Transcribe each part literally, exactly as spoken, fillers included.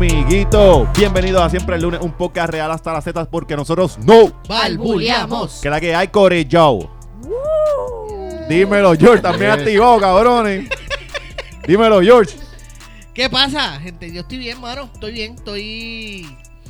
amiguito. Bienvenidos a Siempre el Lunes, un podcast real hasta las zetas porque nosotros no balbuleamos. Que la que hay, Corellao. Dímelo, George, también activó, cabrones. Dímelo, George. ¿Qué pasa, gente? Yo estoy bien, mano. Estoy bien, estoy...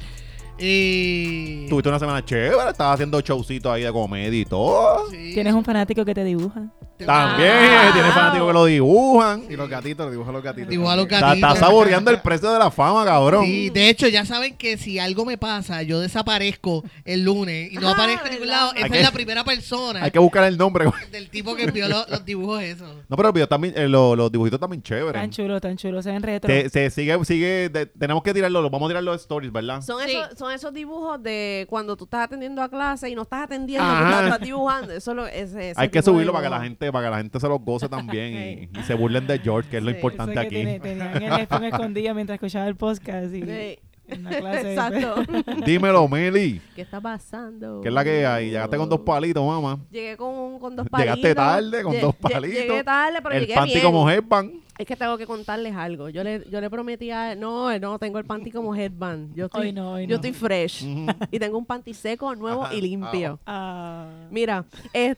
Eh... Tuviste una semana chévere, estabas haciendo showcitos ahí de comedia y todo. Sí. Tienes un fanático que te dibuja. También, Ah, tienes fanáticos que lo dibujan. Y los gatitos, dibuja los gatitos. Dibuja los Está, gatitos. está saboreando el precio de la fama, cabrón. Sí, de hecho, ya saben que si algo me pasa, yo desaparezco el lunes y no Ah, aparezco en ningún lado. Esa que- es la primera persona Hay que buscar el nombre. del tipo que envió los, los dibujos esos. No, pero los, videos también, eh, los, los dibujitos también chéveres. Tan chulo, tan chulo. Se ven retro. Se, se sigue, sigue, de- tenemos que tirarlo, lo- vamos a tirar los stories, ¿verdad? Son, Sí. esos, son esos dibujos de cuando tú estás atendiendo a clase y no estás atendiendo, tú Ajá. estás, estás dibujando. Eso lo, ese, ese Hay que tipo de subirlo para que la dibujo. gente, para que la gente se lo goce también y, y se burlen de George, que es lo Sí, Eso importante que aquí. tiene- tenían el iPhone escondido mientras escuchaba el podcast y Sí. en una clase. Exacto. Dímelo, Meli, ¿Qué está pasando? ¿qué es la que hay? Llegaste con dos palitos, mamá. Llegué con, con dos palitos. Llegaste tarde con Lle- dos lle- palitos. Llegué tarde, pero el llegué panty bien. como headband. Es que tengo que contarles algo. Yo le, yo le prometí a él, no, no, tengo el panty como headband. Yo estoy, Hoy no, hoy yo no. estoy fresh. Ujú. Y tengo un panty seco, nuevo Ajá. y limpio. Ah. Mira,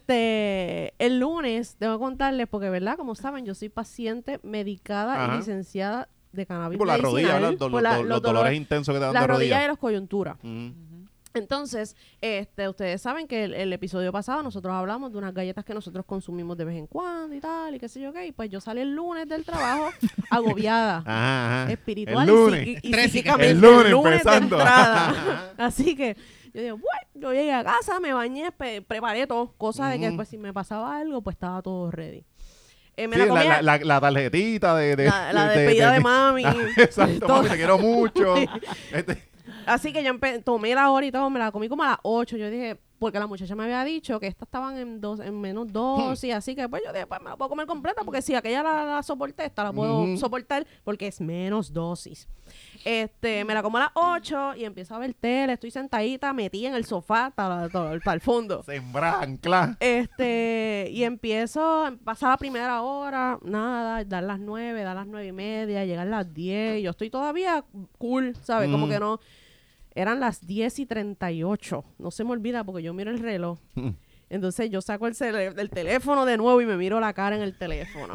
este, el lunes tengo que contarles, porque verdad, como saben, yo soy paciente medicada Ajá. y licenciada de Y cannabis por las rodillas, medicinal, ¿verdad? Los, por la- los- los los dolores dolores- intensos que te dan las de rodillas y rodillas. las coyunturas. Ujú. Entonces, este, ustedes saben que el, el episodio pasado nosotros hablamos de unas galletas que nosotros consumimos de vez en cuando y tal, y qué sé yo qué. Y pues yo salí el lunes del trabajo agobiada, Ajá, ajá. espiritual El lunes. y, psiqui- y Trésica. psíquicamente. El lunes de empezando. entrada. Así que yo dije, bueno, yo llegué a casa, me bañé, pe- preparé todo, cosa de que Ujú. pues si me pasaba algo, pues estaba todo ready. Eh, me Sí, la la, comía- la, la, la tarjetita de... de la, la despedida de, mami. Exacto, todo. mami, te quiero mucho. Este, Así que yo empe- tomé la hora y todo, me la comí como a las ocho. Yo dije, porque la muchacha me había dicho que estas estaban en dos, en menos dos, y así que pues yo dije, pues me la puedo comer completa, porque si aquella la, la soporté, esta la puedo Ujú. soportar porque es menos dosis. Este, me la como a las ocho y empiezo a ver tele, estoy sentadita, metí en el sofá hasta, hasta- hasta el fondo. sembrar, ancla. Este, y empiezo, pasa la primera hora, nada, dar las nueve, dar las nueve y media, llegar las diez, y yo estoy todavía cool, ¿sabes? Como Mm. que no, eran las diez y treinta y ocho, no se me olvida porque yo miro el reloj, Mm. entonces yo saco el, cele- el teléfono de nuevo y me miro la cara en el teléfono.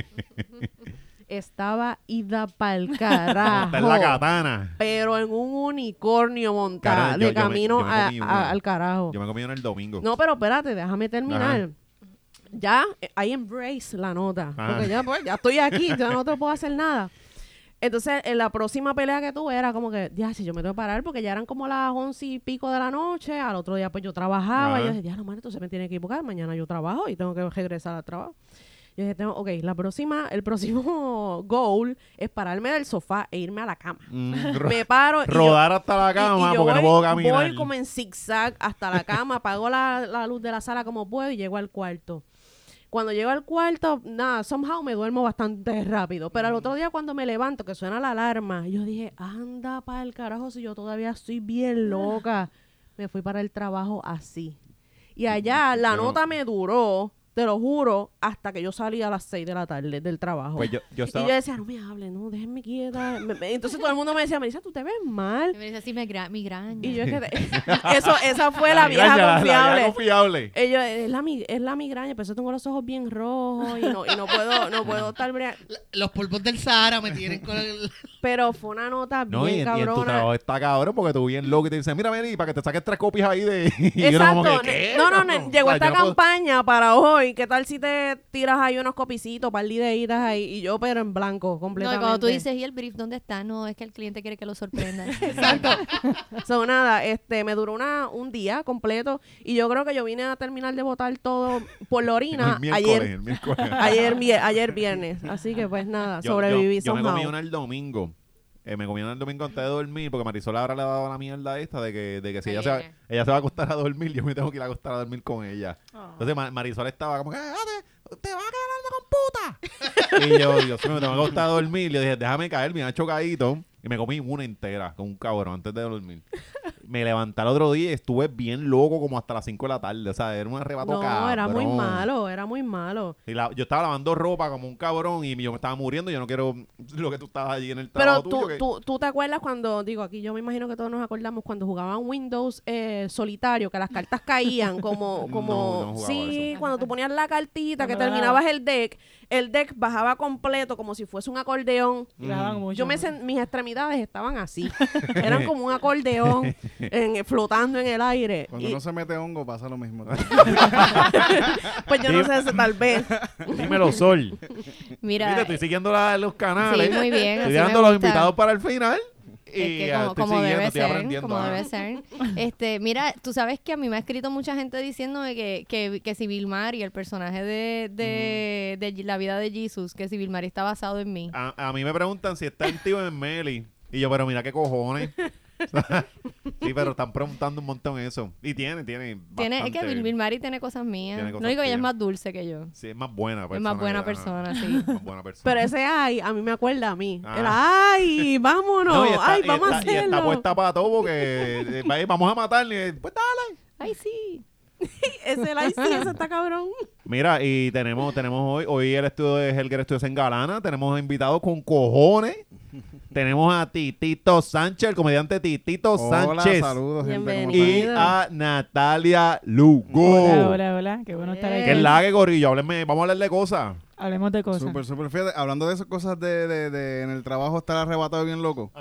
Estaba ida pa'l carajo. Está en la katana. Pero en un unicornio montado, Cara, yo- de yo me- camino yo me a- comí a- una. al carajo. Yo me comí uno el domingo. No, pero espérate, déjame terminar. Ajá. Ya, eh, I embrace la nota. Ajá. Porque ya, pues, ya estoy aquí, ya no te puedo hacer nada. Entonces, en la próxima pelea que tuve era como que, ya, si yo me tengo que parar, porque ya eran como las once y pico de la noche. Al otro día, pues yo trabajaba. Ajá. Y yo dije, ya, no, man, entonces me tiene que ir porque mañana yo trabajo y tengo que regresar al trabajo. Yo dije, tengo, ok, la próxima, el próximo goal es pararme del sofá e irme a la cama. Mm, ro- Me paro y yo- rodar hasta la y- cama y yo porque no voy- puedo caminar. Voy como en zigzag hasta la cama, apago la, la luz de la sala como puedo y llego al cuarto. Cuando llego al cuarto, nada, somehow me duermo bastante rápido. Pero al otro día cuando me levanto, que suena la alarma, yo dije, anda para el carajo si yo todavía estoy bien loca. Me fui para el trabajo así. Y allá la Yo no- nota me duró, te lo juro, hasta que yo salí a las seis de la tarde del trabajo. Pues yo, yo y estaba... yo decía, no me hable, no, déjenme quieta. Me- me- entonces todo el mundo me decía, Melissa, tú te ves mal. Me dice así migra migraña. Y yo es que eso, esa fue la, vieja migraña, la- la confiable. vieja confiable. Ellos, es la, mi- es la migraña, pero eso tengo los ojos bien rojos y no, y no puedo, no puedo estar brea- La- Los polvos del Sahara me tienen con el... Pero fue una nota No, y, bien en- y en tu cabrona. trabajo está cabrón porque tú bien loco y te dicen, mira, Mary, para que te saques tres copias ahí de... y uno Exacto. como que, ¿qué? No, no, no, O llegó sea, esta yo no puedo- campaña para hoy. ¿Qué tal si te tiras ahí unos copicitos, par de ideitas ahí? Y yo, pero en blanco, No, y completamente. cuando tú dices, ¿y el brief dónde está? No, es que el cliente quiere que lo sorprenda. Exacto. So, nada, este, me duró una, un día completo y yo creo que yo vine a terminar de botar todo por la orina El miércoles, ayer, el miércoles. ayer, vie- ayer viernes. Así que pues nada, Yo- sobreviví yo, yo me somehow. comí una el domingo. Eh, me comí una el domingo antes de dormir porque Marisol ahora le ha dado la mierda esta de que, de que si ella se, va, Ayer. ella se va a acostar a dormir, yo me tengo que ir a acostar a dormir con ella. Ah. Entonces Ma- Marisol estaba como que, "Ah, te, te vas a quedar hablando con puta. Y yo, Dios mío, me tengo que acostar a dormir. Y yo dije, déjame caer, me ha chocadito. Y me comí una entera con un cabrón antes de dormir. me levanté el otro día y estuve bien loco como hasta las cinco de la tarde. O sea, era un arrebato No, cabrón. era muy malo, era muy malo. Y la- yo estaba lavando ropa como un cabrón y yo me estaba muriendo. Yo no quiero lo que tú estabas allí en el Pero trabajo tú, tuyo. que- tú, tú te acuerdas cuando, digo, aquí yo me imagino que todos nos acordamos cuando jugaban Windows eh, solitario, que las cartas caían como, como No, no jugaba sí, eso. cuando tú ponías la cartita, que Cuando terminabas el deck, el deck bajaba completo como si fuese un acordeón. Y la daban mucho. Yo me sen- mis extremidades estaban así, eran como un acordeón en- flotando en el aire. Cuando Y, uno se mete hongo pasa lo mismo. pues yo no sé, si tal vez. Dímelo, Sol. Mira, Mira, estoy siguiendo la- los canales. sí, muy bien. Estoy así me dando los gusta. invitados para el final. Y Es que ya como, estoy como siguiendo, debe estoy ser, aprendiendo. como ah. debe ser. Este, mira, tú sabes que a mí me ha escrito mucha gente diciéndome que, que, que si Bill Murray, el personaje de, de, de la vida de Jesus, que si Bill Murray está basado en mí. A, a mí me preguntan si está en tío en Meli. Y yo, pero mira qué cojones. Sí, pero están preguntando un montón eso. Y tiene, tiene. Tiene, es que bastante- Bill, Bill Murray tiene cosas mías. Tiene cosas Lo único que ella es mías. más dulce que yo. Sí, es más buena persona. Es más buena que- persona, ajá. sí. Más buena persona. Pero ese ay, a mí me acuerda a mí. Ah. Era ay, vámonos, No, y está, ay, y vamos a está- y está hacerlo. puesta para todo porque eh, va- vamos a matarle. Pues dale. Ay, sí. Ese ay, sí, ese está cabrón. Mira, y tenemos, tenemos hoy, hoy el estudio de Helger Estudios en Galana, tenemos invitados con cojones. Tenemos a Titito Sánchez, el comediante Titito Hola, Sánchez. saludos, gente. ¿cómo Bienvenido. Y a Natalia Lugo. Hola, hola, hola. Qué bueno estar Eh. aquí. Que es la que gorillo, háblenme, vamos a hablar de cosas. Hablemos de están? cosas. Súper, súper. Fíjate, hablando de esas cosas de, de, de en el trabajo estar arrebatado bien loco.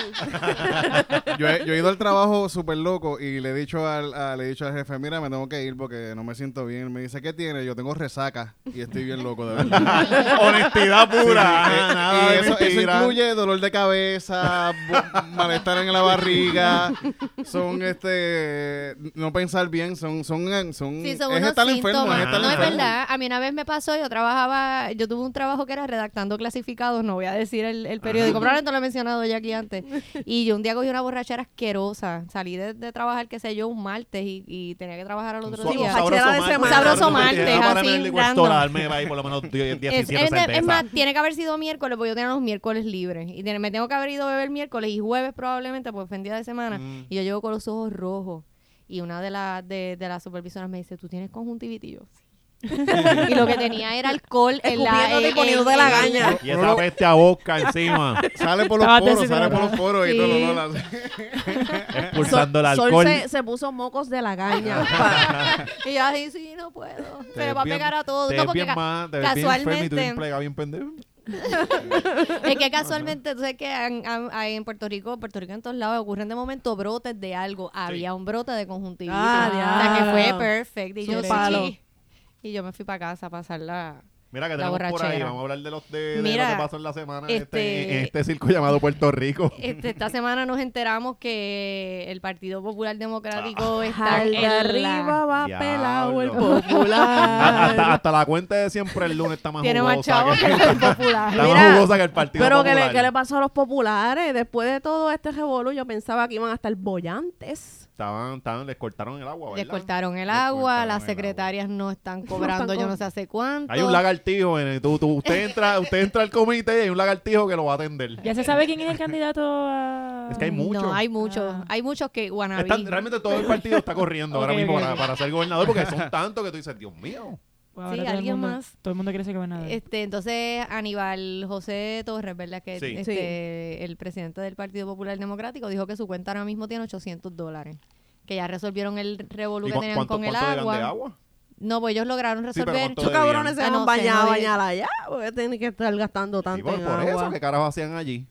Yo he, yo he ido al trabajo súper loco y le he dicho al, a- le he dicho al jefe, mira, me tengo que ir porque no me siento bien. Me dice, ¿qué tiene? Yo tengo resaca y estoy bien loco, de verdad. Honestidad pura. Sí, sí, Ah, eh, nada y de eso, eso mentira. incluye dolor de cabeza, bo- malestar en la barriga, son este no pensar bien, son son son, Sí, son es unos estar enfermo, síntomas. es estar No, es enfermo. verdad. A mí una vez me pasó, yo trabajaba, yo tuve un trabajo que era redactando clasificados, no voy a decir el, el periódico, probablemente lo he mencionado ya aquí antes. Y yo un día cogí una borrachera asquerosa. Salí de, de trabajar, qué sé yo, un martes y, y tenía que trabajar al Un otro su- un día. sabroso sabroso de martes. semana. Sabroso martes, Vamos a pararme así, en el liquor random. store a darme ahí por lo menos diez, Es, diecisiete es- es cervezas. más, tiene que haber sido miércoles, porque yo tenía los miércoles libres. Y tiene- me tengo que haber ido a beber miércoles y jueves probablemente, porque fue en día de semana. Mm. Y yo llego con los ojos rojos. Y una de, las de, de las supervisoras me dice, ¿tú tienes conjuntivitis? Y yo, sí. y lo que tenía era alcohol en la... Escupiéndote y en- poniéndote en- la en- gaña. Y esa peste a boca encima, Sale por los Estaba poros, sale por deshidratada. los poros y Sí. todo, no, no, la- expulsando el Sol alcohol. se, se puso mocos de la gaña. pa- Y yo así, sí, no puedo. Te Se le ves va a bien- pegar a todos. Te No, ves porque bien ca- mal, te ves bien enfermo y tú casualmente- bien plegado, bien pendejo. es que casualmente, tú sabes que en, en- en Puerto Rico, Puerto Rico en todos lados ocurren de momento brotes de algo. Había un brote de conjuntivitis. Ah, o sea, que diablo. fue perfecto. Y yo, Qué palo. sí. Y yo me fui para casa a pasarla. Mira que La tenemos por ahí, borrachera. vamos a hablar de, los, de, de Mira, lo que pasó en la semana en este- este, en este circo llamado Puerto Rico. Este, esta semana nos enteramos que el Partido Popular Democrático está Al de en la- arriba va Diablo. pelado el A- popular. hasta, hasta la cuenta de siempre el lunes está más Tiene más jugosa. chavos que el Popular. Está Mira, más jugosa que el Partido Pero ¿qué Popular. le, ¿qué le pasó a los populares? Después de todo este revolú, yo pensaba que iban a estar bollantes. Estaban, estaban, les cortaron el agua, Les ¿verdad? cortaron el Les agua, cortaron las el secretarias no están cobrando están yo co- no sé hace cuánto. Hay un lagartijo, en el, tú, tú- usted entra usted entra al comité y hay un lagartijo que lo va a atender. ¿Ya se sabe quién es el candidato a...? Es que hay muchos. No, hay muchos. Ah. Hay muchos que wannabe. Están- realmente todo el partido está corriendo ahora Ok, mismo ok, para, ok. para ser gobernador porque son tantos que tú dices, Dios mío. Wow, Sí, ahora todo el alguien mundo- más. Todo el mundo quiere ser gobernador. Este, entonces, Aníbal José Torres, ¿verdad? Que Sí. este, el presidente del Partido Popular Democrático dijo que su cuenta ahora mismo tiene ochocientos dólares. Que ya resolvieron el revolú ¿Y que cu- tenían cuánto, con el cuánto deben agua. de agua? No, pues ellos lograron Sí, pero resolver. ¿cuánto Estos debían? cabrones se Ah, van no a sé, bañar no a di- bañar allá. Porque tienen que estar gastando Sí, tanto pues, en por agua. eso, ¿qué carajos hacían allí?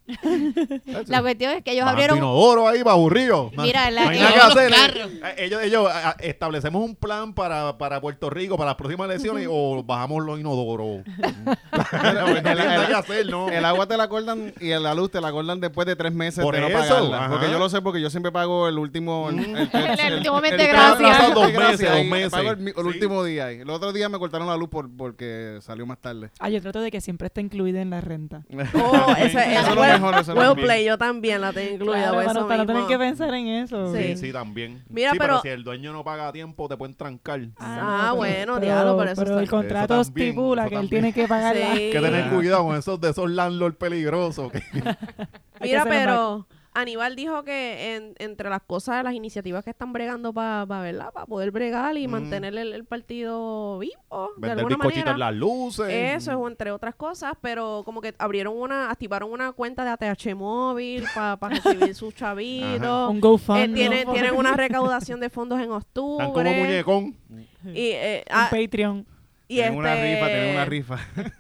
La cuestión es que ellos Bajando abrieron... inodoro ahí para aburrido. Mira, la- no hay ellos- nada que hacer. los eh. carros. Eh, Ellos, ellos a- a- establecemos un plan para, para Puerto Rico para las próximas elecciones o bajamos los inodoros. no hay nada que hacer, ¿no? El agua te la acordan y la luz te la acordan después de tres meses Por de no eso, pagarla. ajá. Porque yo lo sé porque yo siempre pago el último... El, el- El último mes de el- gracia. el- el- Dos de gracia meses, dos ahí, meses. Pago el, mi- el Sí. último día ahí. El otro día me cortaron la luz por, porque salió más tarde. Ah, yo trato de que siempre esté incluida en la renta. Oh, ese, Eso ese es lo well, mejor, eso es lo well mejor. play, yo también la tengo incluida. Claro, por para, eso para no tener mismo. que pensar en eso. Sí. Sí, sí, también. Mira, sí, pero- si el dueño no paga a tiempo, te pueden trancar. Ah, no, bueno, diablo, pero eso pero está- el contrato eso también, estipula eso que él también. tiene que pagar la... Sí. Hay que tener cuidado con esos de esos landlords peligrosos. que- Hay que Mira, hacer un pero Aníbal dijo que en- entre las cosas, las iniciativas que están bregando para pa, ¿verdad? Para poder bregar y Mm. mantener el, el partido vivo, de Vender alguna bizcochitos manera. en las luces. Eso es entre otras cosas, pero como que abrieron una, activaron una cuenta de A T H móvil para recibir sus chavitos. Un Eh, GoFundMe. tienen, tienen una recaudación de fondos en Están como octubre. muñecón. Y, eh, Un ah, Patreon. y Tienen una este- rifa, tienen una rifa.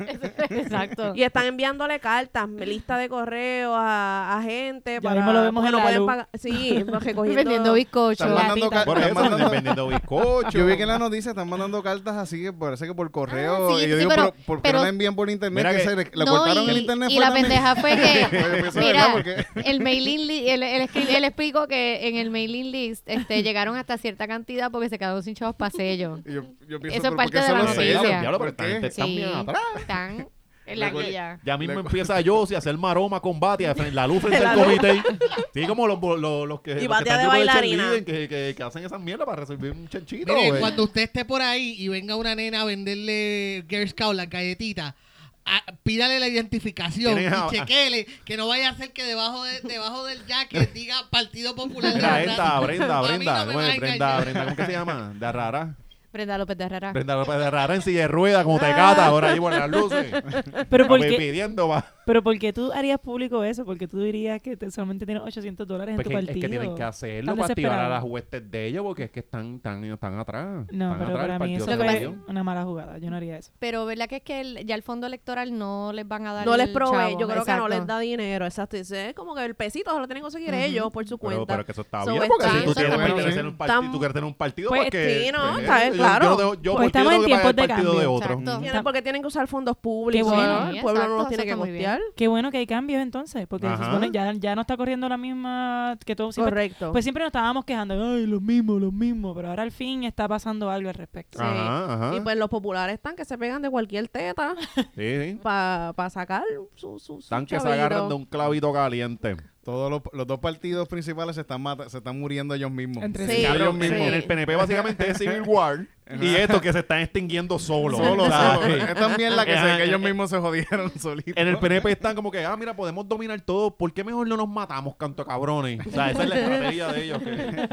Exacto. Y están enviándole cartas, lista de correo a, a gente Ya para mismo lo vemos porque en no la pueden luz. pagar. Sí, recogiendo Vendiendo bizcocho. Están mandando gatita. ca- Por Están eso, mandando- vendiendo bizcochos. Yo vi que en la noticia están mandando cartas así que parece que por correo. Ah, sí, y yo sí, digo, pero- pero, ¿por qué pero- no la envían por internet? Mira Que que- se le- la No, cortaron y, el internet. y fue la también. pendeja fue que, Eso es mira, verdad, porque- el mailing list, él, él, escri- él explicó que en el mailing list este, llegaron hasta cierta cantidad porque se quedaron sin chavos para sello. Y yo, yo pienso, Eso es ¿por parte qué de son la los noticia. sellos? Diablo, pero ¿Por esta qué? gente está Sí, bien atrás. están en la Le- guía. Ya mismo Le- empieza Josie a hacer maroma con Batia en la luz frente al comité. Sí, como los, los, los que, los que Batia están de en grupo bailarina. cheerleading, que, que, que hacen esas mierdas para resolver un chanchito. Mire, güey. cuando usted esté por ahí y venga una nena a venderle Girl Scout, las galletitas, ah, pídale la identificación Tienen a- y chequele que no vaya a ser que debajo de, debajo del jacket diga Partido Popular Mira, esta, Democrático. Brenda, A mí Brenda, no me ¿cómo va a es? Brenda, engañar. Brenda, ¿cómo que se llama? De Rara. Brenda López de Herrera. Brenda López de Rara en silla de ruedas, como te cata, ahora ahí por las luces. Pero ¿por Papi, qué, pidiendo, va. pero ¿por qué tú harías público eso? Porque tú dirías que te- solamente tienes ochocientos dólares en Porque tu es partido. que tienen que hacerlo Están para activar a desesperados. las huestes de ellos, porque es que están, están, están atrás. No, Están pero atrás, para el mí partido eso se Lo que fue jodió. una mala jugada. Yo no haría eso. Pero ¿verdad que es que el- ya el fondo electoral no les van a dar No les el provee, chavo? yo creo que no Exacto. les da dinero, exacto. Dice, es como que el pesito se lo tienen que conseguir Ujú. ellos por su Pero, cuenta. pero que eso está So, bien, porque está- si tú eso tienes está que muy pertenecer bien. a un partido, Tam- tú quieres tener un partido, Pues, porque... sí, no, pues, está bien, yo- claro. Yo, no tengo- yo, Pues ¿por qué estamos tengo en que pagar el tiempos de partido de cambio. otro? Exacto. Tienen- porque tienen que usar fondos públicos. bueno. ¿no? El pueblo no Exacto, los tiene eso que está muy bien. costear. Qué bueno que hay cambios entonces, porque se Ajá. supone ya, ya no está corriendo la misma que todo siempre. Correcto. Pues siempre nos estábamos quejando, ay, los mismos, los mismos, pero ahora al fin está pasando algo al respecto. Sí. Ajá, ajá. Y pues los populares están que se pegan de cualquier teta Sí, sí. para pa sacar su, su, su Están que se chavito. agarran de un clavito caliente. Todos los, los dos partidos principales se están, mata- se están muriendo ellos mismos. Entre Sí. Ellos Cabrón, en, mismos. en el P N P básicamente es Civil War y esto que se están extinguiendo solos. Solo, O sea, solo. Es también la que, se, Ajá. que ellos mismos se jodieron solitos. En el P N P están como que, ah, mira, podemos dominar todo. ¿Por qué mejor no nos matamos, canto de cabrones? O sea, esa es la estrategia de ellos. Que...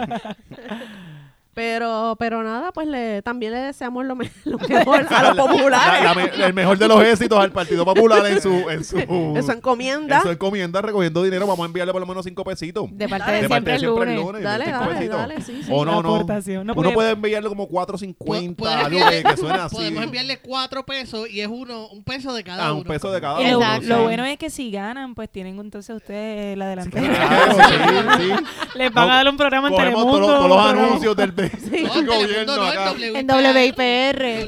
Pero, pero nada, pues le, también le deseamos lo, me- lo mejor a los populares. La- la me- el mejor de los éxitos al Partido Popular en su, en su, Eso encomienda. en su encomienda recogiendo dinero. Vamos a enviarle por lo menos cinco pesitos. De parte Dale. de De parte siempre de el siempre el lunes. lunes. Dale, cinco dale, pesitos. dale, sí, sí. O no, La no. aportación. No, Uno porque- puede enviarle como cuatro cincuenta, Puedes algo enviarle- que, que suene así. Podemos enviarle cuatro pesos y es uno un peso de cada Ah, uno. un peso de cada Y lo, uno. Exacto. lo sí. bueno es que si ganan, pues tienen entonces ustedes la delantera. Claro, sí, sí. Les van a dar un programa en Cogemos Telemundo. todos los, todos los un programa- anuncios del, del No, en gobierno Telemundo no, acá. En W I P R.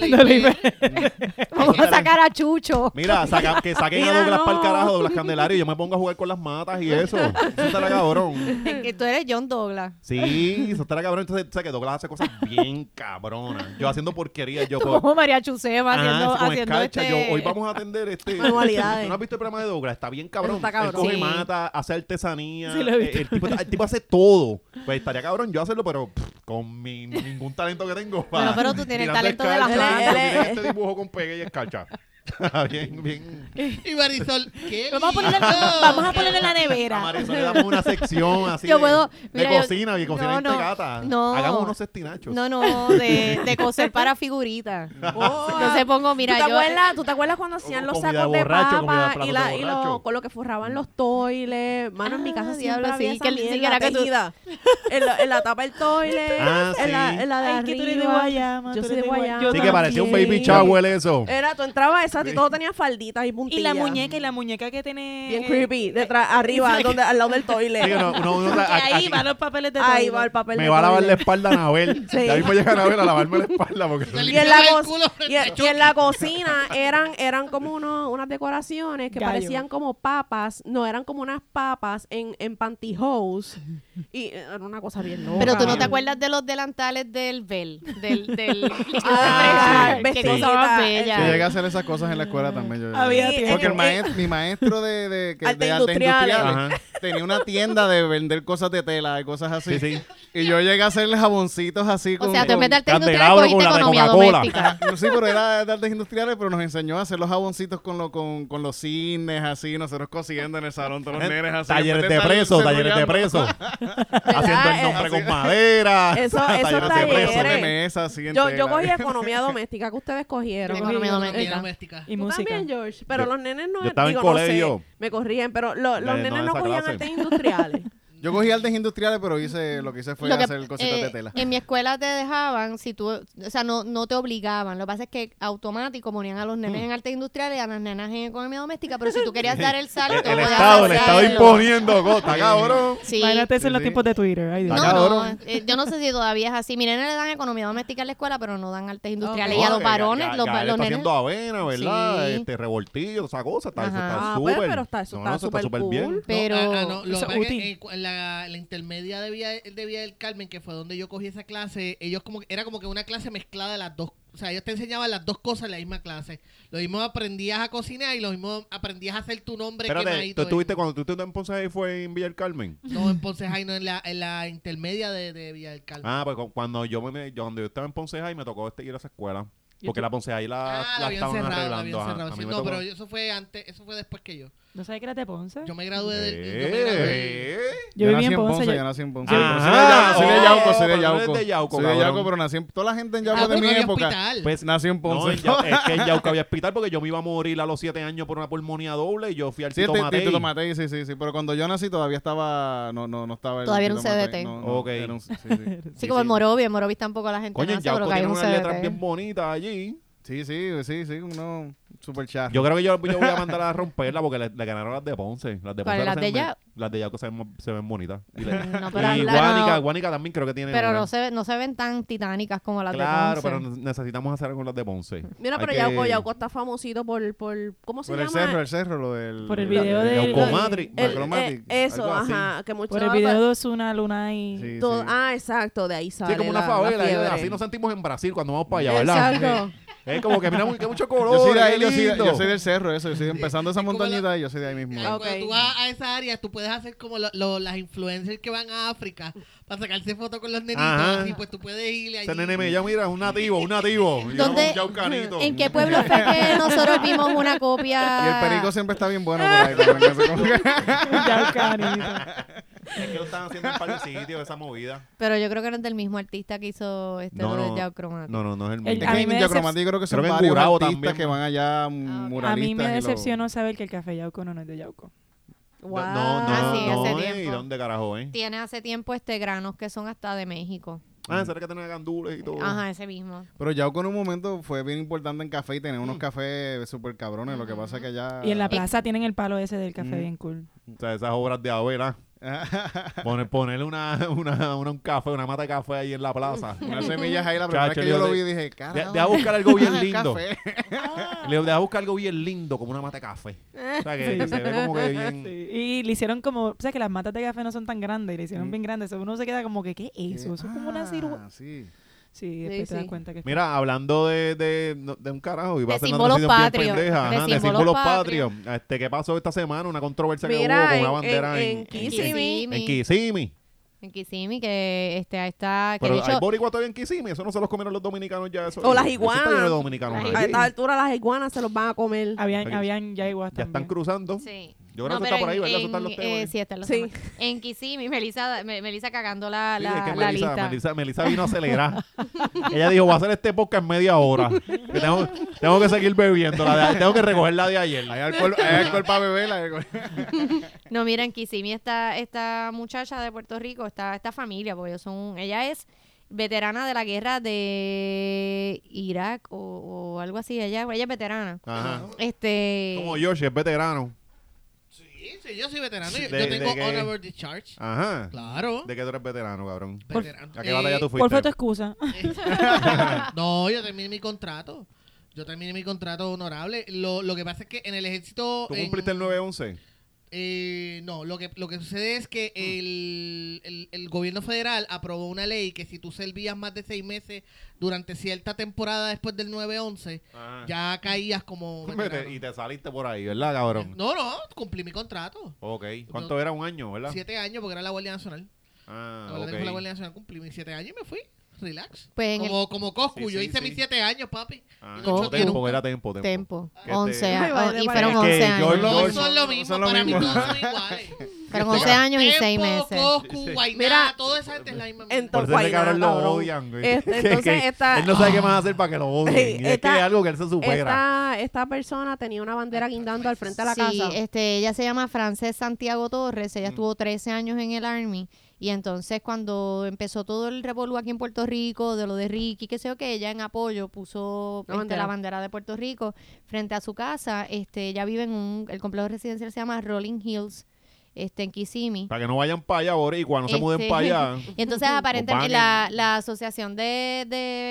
Vamos a sacar a Chucho. Mira, saca- que saquen Mira, a Douglas no. para el carajo, Douglas Candelario, y yo me pongo a jugar con las matas y eso. Eso estará cabrón. Que tú eres John Douglas. Sí, eso estará cabrón. Entonces, o sea, que Douglas hace cosas bien cabronas. Yo haciendo porquerías, yo Tú con, como María Chusema Ajá, haciendo, con haciendo escarcha. este... Yo, hoy vamos a atender este... Manualidades. ¿Tú no has visto el programa de Douglas? Está bien cabrón. Está cabrón. Él coge Sí. mata, hace artesanía. Sí, lo he visto. Eh, El, tipo, el tipo hace todo. Pues estaría cabrón yo hacerlo, pero pff, con mi, ningún talento que tengo. Bueno, pero tú tienes tirando talento de las escarcha, manos. yo Él es- tiré este dibujo con pegue y escarcha. bien, bien. Y Marisol, ¿qué? Vamos a ponerle, lindo. vamos a ponerle en la A nevera. Marisol le damos una sección así Yo de, puedo- de mira, yo- cocina y cocina no, en no, gata. no. Hagamos unos cestinachos. No, no, de, de coser para figuritas. Oh. Entonces pongo, mira, ¿Tú te, yo... acuerdas, ¿Tú te acuerdas cuando hacían O los comida sacos de de borracho, comida de papa platos y, la, de y lo, borracho? con lo que forraban los toiles? Mano, en mi casa Ah, siempre diablo, había sí, esa que él- sí, que mierda era que tú- tejida. en, la, en la tapa del toilet, Ah, en, la, sí. en la de Ay, que tú eres de arriba. Guayama. Yo tú soy eres de Guayama. Yo Sí, que parecía un también. baby shower eso. Era, tú entrabas exacto y todo tenía falditas y puntillas. Y la muñeca, y la muñeca que tiene... Bien eh, creepy, detrás, arriba, donde, al lado del toilet. Sí, uno- uno- uno- que aquí- ahí van los papeles de Ahí todo. va el papel me de va a lavar la toilet. espalda a Anabel. Sí. Ya mismo llega Anabel a lavarme la espalda porque Se Y limpiaba en, la el co- culo y, frente a y en Chucky. la cocina eran, eran como uno, unas decoraciones que Gallo. parecían como papas. No, eran como unas papas en, en pantyhose. Y era una cosa bien loca. Pero tú no te acuerdas de los delantales del Bell, del... del Ah, Qué vestidita. cosa más Yo bella. llegué a hacer esas cosas en en la escuela también. Yo, Había Sí, tiempo. porque el eh, maestro, mi maestro de, de, que- Arte de arte industriales. industrial Ajá. tenía una tienda de vender cosas de tela y cosas así. Sí, sí. Y yo llegué a hacerle jaboncitos así O con... sea, tú en con- vez de arte Candelabro industrial con cogiste la de economía Coca-Cola. doméstica. No, sí, pero era de artes industriales, pero nos enseñó a hacer los jaboncitos con, lo, con, con los cines, así, nosotros cosiendo en el salón, todos los nenes así. Talleres en vez de estar preso, talleres de desarrollando. preso. Haciendo el nombre Eh, con madera. Eso- esos Talleres de talleres. preso. de mesa, así en Yo, yo tela. cogí economía doméstica que ustedes cogieron. Economía doméstica. Economía doméstica. Y Tú música. también, George. Pero Yo- los nenes no... yo estaba en digo, no colegio. sé, me corrían, pero lo- los Eh, nenes no, no esa cogían clase. artes industriales. Yo cogí artes industriales, pero hice lo que hice fue Lo que, hacer cositas eh, de tela. En mi escuela te dejaban, si tú, o sea, no, no te obligaban. Lo que pasa es que automático ponían a los nenes Mm. en artes industriales y a las nenas en economía doméstica, pero si tú querías dar el salto, El, el podías Estado, el hacerlo. Estado imponiendo cosas, cabrón. Sí. Imagínate eso en los sí. tiempos de Twitter. Ay, Dios. No, Está no, cabrón. eh, yo no sé si todavía es así. Mi nene le dan economía doméstica en la escuela, pero no dan artes industriales. Ok. Y a No, los que varones, Ga- los, Gael va- los está nenes... haciendo avena, ¿verdad? Sí. Este revoltillo, esa cosa, está, eso Ajá. está Ah, pues, súper. pero está- eso No, está no, súper súper cool. bien. Pero... No, ah, ah, no, lo eso que pasa es útil. que en cu- en la, la intermedia de Villa, de Villa del Carmen, que fue donde yo cogí esa clase, ellos como que- era como que una clase mezclada de las dos. O sea, ellos te enseñaban las dos cosas en la misma clase. Lo mismo aprendías a cocinar y lo mismo aprendías a hacer tu nombre Espérate, quemadito. ¿tú estuviste en- cuando tú estuviste en Ponce ahí fue en Villa del Carmen? No, en Ponce High, no, en la, en la intermedia de, de Villa del Carmen. Ah, pues cu- cuando yo me yo, cuando yo estaba en Ponce High me tocó este ir a esa escuela. ¿Y Porque tú? la Ponce High la, Ah, la la habían estaban cerrado, la arreglando. habían ajá. cerrado. A Sí, mí me no, tocó. pero eso fue antes, eso fue después que yo. ¿No sabes que eras de Ponce? Yo me gradué del... Eh, yo me gradué- eh. Yo viví nací en Ponce. yo yo- nací en Ponce. Ajá, Pero soy de oh, Yauco, soy de pero no eres Yauco. de Yauco, Soy de cabrón. Yauco, pero nací en... Toda la gente en Ah, Yauco de pues mi no había época hospital. Pues nació en Ponce. No, en Yau- es que en Yauco había hospital porque yo me iba a morir a los siete años por una pulmonía doble y yo fui al Sí, el Tito Tito Matei. Tito Matei, sí, sí, sí. Pero cuando yo nací todavía estaba... No, no, no estaba el Todavía era un Tito C D Matei. T. No, no, Ok. era un- sí, sí. Sí, como el Morovi. En Morovi tampoco la gente Coño, en nace, pero Yauco que hay tiene un unas letras C D bien T. bonitas allí. Sí, sí, sí, sí, uno super charro. Yo creo que yo, yo voy a mandar a romperla porque le, le ganaron las de Ponce. Las de Ponce ¿Cuáles, ahora las se de ven- Yau- Las de Yauco se ven, se ven bonitas. Y, le- No, pero y la- Guánica, no. Guánica también creo que tiene Pero una. no se, no se ven tan titánicas como las Claro, de pero Ponce. necesitamos hacer algo con las de Ponce. Mira, Hay pero que- Yauco, Yauco está famosito por, por... ¿Cómo se Por el llama? cerro, el cerro, lo del... Por el lo- video de- Yauco lo- Matrix. El- Macromatic, eh, eso, algo así. ajá. Que mucho Por el video de Osuna, Luna y... Sí, todo- sí. Ah, exacto, de ahí sale Sí, como una la- la favela. fiebre. Así nos sentimos en Brasil cuando vamos para allá, ¿verdad? Exacto. Es como que mira, muy- que mucho color. Yo soy de ahí, qué yo soy, de- lindo. yo soy del cerro, eso. Yo soy empezando esa es como montañita y yo soy de ahí mismo. Cuando Ok. tú vas a esa área, tú puedes hacer como lo- lo- las influencers que van a África para sacarse fotos con los nenitos. Ajá. Y pues tú puedes ir allí. Ese nene me llama, mira, es un nativo, un nativo. Y yo, ¿Dónde- un yaucanito. ¿En qué pueblo fue que nosotros vimos una copia? Y el perico siempre está bien bueno por ahí. también, ese como que- Yaucanito. Es que lo están haciendo en un par de sitios, esa movida. Pero yo creo que no es del mismo artista que hizo este No, lo de no. Yao Cromático. No, no, no es el El- mismo. a Es mí que me en Yacromatí creo que son creo que en varios Gurabo artistas también. que van allá Ah, ok. muralistas. A mí me y lo- decepcionó saber que el café Yauco no no es de Yauco. Wow. No, no, Ah, sí, no, hace eh, tiempo. ¿y dónde carajo, eh? Tiene hace tiempo este granos que son hasta de México. Ah, ¿será que tiene gandules y todo? Ajá, ese mismo. Pero Yauco en un momento fue bien importante en café y tenía unos cafés súper cabrones. Lo que pasa es que allá... Y en la plaza tienen el palo ese del café Mm. bien cool. O sea, esas obras de Abel, ¿ah? Poner, ponerle una, una, una- un café, una mata de café ahí en la plaza. Unas semillas ahí. La primera vez Chacho, que yo yo lo de- vi dije, De- carajo. Deja buscar algo bien lindo. Café. Le deja buscar algo bien lindo, como una mata de café. O sea, que, que se ve como que bien... Sí. Y le hicieron como, o sea, que las matas de café no son tan grandes, y le hicieron Mm. bien grandes. Uno se queda como que, ¿qué es eso? Eso es como una ciruela. Ah, sí. Sí, después te das sí. cuenta que... Mira, hablando de, de, no- de un carajo, iba De a ser símbolos una transición patrios, bien pendeja, de ajá, de símbolos símbolos patrios. patrios. Este, ¿qué pasó esta semana? Una controversia que Mira, hubo con en- una bandera en- en, en en, Kissimmee. en Kissimmee. En Kissimmee, que este, ahí está... Que Pero de hay hecho, boricua todavía en Kissimmee. Eso no se los comieron los dominicanos ya. Eso, O las eso iguanas. está lleno de dominicanos Las A allí. esta altura las iguanas se los van a comer. Habían, Aquí. habían yaguas Ya también. están cruzando. sí. Yo creo No, que eso está pero por ahí, en- ¿verdad? Eso está en los en- temas. eh, sí, está en los Sí. temas. En Kissimmee, Melissa, Me- Melissa cagando la, Sí, la, es que la Melissa, lista. Melissa, Melissa vino a acelerar. Ella dijo, voy a hacer este podcast en media hora. Que tengo, tengo que seguir bebiendo. La de- tengo que recoger la de ayer. Hay alcohol, hay alcohol para beber. hay alcohol. No, mira, en Kissimmee esta, esta muchacha de Puerto Rico, esta, esta familia, porque ellos son, ella es veterana de la guerra de Irak o, o algo así. Ella, ella es veterana. Ajá. Este, Como Yoshi, es veterano. Sí, sí, yo soy veterano. Yo, De- yo tengo de que- honorable discharge. Ajá. Claro. ¿De qué tú eres veterano, cabrón? Veterano. ¿A qué Eh, batalla tú ¿Cuál fuiste? fue tu excusa? No, yo terminé mi contrato. Yo terminé mi contrato honorable. Lo, lo que pasa es que en el ejército... ¿Tú en- cumpliste el nueve once? Eh, no, lo que lo que sucede es que el, el, el gobierno federal aprobó una ley que si tú servías más de seis meses durante cierta temporada después del nueve once, Ajá. ya caías como veterano. Y te saliste por ahí, ¿verdad, cabrón? No, no, cumplí mi contrato. Ok. ¿Cuánto era? Un año, ¿verdad? Siete años porque era la Guardia Nacional. Ah, La ok. la Guardia Nacional cumplí mis siete años y me fui. Relax. Pues en como, como Coscu, Sí, yo sí, hice sí. mis siete años, papi. Ah, Y no Coscu. choqué tempo, nunca. era tempo, tempo. Tempo. Que once te- años. Ay, Y vale, fueron vale. Es que once años. George- Los George- son lo mismo, son lo para mismo. mí todos son iguales. Fueron once años y seis Tempo, meses. Coscu, Sí. Guayná, Mira, toda esa gente es la misma. en mierda. to- Por eso ese Guayna, cabrón lo cabrón. odian, güey. Este, Que- entonces que esta- él no sabe qué más hacer para que lo odien. Sí, Y es esta- que es algo que él se supera. Esta, esta persona tenía una bandera guindando al frente de la Sí, casa. este, ella se llama Frances Santiago Torres, ella Mm. estuvo trece años en el Army y entonces cuando empezó todo el revolú aquí en Puerto Rico, de lo de Ricky, qué sé yo, que ella en apoyo puso La este, bandera. la bandera de Puerto Rico frente a su casa. Este, ella vive en un, el complejo residencial se llama Rolling Hills, este, en Kissimmee. Para que no vayan para allá, Boricua, no se muden Este, para allá. Y entonces aparentemente van la, en- la asociación de,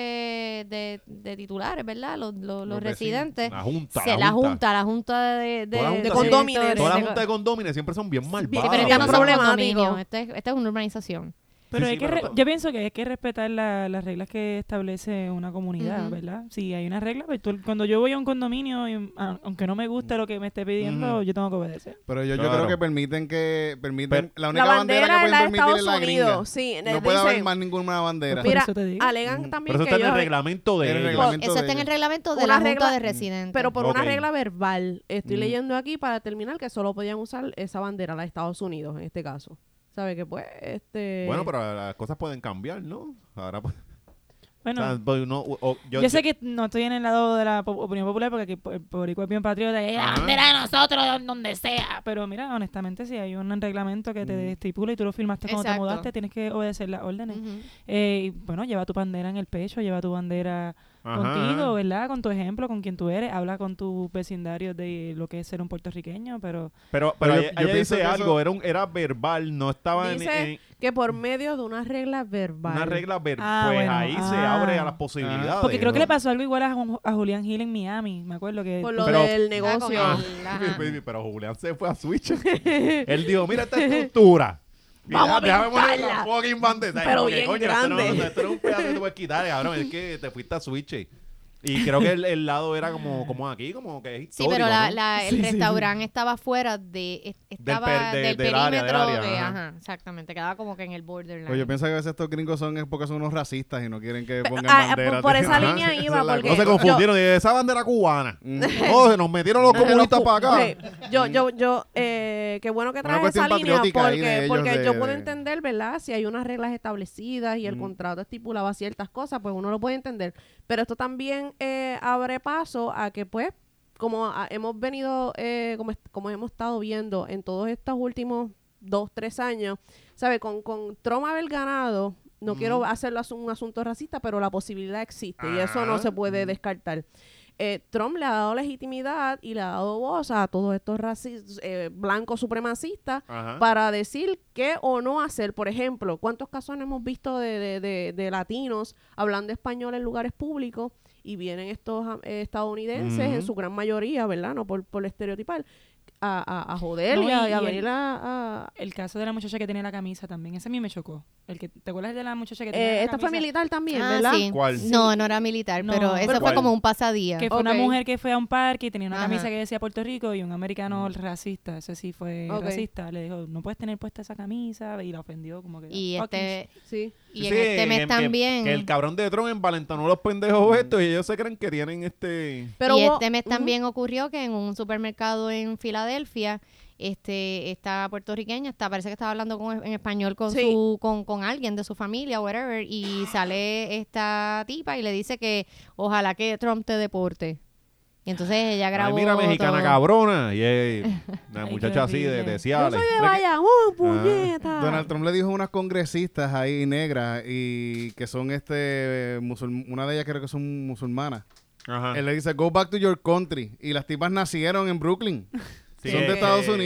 de, de, de titulares, ¿verdad? Los, los, los vecinos. residentes. La junta, se- la junta, la junta de, de, Toda la de junta de condómines. Toda la de- junta de condómines siempre son bien Sí, malvadas. pero bien esta no son problemático. condominios, esta es, esta es una urbanización. Pero Sí, hay sí, que pero re- todo. yo pienso que hay que respetar la- las reglas que establece una comunidad, Ujú. ¿verdad? Si hay una regla, pues tú- cuando yo voy a un condominio, y, a- aunque no me guste lo que me esté pidiendo, Ujú. yo tengo que obedecer. Pero yo, yo Claro. creo que permiten que... permiten Pero- La única La bandera, bandera que es la pueden de permitir es Estados la gringa. Unidos. Sí, No le puede haber dicen- más ninguna bandera. Por Mira, eso te digo. alegan Ujú. también Pero eso que está en el ellos- reglamento de En el ellos. reglamento. Eso de está en el ellos. reglamento de Una la Junta regla- de Residentes. pero por Ok. una regla verbal, estoy Mm. leyendo aquí para terminar que solo podían usar esa bandera, la de Estados Unidos en este caso. ¿Sabe que pues este Bueno, pero las cosas pueden cambiar, ¿no? Ahora pues, Bueno, o sea, pues, uno- o- yo, yo, sé que no estoy en el lado de la po- opinión popular porque aquí el Boricua es bien patriota y es la Ajá. bandera de nosotros donde sea. Pero mira, honestamente, si hay un reglamento que te estipula y tú lo firmaste cuando te Exacto. mudaste, tienes que obedecer las órdenes. Ujú. Eh, y, bueno, lleva tu bandera en el pecho, lleva tu bandera Ajá, contigo, ajá. ¿verdad? Con tu ejemplo, con quien tú eres. Habla con tu vecindario de lo que es ser un puertorriqueño, pero Pero, Pero pero yo- ella, yo ella pienso dice que algo, eso- era, un, era verbal, no estaba en- Dice en, que por medio de una regla verbal. una regla verbal. Ah, pues bueno, ahí se ah. abre a las posibilidades. porque creo que ¿no? le pasó algo igual a, Ju- a Julián Gil en Miami, me acuerdo que por lo Pero- del Ah, negocio. con el- ajá. Baby, pero Julián se fue a Switch. Él dijo, mira esta estructura. Y Vamos deja- a déjame poner pintarla. la fucking bandera. Pero Porque, bien coño, esto no, grande. esto no es un pedazo que tú puedes quitar, cabrón. Es que te fuiste a Switch. Y creo que el, el lado era como, como aquí, como que es Sí, histórico, pero la, ¿no? la- el Sí, sí, restaurante estaba fuera de... es- Estaba per- de- del del área, del perímetro área, de... ajá. Ajá, exactamente. Quedaba como que en el borderline. Pues yo pienso que a veces estos gringos son es porque son unos racistas y no quieren que pongan ah, banderas. por esa Ajá. línea Esa iba, es la porque- No se cosa. confundieron, de esa bandera cubana. No, se nos metieron los comunistas para acá. Sí, yo, yo, yo, eh, qué bueno que Una traes cuestión esa línea patriótica ahí de porque, ellos porque de- yo puedo de- entender, ¿verdad? Si hay unas reglas establecidas y el Mm. contrato estipulaba ciertas cosas, pues uno lo puede entender. Pero esto también eh, abre paso a que, pues, como ah, hemos venido, eh, como, est- como hemos estado viendo en todos estos últimos dos, tres años, ¿sabes? Con, con Trump haber ganado, no quiero hacerlo asu- un asunto racista, pero la posibilidad existe y eso no Ah. se puede descartar. Eh, Trump le ha dado legitimidad y le ha dado voz a todos estos raci- eh, blancos supremacistas Ajá. para decir qué o no hacer. Por ejemplo, ¿cuántos casos hemos visto de, de, de, de latinos hablando español en lugares públicos y vienen estos ah, eh, estadounidenses, Ujú. en su gran mayoría, ¿verdad? No por, por estereotipar, a, a, a joder No, y, a, y- y a y venir el- a... a- el caso de la muchacha que tenía la camisa también, ese a mí me chocó. El que, ¿te acuerdas de la muchacha que tenía Eh, la esta fue camisa? militar también, Ah, ¿verdad? sí. ¿Cuál? No, no era militar, No, pero eso pero- fue ¿Cuál? como un pasadía. Que fue una Ok. mujer que fue a un parque y tenía una Ajá. camisa que decía Puerto Rico y un americano racista, ese sí fue Ok. racista, le dijo, no puedes tener puesta esa camisa y la ofendió como que... Y "Fucking este... Sí. Y Sí, en este mes que- también... Que, el cabrón de Trump envalentonó los pendejos estos y ellos se creen que tienen este... Pero y hubo- este mes Ujú. también ocurrió que en un supermercado en Filadelfia, este, esta puertorriqueña, está, parece que estaba hablando con, en español con Sí. su, con, con alguien de su familia, whatever, y sale esta tipa y le dice que ojalá que Trump te deporte. Y entonces ella Ay, grabó mira, mexicana todo. cabrona. Y eh, una Ay, qué muchacha así de, horrible. de Yo Ciales. soy de Mira que- Bayamón, puñeta. Donald Trump le dijo a unas congresistas ahí negras y que son este musul- una de ellas creo que son musulmanas. Ajá. Él le dice go back to your country y las tipas nacieron en Brooklyn. Sí, son de que- Estados Unidos.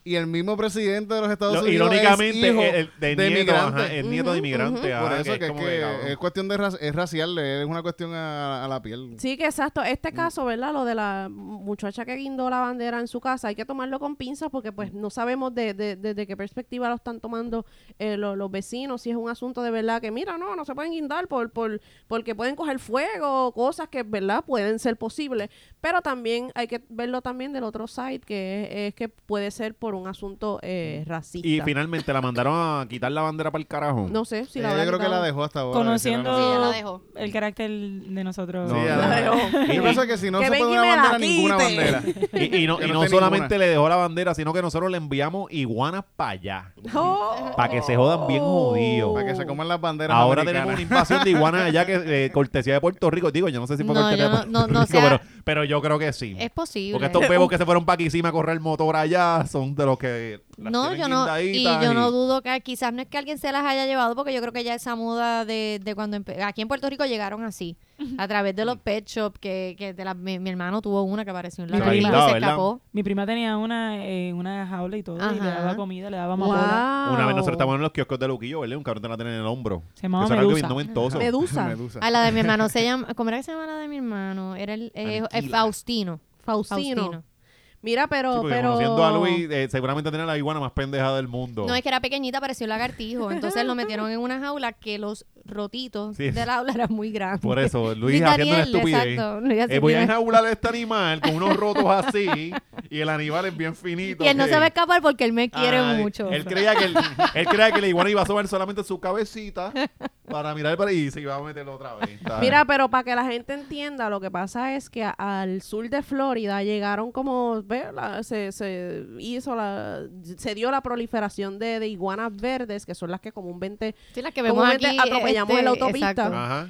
y el mismo presidente de los Estados Lo- Unidos irónicamente, es hijo el, el de, de nieto, inmigrantes. ajá, el nieto de Ujú, inmigrante. ujú. ajá, Por eso que, es, como que cabrón. es cuestión de ra- es racial, es una cuestión a, a la piel. Sí, que exacto. Este caso, ¿verdad? Lo de la muchacha que guindó la bandera en su casa, hay que tomarlo con pinzas porque pues no sabemos de, de, de, de qué perspectiva lo están tomando eh, lo- los vecinos, si es un asunto de verdad que, mira, no, no se pueden guindar por, por porque pueden coger fuego, cosas que, ¿verdad? Pueden ser posibles. Pero también hay que verlo también del otro side, que es, es que puede ser por un asunto eh, racista. Y finalmente la mandaron a quitar la bandera para el carajo. No sé si Eh, la yo habrá creo que quitado. la dejó hasta ahora. Conociendo Sí, ella la dejó. el carácter de nosotros. No, Sí, no, la no. dejó. Y- Yo pienso que si no Que se venga pone y una me la bandera, ninguna quite. bandera. Y, y no, Que y no no esté solamente ninguna. le dejó la bandera, sino que nosotros le enviamos iguanas para allá. Oh. Para que se jodan bien jodidos. Para que se coman las banderas Ahora americanas. tenemos una invasión de iguanas allá que eh, cortesía de Puerto Rico. Digo, yo no sé si fue No, cortesía yo de no- Puerto no- no Rico, sea- pero, pero yo creo que sí. Es posible. Porque estos bebos que se fueron para Kissimmee a correr el motor allá son de los que las No, tienen yo no, y guindaditas yo no dudo que quizás no es que alguien se las haya llevado, porque yo creo que ya esa moda de, de cuando empe- aquí en Puerto Rico llegaron así, a través de los pet shop, que, que de la- mi, mi hermano tuvo una que apareció en la Se la película guindaba, y se ¿verdad? escapó. Mi prima tenía una, eh, una jaula y todo, y le Ajá. daba comida, le daba amapola. Wow. Una vez nosotros estábamos en los kioscos de Luquillo, ¿verdad? Un cabrón te la tenía en el hombro. Se llamaba Eso era algo Medusa. bien noventoso. Medusa. Medusa. Ah, la de mi hermano se llama, ¿cómo era que se llama la de mi hermano? Era el, eh, Aniquila. el Faustino. Faustino. Faustino. Mira, Sí, pero, porque pero... conociendo a Luis, eh, seguramente tenía la iguana más pendeja del mundo. No, es que era pequeñita, pareció un lagartijo. Entonces lo metieron en una jaula que los rotitos Sí. de la jaula eran muy grandes. Por eso, Luis Luis haciendo una Daniel, estupidez. exacto. Luis Eh, voy a haciendo- enjaular a este animal con unos rotos así y el animal es bien finito. Y él no ok. se va a escapar porque él me quiere Ay, mucho. Él creía, que el, él creía que la iguana iba a asomar solamente su cabecita para mirar para ahí y se iba a meterlo otra vez. ¿sabes? Mira, pero para que la gente entienda, lo que pasa es que a- al sur de Florida llegaron como, ve, la- se, se hizo la, se dio la proliferación de, de iguanas verdes, que son las que comúnmente, Sí, las que vemos comúnmente aquí. atropellamos este, en la autopista. exacto. Ajá.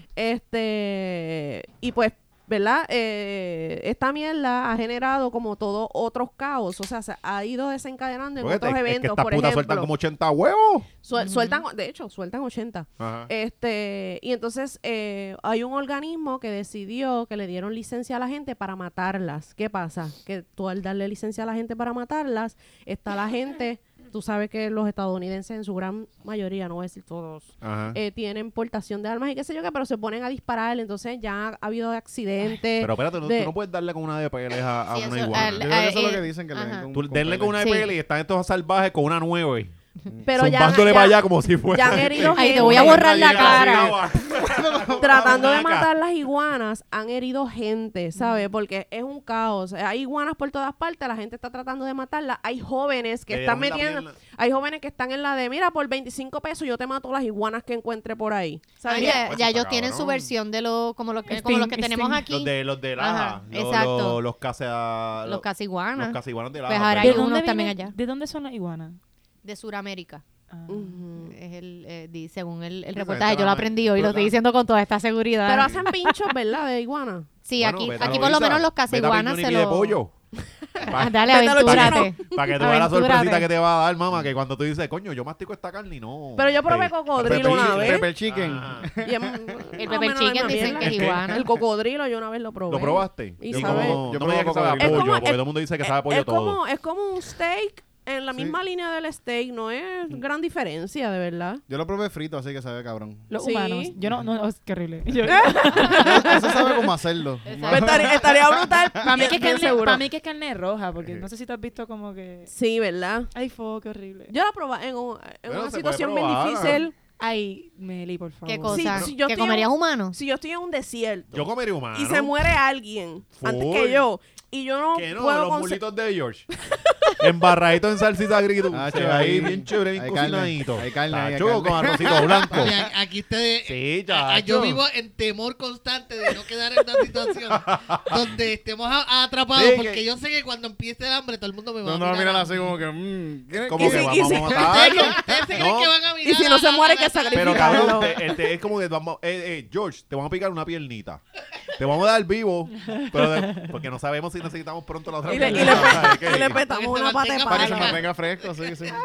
este, y pues, ¿verdad? Eh, esta mierda ha generado como todos otros caos, o sea, se ha ido desencadenando en Porque otros es- es que eventos, estas por putas ejemplo. sueltan como ochenta huevos. Suel- sueltan, de hecho, sueltan ochenta. Ajá. Este, y entonces eh, hay un organismo que decidió que le dieron licencia a la gente para matarlas. ¿Qué pasa? Que tú al darle licencia a la gente para matarlas, está la gente, tú sabes que los estadounidenses en su gran mayoría, no voy a decir todos, Ajá. eh, tienen portación de armas y qué sé yo qué, pero se ponen a disparar, entonces ya ha habido accidentes. Pero espérate, no- de- tú no puedes darle con una de peles a, a Sí, una eso, iguana. al- Yo creo que eso es lo eh, que dicen, que le den ajá. con- Tú con denle con pele. una de Sí. pele y están estos salvajes con una nueve. pero ya, Zumbándole ya- para allá como si fuera. ya han herido Ay, te gente. voy a borrar la Así, cara. Tratando de Acá. matar las iguanas, han herido gente, ¿sabes? Porque es un caos. Hay iguanas por todas partes, la gente está tratando de matarlas. Hay jóvenes que Le están dieron la metiendo, pierna. hay jóvenes que están en la de, mira, por veinticinco pesos yo te mato las iguanas que encuentre por ahí. Ah, ¿Sabes? ya, Pues ya está ellos tienen su cabrón. versión de lo, como los que, Sting, como los que tenemos Sting. aquí. Los de los de Ajá, Laja. Los, exacto. los, los casa, Los casiguanas. Los casiguanas de Laja. Pues ahora ¿verdad? hay unos también viene- allá. ¿De dónde son las iguanas? De Sudamérica. Ah. Ujú. Es el, eh, di- según el, el Esa reportaje, gente yo lo va- aprendí hoy, lo estoy ¿verdad? diciendo con toda esta seguridad. Pero hacen pinchos, ¿verdad? De iguana. sí, Bueno, aquí, vete a aquí la por lo Luisa, menos los vete a casiguanas Piñón y se pide lo... pollo. Ah, dale, Vete a los aventúrate. Para que tú veas la Aventúrate. sorpresita que te va a dar, mamá, que cuando tú dices, coño, yo mastico esta carne y no. Pero yo probé Pe- cocodrilo pepper una chicken. vez. Pepper chicken. Ajá. Y es- más o pepper menos la chicken misma dicen mierda. que es ¿El qué? iguana. El cocodrilo yo una vez lo probé. ¿Lo probaste? Y Yo sabe- como- Yo no me digas que probé sabe a cocodrilo. pollo, Es como- porque es- todo el mundo dice que sabe a pollo es todo. como, es como un steak en la Sí. misma línea del steak, no es gran diferencia, de verdad. Yo lo probé frito, así que sabe cabrón. Los Sí. humanos. Yo no, no, es qué horrible. Yo- Eso sabe como hacerlo. Pues estaría, estaría brutal. para, mí que es bien carne, seguro. para mí que es carne roja, porque no sé si te has visto como que... Sí, ¿verdad? Ay, fue, qué horrible. Yo la probé en, un- en Bueno, una se situación puede bien probar. difícil. Ay, Meli, por favor. ¿Qué cosa? Sí, sí, yo ¿Que estoy en comerías un- humanos? Si yo estoy en un desierto Yo comería humano. y se muere alguien antes Full. que yo y yo no, ¿Qué no? puedo Los conse- mulitos de George. Embarradito en salsita grito. Ah, Sí, chévere, ahí ahí. bien chévere, bien Hay carne, cocinadito. hay carne, hay Tacho, carne. con arrocito blanco. Papi, a- aquí ustedes... Sí, a- a- chacho. yo vivo en temor constante de no quedar en una situación donde estemos a- atrapados, Sí, que- porque yo sé que cuando empiece el hambre todo el mundo me va No, a no, mirar. miran a- así como que... Mmm, ¿qué- Como Y que si- y vamos si- a ¿Ustedes, matarlo. ustedes se creen No. que van a mirar Y si no a- se a- muere, a- que a- sacrifica. Pero cabrón, No. te- este, es como que vamos, eh, eh, George, te vamos a picar una piernita. te vamos a dar vivo, pero de- porque no sabemos si necesitamos pronto la otra Y le, y le, pierna, pe- ¿sabes qué? y le petamos Para que una se pata de mantenga Para que se palo. mantenga fresco, sí, sí.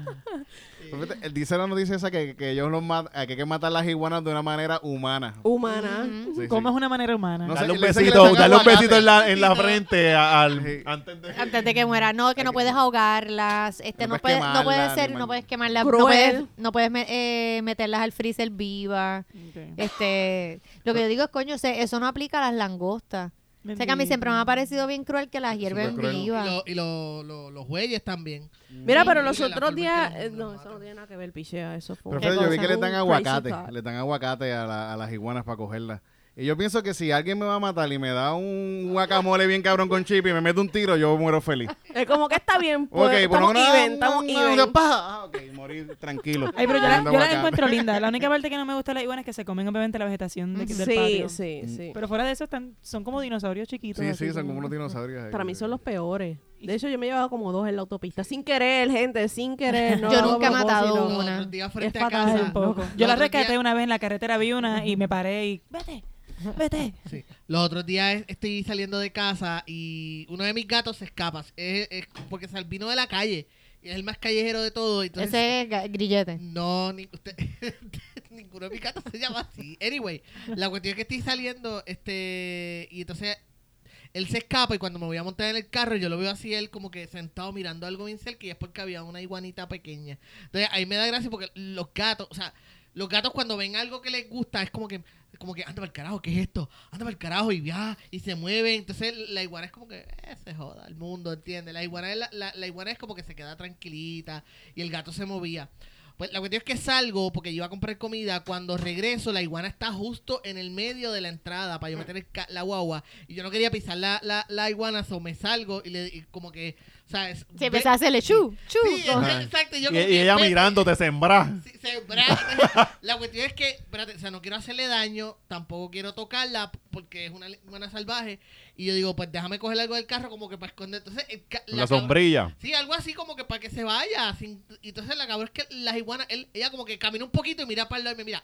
Pues fíjate, él dice la noticia esa que, que ellos los mat- que hay que matar las iguanas de una manera humana. Humana. Ujú. Sí, ¿Cómo sí. es una manera humana? No sé, Darle un le dice que le besito, saca darle un aguacate. besito en la, en la frente a- al, Sí. antes de... Antes de que muera, no, que no puedes ahogarlas, este, No no, puedes puedes, no puedes quemarlas, ser, ni no mal- puedes quemarlas, no Cruel. puedes, no puedes me- eh, meterlas al freezer viva. Ok. Este, lo que yo digo es, coño, se- eso no aplica a las langostas. O sea, que a mí siempre me ha parecido bien cruel que las hierven Súper cruel. Y, vivas. lo- y lo- lo- los bueyes también. Mira, pero Sí, los la otros forma en que días... los- eh, los no, matan. eso no tiene nada que ver, pichea. Eso fue Pero ¿Qué Fede, yo vi cosa? que le Un dan crazy aguacate, thought. le dan aguacate a, la- a las iguanas para cogerlas. Y yo pienso que si alguien me va a matar y me da un guacamole bien cabrón con chip y me mete un tiro, yo muero feliz. Es como que está bien, pues, Ok, por estamos una, even, una, estamos una- even. pa, ah, ok, morir tranquilo. Ay, pero yo, la, Comiendo yo la aguacate. encuentro linda. La única parte que no me gusta de las iguanas es que se comen obviamente la vegetación de, del Sí, patio. sí, sí. Pero fuera de eso están, son como dinosaurios chiquitos. Sí, así sí, son como unos dinosaurios. ahí. Para mí son los peores. De hecho, yo me he llevado como dos en la autopista. Sin querer, gente, sin querer. No Yo lo hago nunca he a matado propósito. Los una. otros días frente Es a fatal. casa. un poco. los Yo la otros rescaté días- una vez en la carretera, vi una y me paré y vete, vete. Sí. Los otros días es- estoy saliendo de casa y uno de mis gatos se escapa. Es, es porque se vino de la calle. Y es el más callejero de todo. Entonces, Ese es ga- grillete. No, ni, usted, ninguno de mis gatos se llama así. Anyway, la cuestión es que estoy saliendo, este, y entonces él se escapa y cuando me voy a montar en el carro yo lo veo así él como que sentado mirando algo bien cerca y es porque había una iguanita pequeña. Entonces ahí me da gracia porque los gatos, o sea, los gatos cuando ven algo que les gusta es como que como que anda para el carajo, ¿qué es esto? Anda para el carajo y ya, y se mueven. Entonces la iguana es como que eh, se joda el mundo, ¿entiendes? La iguana, es la, la, la iguana es como que se queda tranquilita y el gato se movía. Pues la cuestión es que salgo porque yo iba a comprar comida. Cuando regreso, la iguana está justo en el medio de la entrada para yo meter el ca- la guagua. Y yo no quería pisar la, la, la iguana, so me salgo y le y como que, ¿sabes? Se Ve- empezó a hacerle chu, chu. Sí, con- Ajá. exacto. Yo Y, como y que, ella vete. mirándote sembrar. Sí, se bra- La cuestión es que, espérate, o sea, no quiero hacerle daño, tampoco quiero tocarla porque es una iguana salvaje. Y yo digo, pues déjame coger algo del carro como que para esconder. Entonces, el ca- La, cabra- sombrilla. Sí, algo así como que para que se vaya. Sin, y entonces la cabrón es que las iguanas, él, ella como que camina un poquito y mira para el lado y me mira.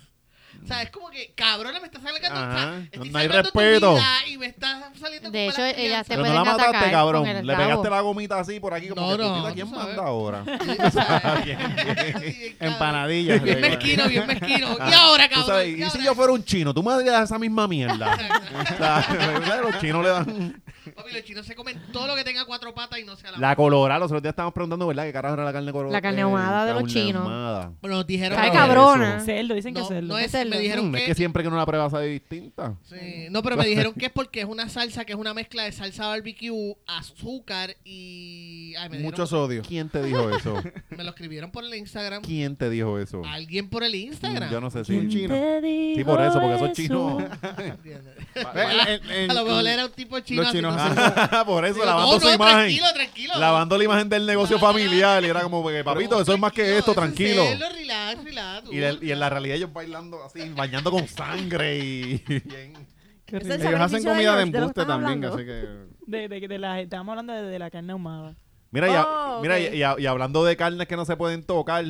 O sea, es como que, cabrona, me está saliendo. Ajá. O sea, estoy No hay salvando tu respeto. vida y me está saliendo De como hecho, la ella crianza. te Pero no pueden la mataste, atacar cabrón. con el Le rabo. pegaste la gomita así por aquí como No, que, no, "Puñeta, tú ¿quién sabes. manda ahora? Sí, o sea, Bien, sí, cabrón. Empanadillas. Bien le- mezquino, bien mezquino. Ah, Y ahora, tú cabrón. sabes, y y si ahora. yo fuera un chino, tú me darías esa misma mierda. O sea, los chinos le dan Papi, los chinos se comen todo lo que tenga cuatro patas y no sea la la colorada. Los otros días estábamos preguntando, ¿verdad? ¿Qué carajo era la carne colorada? La carne ahumada de los carne chinos. ahumada. Bueno, nos dijeron Sabe que- cabrona. Cerdo, dicen que No, es cerdo. no es, cerdo. me dijeron Mm, que, es que siempre que uno la prueba sabe distinta. sí, no, pero me dijeron que es porque es una salsa que es una mezcla de salsa barbecue, azúcar y ay, me dijeron- Mucho sodio. ¿Quién te dijo eso? me lo escribieron por el Instagram. ¿Quién te dijo eso? Alguien por el Instagram. Yo no sé si Un chino. Sí, por eso, porque esos chinos. ¿Entiendes? Ve, en- en- A lo mejor era un tipo chino. los chinos haciendo- hacen- por eso, Digo, lavando no, su no, imagen. Tranquilo, tranquilo. Lavando la imagen del negocio No, no, no. familiar. Y era como, que, papito, No, eso es más que tranquilo, esto, eso es tranquilo. serio, relax, relax, tú. Y, el- y en la realidad ellos bailando así, bañando con sangre y... bien. Qué Ese horrible. es el Ellos hacen sacrificio de comida de George, de lo que embuste están también, hablando. así que... De, de, de la, estamos hablando de, de la carne ahumada. Mira, ya, Oh, mira ok. y, y a- y hablando de carnes que no se pueden tocar,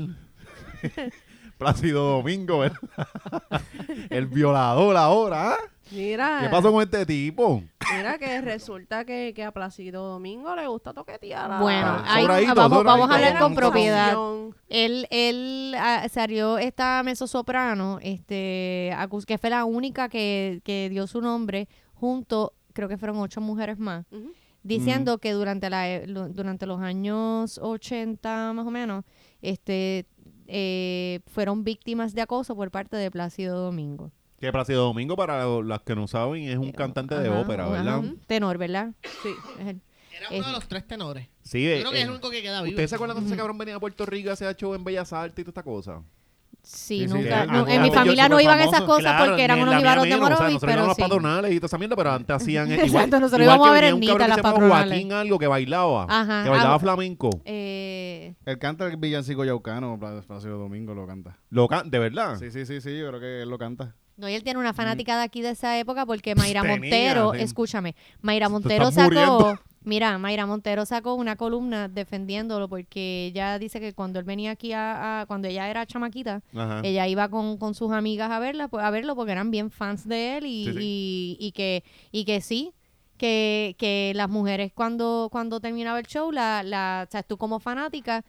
Plácido Domingo, ¿verdad? El violador ahora, ¿ah? Mira, ¿Qué pasó con este tipo? mira que resulta que, que a Plácido Domingo le gusta toquetear a Bueno, Ah, ahí sobradito, vamos, vamos a sobradito. hablar con Una propiedad. acusación. Él, él ah, salió esta mezzosoprano, este, acus- que fue la única que, que dio su nombre junto, creo que fueron ocho mujeres más, Ujú. diciendo que durante la e- lo- durante los años ochenta más o menos, este, eh, fueron víctimas de acoso por parte de Plácido Domingo. Que Plácido Domingo, para las que no saben, es un cantante de Ajá, ópera, ajá, ¿verdad? Tenor, ¿verdad? Sí. Es el- Era uno de los tres tenores. Sí, Yo eh, creo que es eh, el único que queda vivo. ¿Ustedes se acuerdan cuando ese cabrón venía a Puerto Rico y hacía show en Bellas Artes y toda esta cosa? Sí, Sí, sí, nunca. sí. no, Ah, en mi yo- familia yo- no iban famoso. esas cosas Claro, porque ni eran en unos la mía jibaros de menos, o sea, Morovis, nosotros íbamos pero a los sí. patronales y toda esa mierda, pero antes hacían... Exacto, nosotros igual íbamos a que ver venía en un Nita, cabrón las que se llama patronales. Joaquín algo que bailaba, Ajá, que bailaba algo- flamenco. Eh, Él canta el villancico yaucano, Pla- Plácido Domingo lo canta. Lo can- ¿De verdad? Sí, sí, sí, sí, yo creo que él lo canta. no, y él tiene una fanática de aquí de esa época porque Mayra Tenía, Montero, sí. escúchame, Mayra Te Montero estás sacó, muriendo. Mira, Mayra Montero sacó una columna defendiéndolo porque ella dice que cuando él venía aquí a, a cuando ella era chamaquita, Ajá. ella iba con, con sus amigas a verla, pues, a verlo porque eran bien fans de él y, Sí, sí. y, y que y que sí, que, que las mujeres cuando cuando terminaba el show, la, la, o sea, tú como fanática,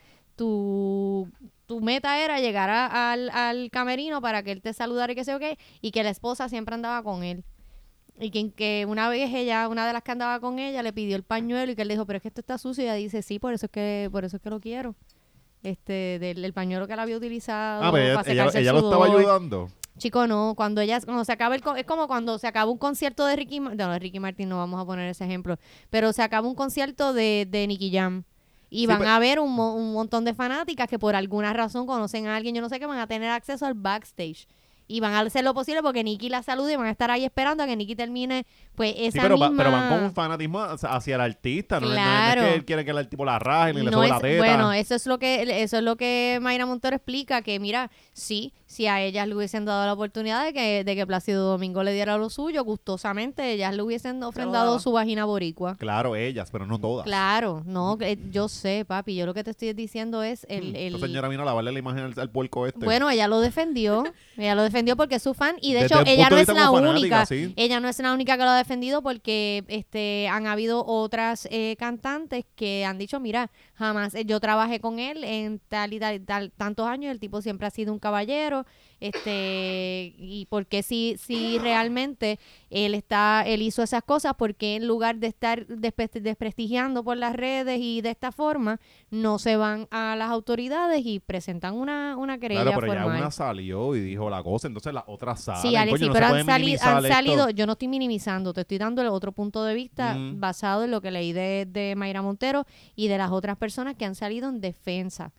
tu tu meta era llegar a- al, al camerino para que él te saludara y que sé yo qué, y que la esposa siempre andaba con él. Y que, que una vez ella, una de las que andaba con ella, le pidió el pañuelo y que él le dijo, pero es que esto está sucio. Y ella dice, sí, por eso es que, por eso es que lo quiero. Este, del el pañuelo que él había utilizado Ah, pero ella, para ella, secarse el ella lo estaba sudor. ayudando. Chico, no, cuando ella, cuando se acaba el, co- es como cuando se acaba un concierto de Ricky, Ma- no, de Ricky Martin no vamos a poner ese ejemplo, pero se acaba un concierto de, de Nicky Jam. Y Sí, van pero- a ver un, mo- un montón de fanáticas que por alguna razón conocen a alguien, yo no sé qué, van a tener acceso al backstage. Y van a hacer lo posible porque Nicky la salude y van a estar ahí esperando a que Nicky termine, pues, esa Sí, pero, va- misma... pero van con un fanatismo hacia hacia el artista. No, es- no es- no Claro. es que él quiere que el tipo la raje ni le No sobe es- la teta. bueno, eso es lo que eso es lo que Mayra Montero explica, que mira, sí, si a ellas le hubiesen dado la oportunidad de que, de que Plácido Domingo le diera lo suyo, gustosamente, ellas le hubiesen ofrendado daba. su vagina boricua. Claro, ellas, pero no todas. Claro, no, que- yo sé, papi, yo lo que te estoy diciendo es el... el Esta señora vino a lavarle la imagen al, al puerco este. bueno, ella lo defendió, ella lo defendió porque es su fan y de Desde hecho el ella punto no de es vista la como fanática, única, sí. ella no es la única que lo ha defendido porque este han habido otras eh, cantantes que han dicho, mira, jamás eh, yo trabajé con él en tal y tal, y tal tantos años, el tipo siempre ha sido un caballero, este y porque si si realmente él está él hizo esas cosas, porque en lugar de estar despe- desprestigiando por las redes y de esta forma no se van a las autoridades y presentan una una querella Claro, pero ya formal. una salió y dijo la cosa, entonces las otras salen. Sí, Alex, Coño, sí, no pero se han, puede sali- minimizar han esto. salido, yo no estoy minimizando, te estoy dando el otro punto de vista Mm. basado en lo que leí de, de Mayra Montero y de las otras personas que han salido en defensa.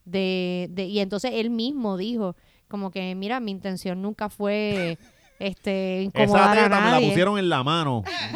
De, de Y entonces él mismo dijo, como que, mira, mi intención nunca fue este Esa incomodar a teta me la nadie. pusieron en la mano.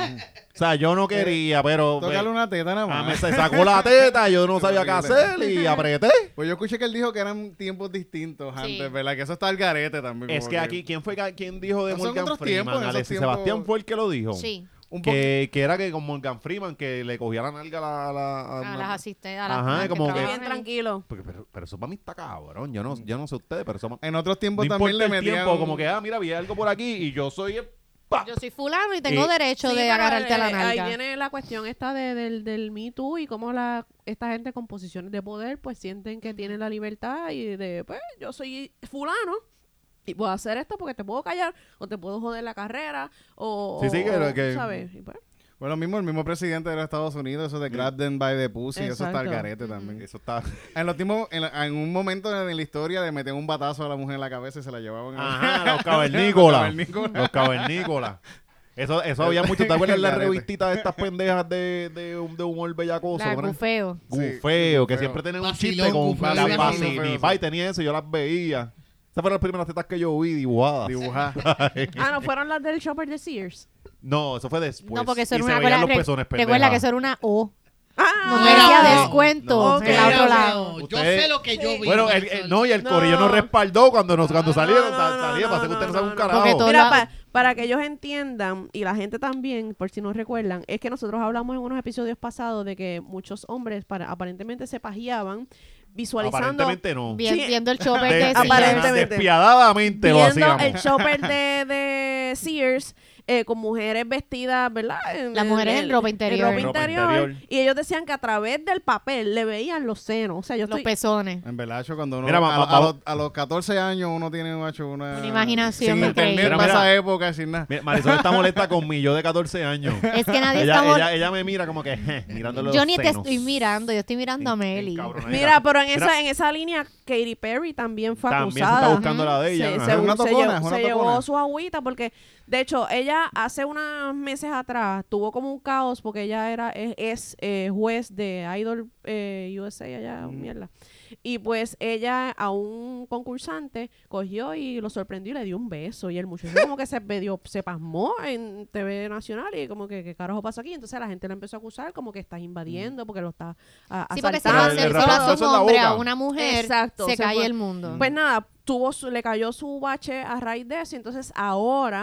O sea, yo no quería, pero... Tócale una teta nada Ah, más. me se sacó la teta, yo no sabía qué hacer y apreté. Pues yo escuché que él dijo que eran tiempos distintos Sí. antes, ¿verdad? Que eso está al garete también. Es como que aquí, ¿quién fue que- quién dijo de Esos son Morgan otros Freeman? tiempos, esos Alexis tiempos- Sebastián fue el que lo dijo. Sí, un poco- Que, que era que con Morgan Freeman que le cogía la nalga a la... a la- a a una- las asistentes, a las Ajá, personas como que- trabajan Bien ahí. tranquilo. Porque- pero, pero eso para mí está cabrón. Yo no, yo no sé ustedes, pero eso... En otros No tiempos importa también le el metían... tiempo, como que, ah, mira, vi algo por aquí y yo soy... el- ¡pa! Yo soy fulano y tengo Y- derecho Sí, de pero, agarrarte a la eh, nalga. Ahí viene la cuestión esta de, del, del Me Too y cómo la, esta gente con posiciones de poder pues sienten que tienen la libertad y de, pues, yo soy fulano y puedo hacer esto porque te puedo callar o te puedo joder la carrera o, Sí, sí, que- o, que- ¿sabes? Y pues, Bueno, mismo, el mismo presidente de los Estados Unidos, eso de grab them by the pussy, eso está al Exacto. garete también. Eso está... En, los tiempos, en, la- en un momento en la historia le metían un batazo a la mujer en la cabeza y se la llevaban a... Ajá, los cavernícolas. cavernícolas. Los cavernícolas. Eso, eso había mucho. ¿Te acuerdas la Garete. revistita de estas pendejas de, de, de humor bellacoso? La ¿no? gufeo. Gufeo, Sí, que Gufeo. siempre tenían un Vacilón, chiste con Gufeo, las sí, vacilas. Gufeo, Mi sí. pai tenía eso, yo las veía. Esas fueron las primeras tetas que yo vi dibujadas. Dibujar. ah, no, fueron las del shopper de Sears. No, eso fue después. No, porque eso y era se una veían recuerda- los pezones Recuerda pendejas. que eso era una O. Ah, No No me era decía O. descuento No, del no, otro no, lado. Yo Usted- sé lo que yo vi. Bueno, el, Marisol. el- no, y el No. corillo nos respaldó cuando nos cuando No, salieron. no, sa- no, salía, no, para que no, ustedes no no, saben un no, no. carajo. Porque todo- Mira, la- pa- para que ellos entiendan, y la gente también, por si no recuerdan, es que nosotros hablamos en unos episodios pasados de que muchos hombres para, aparentemente se pajeaban visualizando, Aparentemente no. Vi- Sí. Viendo el chopper De- de ajá, aparentemente. despiadadamente lo viendo hacíamos. el shopper de, de Sears eh, con mujeres vestidas, ¿verdad? En- Las en- mujeres en ropa interior. ropa Ropa interior, interior. y ellos decían que a través del papel le veían los senos. O sea, yo los estoy... pezones. En verdad, Cho, cuando uno... Mira, a, va- a- va- a los, a los catorce años uno tiene macho, una... Una imaginación sin increíble. internet Mira, para mira. esa época, sin nada. Mira, Marisol está molesta con mi yo de catorce años. Es que nadie ella, está mol- ella, ella me mira como que, je, mirándole Yo los ni te senos. estoy mirando, yo estoy mirando a En- Meli. encabronadita. Mira, pero en Mira, esa, en esa línea, Katy Perry también fue también se acusada. está buscando la de ella. Se, ajá. se- Una se tocona, llevó, es una se llevó tocona. su agüita porque, de hecho, ella hace unos meses atrás tuvo como un caos porque ella era es, es, eh, juez de Idol eh, U S A allá, Mm. mierda. Y pues ella a un concursante cogió y lo sorprendió y le dio un beso. Y el muchacho como que se medio, se pasmó en T V Nacional y como que, ¿qué carajo pasa aquí? Entonces la gente le empezó a acusar como que estás invadiendo porque lo está a, Sí, porque si Pero lo el- hace el solo rapazo a en un la hombre, boca. a una mujer, Exacto, se se cae fue. el mundo. Pues nada, tuvo su, le cayó su bache a raíz de eso. Entonces ahora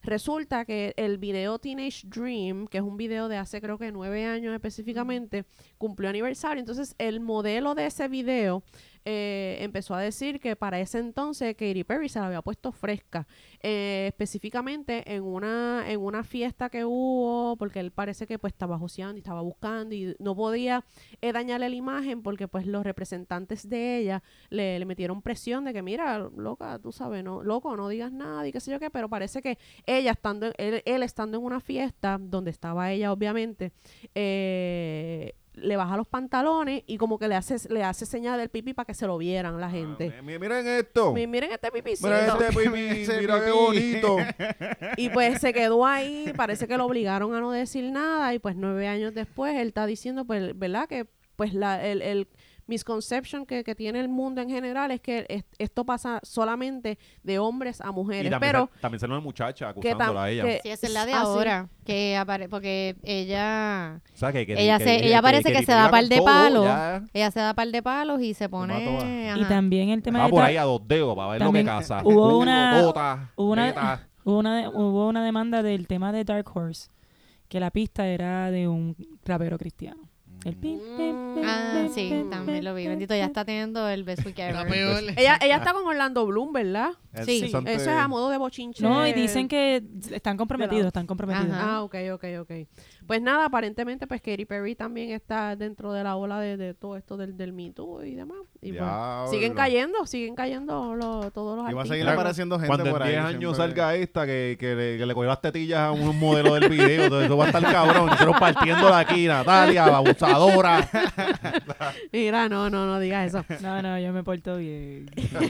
Resulta que el video Teenage Dream, que es un video de hace creo que nueve años específicamente, cumplió aniversario. Entonces, el modelo de ese video eh, empezó a decir que para ese entonces Katy Perry se la había puesto fresca. Eh, específicamente en una, en una fiesta que hubo, porque él parece que pues estaba joseando y estaba buscando y no podía eh, dañarle la imagen porque pues los representantes de ella le, le metieron presión de que mira, loca, tú sabes, no, loco, no digas nada y qué sé yo qué, pero parece que ella estando, él, él estando en una fiesta donde estaba ella obviamente, eh, le baja los pantalones y como que le hace, le hace señal del pipí para que se lo vieran la gente. Ah, mi- miren esto. Mi- Miren este pipicito. Mira este pipí, Ese mira qué pipí. bonito. Y pues se quedó ahí, parece que lo obligaron a no decir nada y pues nueve años después él está diciendo, pues, ¿verdad? Que pues la, el, el misconception que, que tiene el mundo en general es que es- esto pasa solamente de hombres a Y mujeres, también, pero sal- también salió una muchacha que, tam- acusándola a ella. que- Sí, esa es la de ah, sí. ahora. Que apare porque ella... O sea, que, que- Ella que- se- que- ella parece que Katy se da Perry par con de todo, palos. ya. Ella se da par de palos y se pone... mató a- Y ajá. también el tema Va de por tra- ahí a dos dedos para ver También lo que casa. hubo una- Tota, hubo una- teta. hubo una, de- hubo una demanda del tema de Dark Horse, que la pista era de un rapero cristiano. El pim, pim, pim, Ah, pim, sí, pim, también pim, lo vi. pim, Bendito, ya pim. está teniendo el best week La ever. peor. ella, ella está con Orlando Bloom, ¿verdad? Sí. Son- Eso es a modo de bochinche. No, y dicen que están comprometidos, están comprometidos. Ajá. Ah, ok, ok, ok. Pues nada, aparentemente pues Katy Perry también está dentro de la ola de, de todo esto del, del Me Too y demás. Y pues, Diablo. siguen cayendo, siguen cayendo los, todos los Y va a artistas. seguir apareciendo gente Cuando por en ahí. diez años siempre. salga esta que, que, le, que le cogió las tetillas a un modelo del video, todo eso va a estar cabrón. Nosotros partiendo aquí, Natalia, abusadora. Mira, no, no, no digas eso. No, no, yo me porto bien.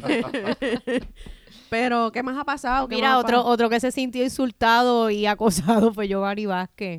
Pero, ¿qué más ha pasado? ¿Qué Mira, más ha otro pasado? otro que se sintió insultado y acosado fue Giovanni Vázquez.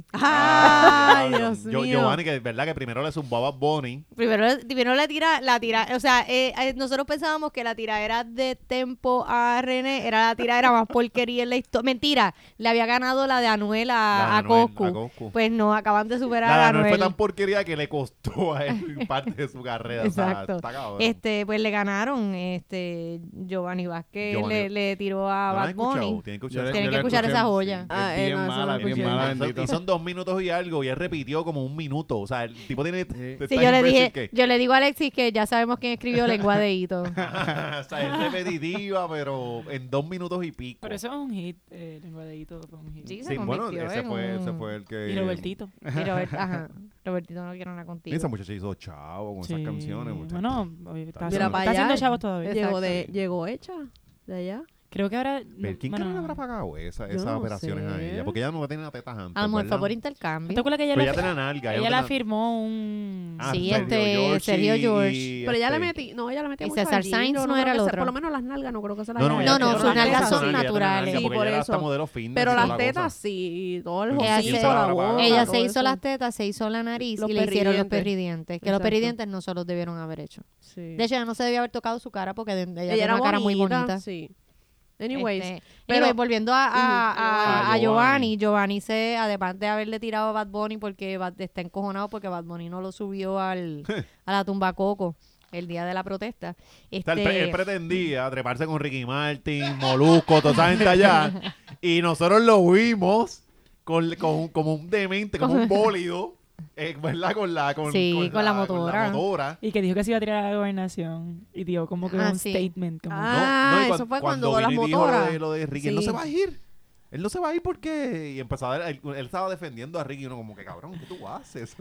Ay, Diablo. Dios Yo- mío. Giovanni, que es verdad que primero le zumbaba a Bonnie. Primero, primero le tira, la tira, o sea, eh, eh, nosotros pensábamos que la tiradera de Tempo a René era la tiradera más porquería en la historia. Mentira, le había ganado la de Anuel a, La de a Anuel, Coscu. a Coscu. Pues no, acaban de superar La de a Anuel Anuel. fue tan porquería que le costó a él parte de su carrera. O sea, Exacto. está cabrón. Este, pues le ganaron, este, Giovanni Vázquez Giovanni- le, le tiró a ¿No la han Bad escuchado? Bunny. Tienen que Yo escuchar le- esa- Tienen yo que le escuchar escuché, esa joya. sí. Ah, Es eh, bien no, eso mala, no bien escuché. mala, Y son- bendito. y son dos minutos y algo y él repitió como un minuto. O sea, el tipo tiene... Sí, está yo le imbécil dije, que- yo le digo a Alexis que ya sabemos quién escribió Lengua de Hito. o sea, es repetitiva, pero en dos minutos y pico. Pero eso es un hit, eh, lenguadeíto fue un hit. Sí, se Sí, bueno, convirtió ese en fue, ese un- fue el que... Y Robertito. Y Robert- ajá, Robertito no quiere nada Y contigo. esa muchacha hizo chavo con Sí. esas canciones. muchacho. Bueno, oye, está, Mira haciendo, para está allá. haciendo chavos todavía. Llegó, de, Exacto. llegó hecha de allá. Creo que ahora... Pero ¿quién bueno, carajo le habrá pagado esa, Yo esas no operaciones a sé. ella? Porque ella no tenía tetas antes, A lo mejor ¿verdad? fue por ¿No intercambio. te acuerdas que ella, Pero le, ella tenía nalga. ella no la tenía- firmó un... Ah, Sí, Sergio este, George Sergio y- George. y Pero ella le este- metí, no, ella le metía Y mucho César al gym. Sainz Yo no creo era que el se- otro. Por lo menos las nalgas no creo que se las No, no, haya ella No, no, tenía sus una nalgas tetas, son ella tenía naturales. nalga, Sí, porque por ella era eso. hasta modelo fitness Pero y las toda la tetas cosa. sí, y todo el Ella jocito, se- la boca, Ella todo se hizo eso. las tetas, se hizo la nariz Los y le hicieron los perridientes. perridientes. Que los Exacto. perridientes no se los debieron haber hecho. Sí. De hecho, ella no se debía haber tocado su cara porque de- ella, Ella tiene era una cara muy bonita. Sí. Anyways, Este, pero- anyway, volviendo a, a, Ujú, a- a a Giovanni. Giovanni, Giovanni se, además de haberle tirado a Bad Bunny porque Bad- está encojonado porque Bad Bunny no lo subió al, a la tumba Coco el día de la protesta. O sea, él, Este, pre- él pretendía treparse con Ricky Martin, Molusco, toda esa gente allá. Y nosotros lo vimos con, con- como un demente, como un bólido. eh, ¿Verdad? Con la, con, Sí, con la con motora. motora. Y que dijo que se iba a tirar a la gobernación. Y dio como que Ah, un sí. statement. Como, Ah, y eso fue cuando las Vini dijo lo motoras. de, lo de Ricky, él no Sí. se va a ir. Él no se va a ir porque... Y empezó a ver, él, él estaba defendiendo a Ricky y uno como que, cabrón, ¿qué tú haces?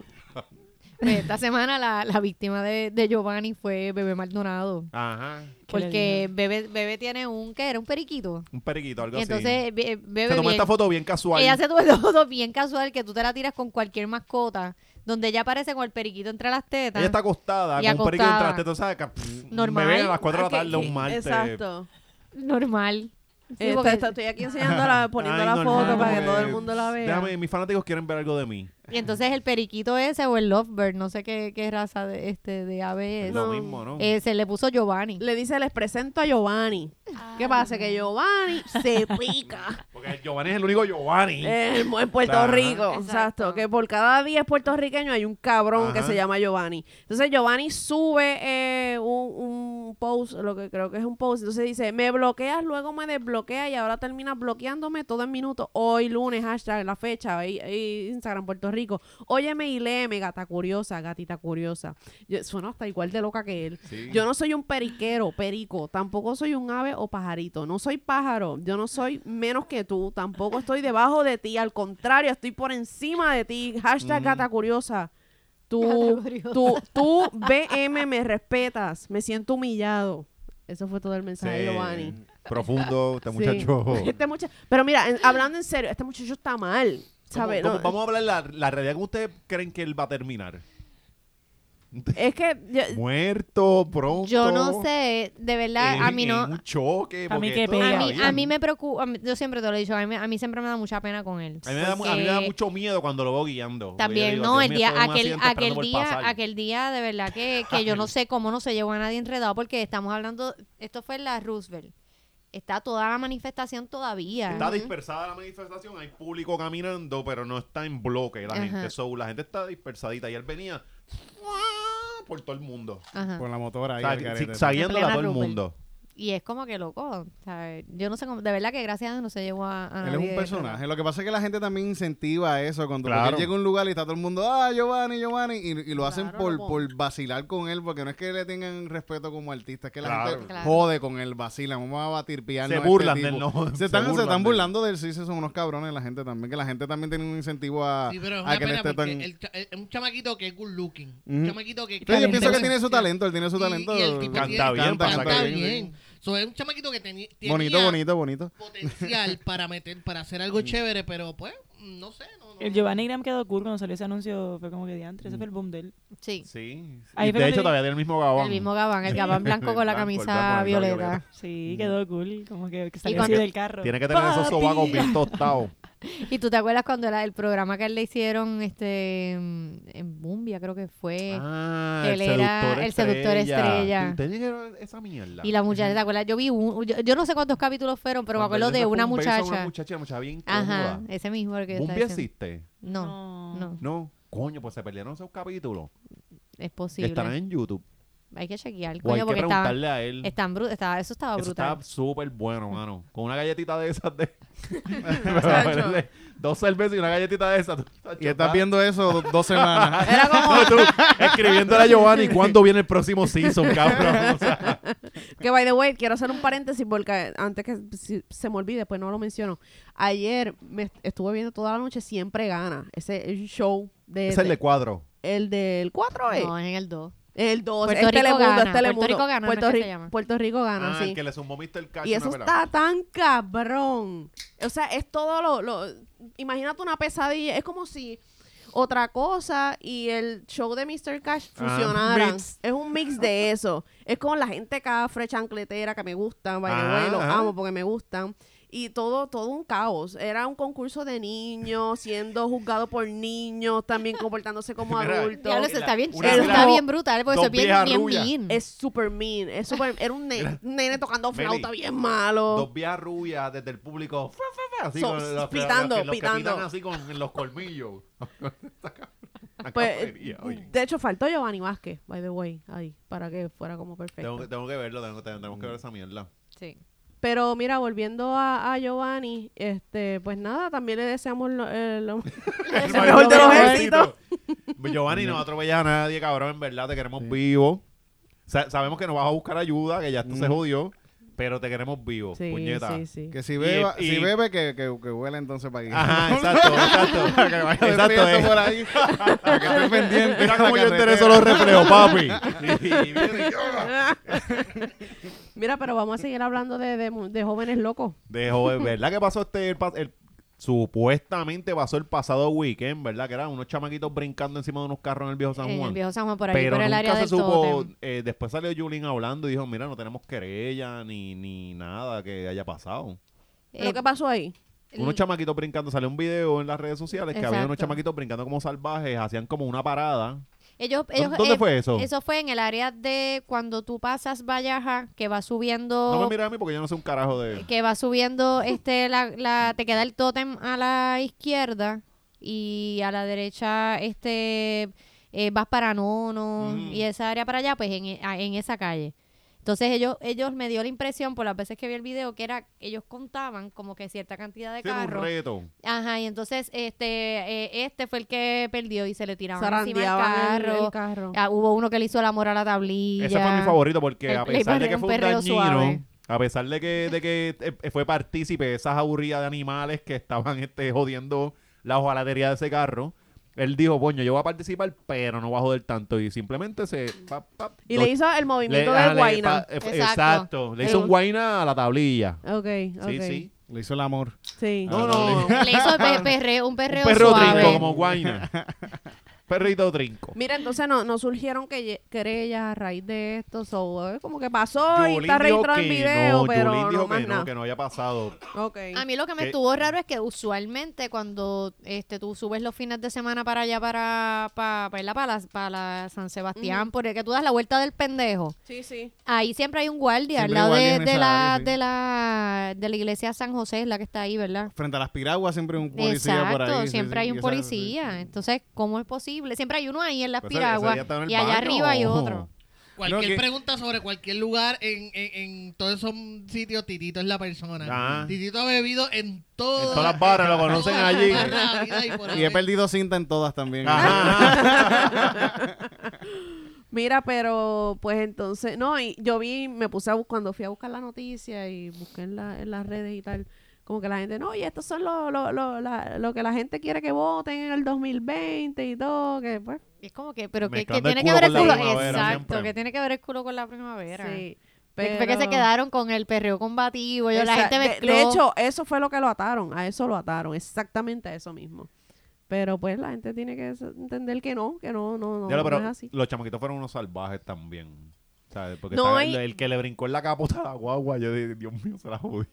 pues, esta semana la, la víctima de, de Giovanni fue Bebé Maldonado. Ajá. ¿Qué le Porque Bebé, Bebé tiene un, ¿qué era? Un periquito. Un periquito, algo Y así. entonces Be- Bebé Se tomó bien- esta foto bien casual. ella se tuvo todo bien casual que tú te la tiras con cualquier mascota, donde ella aparece con el periquito entre las tetas. Ella está acostada, Y con un periquito acostada. entre las tetas, ¿sabes? Pff, un Normal. bebé a las cuatro de la Ah, que- tarde, que- un martes. Exacto. Normal. Sí, Eh, porque- está- estoy aquí enseñándola, poniendo Ay, la normal, foto para que como todo el mundo la vea. Déjame, mis fanáticos quieren ver algo de mí. Y entonces el periquito ese o el lovebird, no sé qué, qué raza de, este, de ave Es es, lo No. mismo, ¿no? eh, se le puso Giovanni. Le dice, les presento a Giovanni. ¿Qué pasa? Que Giovanni se pica Porque Giovanni es el único Giovanni. en, en Puerto Ajá. Rico. Exacto. Exacto. Que por cada diez puertorriqueños hay un cabrón que Ajá. se llama Giovanni. Entonces Giovanni sube eh, un, un un post, lo que creo que es un post, entonces dice, me bloqueas, luego me desbloqueas y ahora terminas bloqueándome todo en minutos. Hoy lunes, hashtag, la fecha, ahí, ahí, Instagram, Puerto Rico. Óyeme y léeme, gata curiosa, gatita curiosa. Yo, suena hasta igual de loca que él. Sí. Yo no soy un periquero, perico, tampoco soy un ave o pajarito, no soy pájaro, yo no soy menos que tú, tampoco estoy debajo de ti, al contrario, estoy por encima de ti. Hashtag Mm. gata curiosa. Tú, tú, tú, B M, me respetas. Me siento humillado. Eso fue todo el mensaje de Giovanni. Profundo, este Sí. muchacho. Este mucha- Pero mira, en- hablando en serio, este muchacho está mal. ¿Cómo- ¿Sabes? cómo- No, vamos a hablar la, la realidad que ustedes creen que él va a terminar. es que yo- Muerto, pronto. Yo no sé, de verdad, en- a mí en no... un choque. A mí porque que esto pega. A está mí, bien. a mí me preocupa, a mí- yo siempre te lo he dicho, a mí, a mí siempre me da mucha pena con él. A mí me da, mu- a mí me da porque mucho miedo cuando lo veo guiando. Porque yo También, digo, no, Dios el mío, día, esto es un aquel, accidente aquel esperando por día, pasar. aquel día, de verdad que, que yo no sé cómo no se llevó a nadie enredado, porque estamos hablando, esto fue en la Roosevelt. Está toda la manifestación todavía. Está dispersada la manifestación, hay público caminando, pero no está en bloque la Ajá. gente. So, la gente está dispersadita y él venía por todo el mundo. Ajá. Con la motora O ahí. sea, al garete. zigzagueándola a todo el Rupert. mundo. Y es como que loco, ¿sabes? Yo no sé cómo, de verdad que gracias a Dios no se llevó a, a Él es nadie un personaje. Lo que pasa es que la gente también incentiva eso. Cuando porque Claro. él llega a un lugar y está todo el mundo, ah, Giovanni, Giovanni, y, y lo hacen Claro, por, loco. por vacilar con él, porque no es que le tengan respeto como artista, es que la Claro. gente Claro. jode con él, vacilan, vamos a batir piano. Se burlan de él, ¿no? Se están, se burlan están de él. burlando de él, sí, sí, son unos cabrones la gente también, que la gente también tiene un incentivo a, Sí, pero es a una que él pena esté porque tan... el cha- es un chamaquito que es good looking. Un Ujú. chamaquito que... Pero yo pienso que Talentoso. tiene su talento, él tiene su Y- talento. y el tipo Canta tiene- bien, canta, pasa canta que- bien. So, es un chamaquito que teni- tenía Bonito, bonito, bonito. potencial para meter, para hacer algo chévere, pero pues, no sé. No, no, El Giovanni Graham quedó cool cuando salió ese anuncio. Fue como que diantre. Ese fue el boom de él. Sí, Sí. Ahí Y fue de cuando hecho, yo- todavía tiene el mismo gabán. el mismo gabán, el gabán blanco con la Blanco, el camisa blanco con la violeta. violeta. Sí, quedó cool. Como que, que salió cuando- así del carro. Tiene que tener esos Papi. sobacos bien tostados. Y tú te acuerdas cuando era el programa que él le hicieron este en en Bumbia, creo que fue. Ah, Él era el seductor estrella. ¿Usted llega esa mierda? Y la muchacha, ¿te acuerdas? Yo vi un, yo, yo no sé cuántos capítulos fueron, pero me Cuando acuerdo él de le una fue un beso a muchacha. Una muchacha, una muchacha bien Ajá, cómoda. ese mismo. el que está ¿Bumbia diciendo. existe? No, no, No. Coño, pues se perdieron esos capítulos. es posible. Estarán en YouTube. Hay que chequear, O hay coño, que porque estaban, preguntarle a él. están bru- estaba, eso estaba Eso brutal. estaba súper bueno, mano. Con una galletita de esas de... Chacho. Dos cervezas y una galletita de esas. Y estás viendo eso do- dos semanas. era como No, tú, escribiéndole a Giovanni cuándo viene el próximo season, cabrón. O sea, que, by the way, quiero hacer un paréntesis porque antes que si- se me olvide, pues no lo menciono. Ayer me est- estuve viendo toda la noche Siempre Gana. Ese es el show de... es el de cuadro. el del cuatro, ¿eh? No, es en el dos. El dos, Puerto es Rico Telemundo, gana. es Telemundo. Puerto Rico gana, Puerto, ¿no es que Ri- se llama? Puerto Rico gana, Ah, sí. el que le sumó mister Cash. Y eso una pelada. está tan cabrón. O sea, es todo lo, lo... Imagínate una pesadilla. Es como si Otra Cosa y el show de mister Cash Ah, fusionaran. mix. Es un mix de eso. Es como la gente cafre, chancletera, que me gustan. By the way, los Ajá. amo porque me gustan. Y todo, todo un caos. Era un concurso de niños, siendo juzgado por niños, también comportándose como Mira, adultos. Diablo, eso está bien, Una eso mira- está bien brutal, porque dos eso es bien, viejas bien rubias. mean. Es super mean. Es super, era un, ne- un nene tocando Meli, flauta bien malo. Dos vías rubias desde el público. fa, fa, fa, Así So- con los, pitando, los que- los que pitando. pitan así con en los colmillos. Una Pues, cacería, oye. de hecho, faltó Giovanni Vázquez, by the way, ahí, para que fuera como perfecto. Tengo, que- tengo que verlo, tengo, tengo- tenemos que ver esa mierda. Sí. Pero mira, volviendo a, a Giovanni, este, pues nada, también le deseamos lo, eh, lo- el mayor mejor de de los los éxitos. Giovanni, no atropellas a nadie, cabrón, en verdad, te queremos Sí. vivo. Sa- sabemos que nos vas a buscar ayuda, que ya esto se Mm. jodió, pero te queremos vivo, Sí, puñeta. sí, sí. Que si bebe, Y- si y- bebe que, que, que huele entonces para aquí. Ajá, exacto, exacto. Para que vaya Exacto, despidiendo eh. por ahí. Para que esté pendiente. Mira a la cómo yo carretera. enderezo los reflejos, papi. Y- y viene y- Mira, pero vamos a seguir hablando de, de, de jóvenes locos. De joven, ¿verdad que pasó este el, pas- el- supuestamente pasó el pasado weekend, ¿verdad? Que eran unos chamaquitos brincando encima de unos carros en el viejo San En Juan. el viejo San Juan, por ahí, Pero por el nunca área se del supo, tótem. eh, después salió Yulín hablando y dijo, mira, no tenemos querella ni, ni nada que haya pasado. ¿Pero Eh, qué pasó ahí? Unos el- chamaquitos brincando, salió un video en las redes sociales que había unos Exacto. chamaquitos brincando como salvajes, hacían como una parada. ellos, ¿Dó- ellos, ¿Dónde eh, fue eso? Eso fue en el área de cuando tú pasas Vallaja, que va subiendo... No me mires a mí porque yo no sé un carajo de... que va subiendo este la, la te queda el tótem a la izquierda y a la derecha este eh, vas para Nono Mm. y esa área para allá pues en, e- a- en esa calle Entonces ellos ellos me dio la impresión por las veces que vi el video que era ellos contaban como que cierta cantidad de Tiene un carros. reto. Ajá, y entonces este eh, este fue el que perdió y se le tiraban encima el Zarandeaban el, carro. el carro. Ah, hubo uno que le hizo el amor a la tablilla. Ese fue mi favorito porque El- a el pesar de que perreo- fue un perreo dañino, suave. a pesar de que, de que eh, fue partícipe de esas aburridas de animales que estaban este, jodiendo la hojalatería de ese carro, él dijo, coño, yo voy a participar, pero no voy a joder tanto. Y simplemente se... pa, pa, Y lo- le hizo el movimiento le- de ah, le- guayna. pa- eh, Exacto. Exacto. Le hizo un guayna a la tablilla. Ok, ok. Sí, sí. Le hizo el amor. Sí. No, Ah, no. Le hizo pe- perreo, un Un perreo perro suave. trinco como guayna. Perrito trinco. Mira, entonces no, no surgieron que querellas a raíz de esto. So, eh, como que pasó y Yulín está dijo registrado en que video, no, pero Yulín dijo no más que no, nada. que no había pasado. Ok. A mí lo que me ¿Qué? estuvo raro es que usualmente cuando este tú subes los fines de semana para allá, para, para, para, para, la, para la San Sebastián, Ujú. porque tú das la vuelta del pendejo, Sí, sí. ahí siempre hay un guardia Siempre al lado hay de, guardia en de, esa la, área, sí. de, la, de la iglesia San José, es la que está ahí, ¿verdad? Frente a las piraguas siempre hay un policía Exacto, por ahí. sí, siempre sí, hay un y esa- policía. sí. Entonces, ¿cómo es posible? Siempre hay uno ahí en las Pues ese- ese piraguas día estaba en el y allá baño. arriba hay otro. Cualquier Creo que- pregunta sobre cualquier lugar en, en, en todos esos sitios, Titito es la persona. Ajá. Titito ha bebido en todo. En todas las barras lo conocen allí. Y Y he perdido cinta en todas también. Ajá. Mira, pero pues entonces, no, y yo vi, me puse a buscar, cuando fui a buscar la noticia y busqué en, la, en las redes y tal, como que la gente, no, y estos son lo, lo, lo, la- lo que la gente quiere que voten en el dos mil veinte y todo, que pues, Es como que, pero que, que Mezclando el tiene que culo ver el con culo. la primavera, Exacto, siempre. que tiene que ver el culo con la primavera. sí. Pero... Fue que se quedaron con el perreo combativo. Yo, la Esa- gente de- mezcló. De, hecho, eso fue lo que lo ataron, a eso lo ataron, exactamente a eso mismo. Pero pues la gente tiene que s- entender que no, que no, no, no, Ya lo, no pero es así. los chamaquitos fueron unos salvajes también. ¿Sabes? Porque No, está- y- el, el que le brincó en la capota a la guagua, yo dije, Dios mío, se la jodí.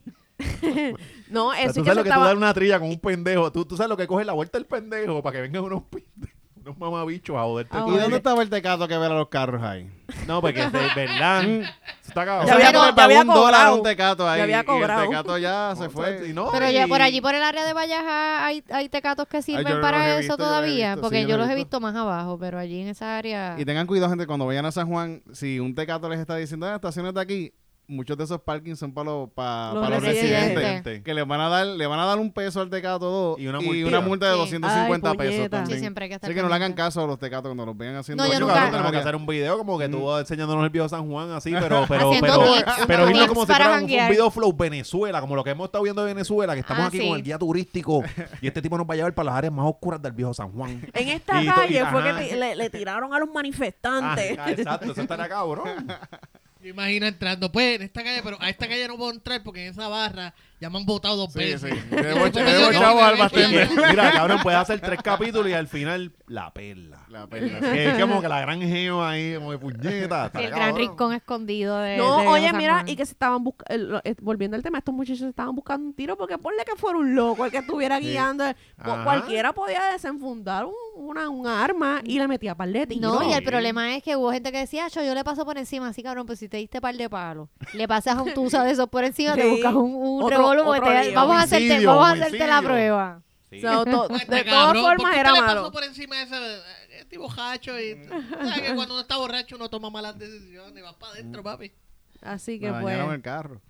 No, O sea, eso tú es que sabes se lo que tú estaba... das una trilla con un pendejo. Tú, tú sabes lo que coge la vuelta del pendejo para que vengan unos pendejos, unos mamabichos a joderte. Ah, ¿Y tú. bueno. dónde estaba el tecato que ver a los carros ahí? No, porque de verdad. Eso está cabrón. Ya había O sea, co- le ya había pagó un dólar a cobrado. un tecato ahí. Ya había Y el cobrado. tecato ya se No, fue. y no, Pero y- ya por allí, por el área de Valleja, hay, hay tecatos que sirven yo los para he eso visto, yo los he todavía. visto, porque sí, yo los he los he visto. visto más abajo, pero allí en esa área. Y tengan cuidado, gente, cuando vayan a San Juan, si un tecato les está diciendo, ah, estaciones de aquí, muchos de esos parkings son para los, para, Los para los residentes. residentes. Que les van a dar, le van a dar un peso al tecato dos Y una y multita. una multa de Sí. doscientos cincuenta Ay, pesos puñeta. también. Sí, siempre hay que estar Así que no le hagan pendiente. caso a los tecatos cuando los vengan haciendo. No, yo Coño, nunca- cabrón, tenemos que hacer un video como que tú enseñándonos el video de San Juan así, pero pero Haciendo pero, tips, pero irnos tips como si para fuera un, un janguear. video flow Venezuela, como lo que hemos estado viendo de Venezuela, que estamos Ah, aquí sí. con el guía turístico y este tipo nos va a llevar para las áreas más oscuras del viejo San Juan. En esta Y to- calle y- fue ajá. que ti- le, le tiraron a los manifestantes. Ah, exacto, eso estará cabrón. Yo imagino entrando, pues, en esta calle, pero a esta calle no puedo entrar porque en esa barra ya me han votado dos Sí, veces. sí. Le debo, Después le me debo digo, chavo no, al me- bartender. Mira, cabrón, puedes hacer tres capítulos y al final la perla. La perla. Que es como que la gran geo ahí, como de puñeta. Sí, estará el gran cabrón. rincón escondido de. No, de oye, San mira, Juan. y que se estaban buscando, volviendo al tema, estos muchachos se estaban buscando un tiro porque ponle que fuera un loco el que estuviera Sí. guiando. Cu- Ajá. Cualquiera podía desenfundar un, una, un arma y le metía par de tiros. No, y el Sí. problema es que hubo gente que decía, yo, yo le paso por encima, así cabrón, pues si te diste par de palos, le pasas a un tuza de esos por encima, te Sí. buscas un, un Otro- revólver, porque otro te- lío. vamos a hacerte, Homicidio, vamos a hacerte la homicidio. prueba. Sí. So, to- Este de todas cabrón, ¿por formas qué era le malo. pasó por encima de ese eh, tipo jacho? Y, ¿sabes que cuando uno está borracho uno toma malas decisiones? Vas para adentro, papi. Así Me que dañaron pues, el carro.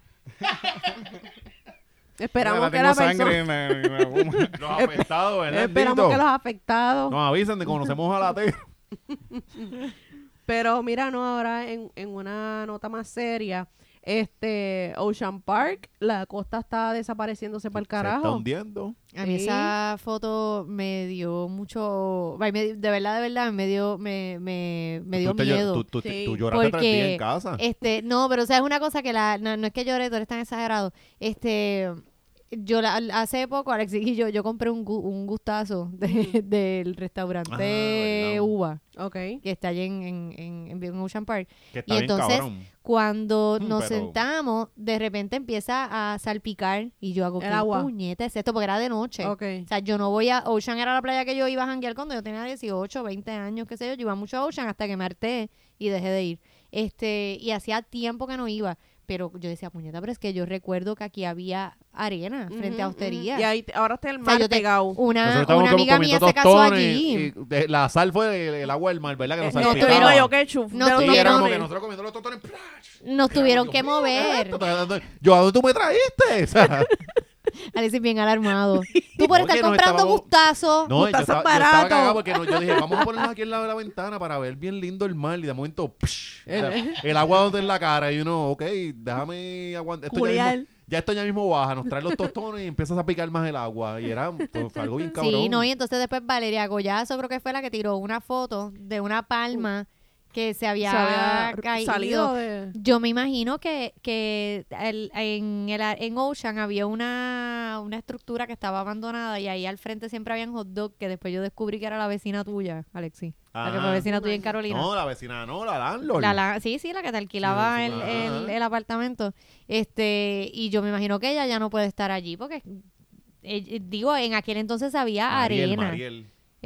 esperamos Ahora que tengo la sangre persona, en la- en la goma. Los afectados, ¿verdad? esperamos Dito? que los afectados. Nos avisen de que conocemos a la T. Pero mira, no, ahora en, en una nota más seria, este Ocean Park, la costa está desapareciéndose para el Se está carajo. hundiendo. A mí Sí. esa foto me dio mucho, ay, me- de verdad, de verdad, me dio, me, me, me dio Tú te llor- miedo. Tú, tú, Sí. tú lloraste tres días Porque, en casa. Este, no, pero o sea, es una cosa que la, no, no es que llore, tú eres tan exagerado. Este, yo la- hace poco, Alex y yo, yo compré un, gu- un gustazo de- del restaurante Ah, verdad. Uva, Ok. que está allí en, en, en, en Ocean Park. Que está y bien entonces, cabrón. Cuando Mm, nos pero- sentamos, de repente empieza a salpicar y yo hago, El ¿qué agua. puñeta es esto? Porque era de noche. Ok. O sea, yo no voy a... Ocean era la playa que yo iba a janguear cuando yo tenía dieciocho, veinte años, qué sé yo. Yo iba mucho a Ocean hasta que me harté y dejé de ir. Este, y hacía tiempo que no iba. pero yo decía, puñeta, pero es que yo recuerdo que aquí había arena frente a Ujú, Hostería. ujú. Y ahí te- ahora está el O sea, mar yo te- pegado. Una, Nosotros estábamos una como amiga mía comiendo se casó tostones allí. y de- la sal fue el, el agua del mar, ¿verdad? Que nos Eh, no salpicaba. tuvieron- mayo ketchup. no de los Sí, tuvieron- era como tostones. que nosotros comiendo los tostones. ¡plash! Nos tuvieron Dios que mío, ¿qué es mover. esto? Yo, ¿a dónde tú me traíste? O sea, Alexis bien alarmado. Tú por No, estar que nos comprando estábamos- gustazos. no, yo Gustazos estaba, yo estaba baratos. cagado porque no- yo dije, vamos a ponernos aquí al lado de la ventana para ver bien lindo el mar. Y de momento, psh, o sea, el agua donde en la cara. Y uno, ok, déjame aguantar. Esto ya, Julián. mismo, ya esto ya mismo baja, nos trae los tostones y empiezas a picar más el agua. Y era pues, fue algo bien cabrón. Sí, no, y entonces después Valeria Goyazo creo que fue la que tiró una foto de una palma que se había, Se había caído. salido de... Yo me imagino que, que el- en, el, en Ocean había una, una estructura que estaba abandonada y ahí al frente siempre habían hot dog que después yo descubrí que era la vecina tuya, Alexi. La que fue Ajá. vecina tuya en Carolina. No, la vecina, no, la landlord. La- la- sí, sí, la que te alquilaba Sí, el, sí, el, ajá. el apartamento. Este, y yo me imagino que ella ya no puede estar allí porque, eh, eh, digo, en aquel entonces había Mariel, arena. Mariel.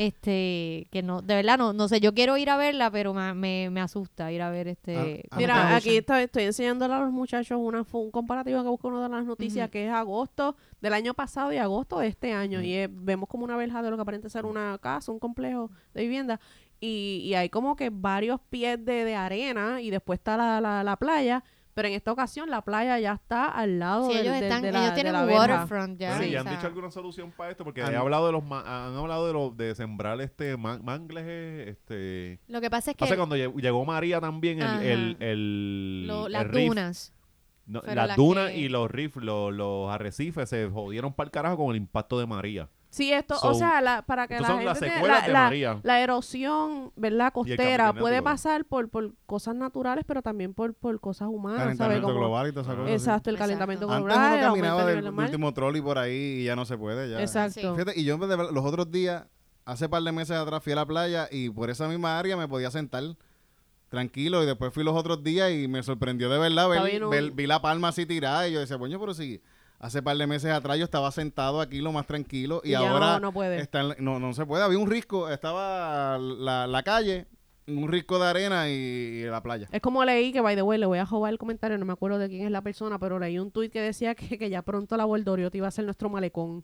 Este, que no, de verdad no, no sé, yo quiero ir a verla, pero me, me, me asusta ir a ver este. Ah, ah, Mira, Ocean. aquí estoy, estoy enseñándole a los muchachos una, fo- un comparativo que busco una de las noticias, Ujú. que es agosto del año pasado y agosto de este año. Y es- vemos como una verja de lo que aparenta ser una casa, un complejo de vivienda. Y, y hay como que varios pies de, de arena y después está la, la, la playa. Pero en esta ocasión la playa ya está al lado Sí, del- ellos del- están, de la, ellos de tienen la un verja. waterfront ya. Bueno, ¿y o han sea, dicho alguna solución para esto? Porque Han- he hablado de los ma- han hablado de los de sembrar este man- mangles, este Lo que pasa es que pasa que cuando lle- llegó María también el, Ajá. el, el, lo- el las reef, dunas. no, fueron las las dunas que- y los reef, los, los arrecifes se jodieron para el carajo con el impacto de María. Sí, esto, So, o sea, la, para que Estas la son gente las tenga- secuelas la, de la- María. la erosión, ¿verdad? Costera cambio puede climático. pasar por, por cosas naturales, pero también por, por cosas humanas, ¿sabes? Calentamiento Como- global y todas esas Ajá. cosas. sí. Exacto, el Exacto. calentamiento Antes global, uno el aumento caminaba del del nivel del mar. último trolley por ahí y ya no se puede. Ya. Exacto. Sí. Fíjate, y yo de ver- los otros días, hace par de meses atrás, fui a la playa y por esa misma área me podía sentar tranquilo. Y después fui los otros días y me sorprendió de verdad ver, Está bien un- ver- vi la palma así tirada y yo decía, coño, pero si hace par de meses atrás yo estaba sentado aquí lo más tranquilo y, Y ya ahora no- no puede. está en la- no, no se puede. Había un risco, estaba la, la calle, un risco de arena y, y la playa. Es como leí que, by the way, le voy a jobar el comentario, no me acuerdo de quién es la persona, pero leí un tuit que decía que, que ya pronto la Boldorioti iba a ser nuestro malecón.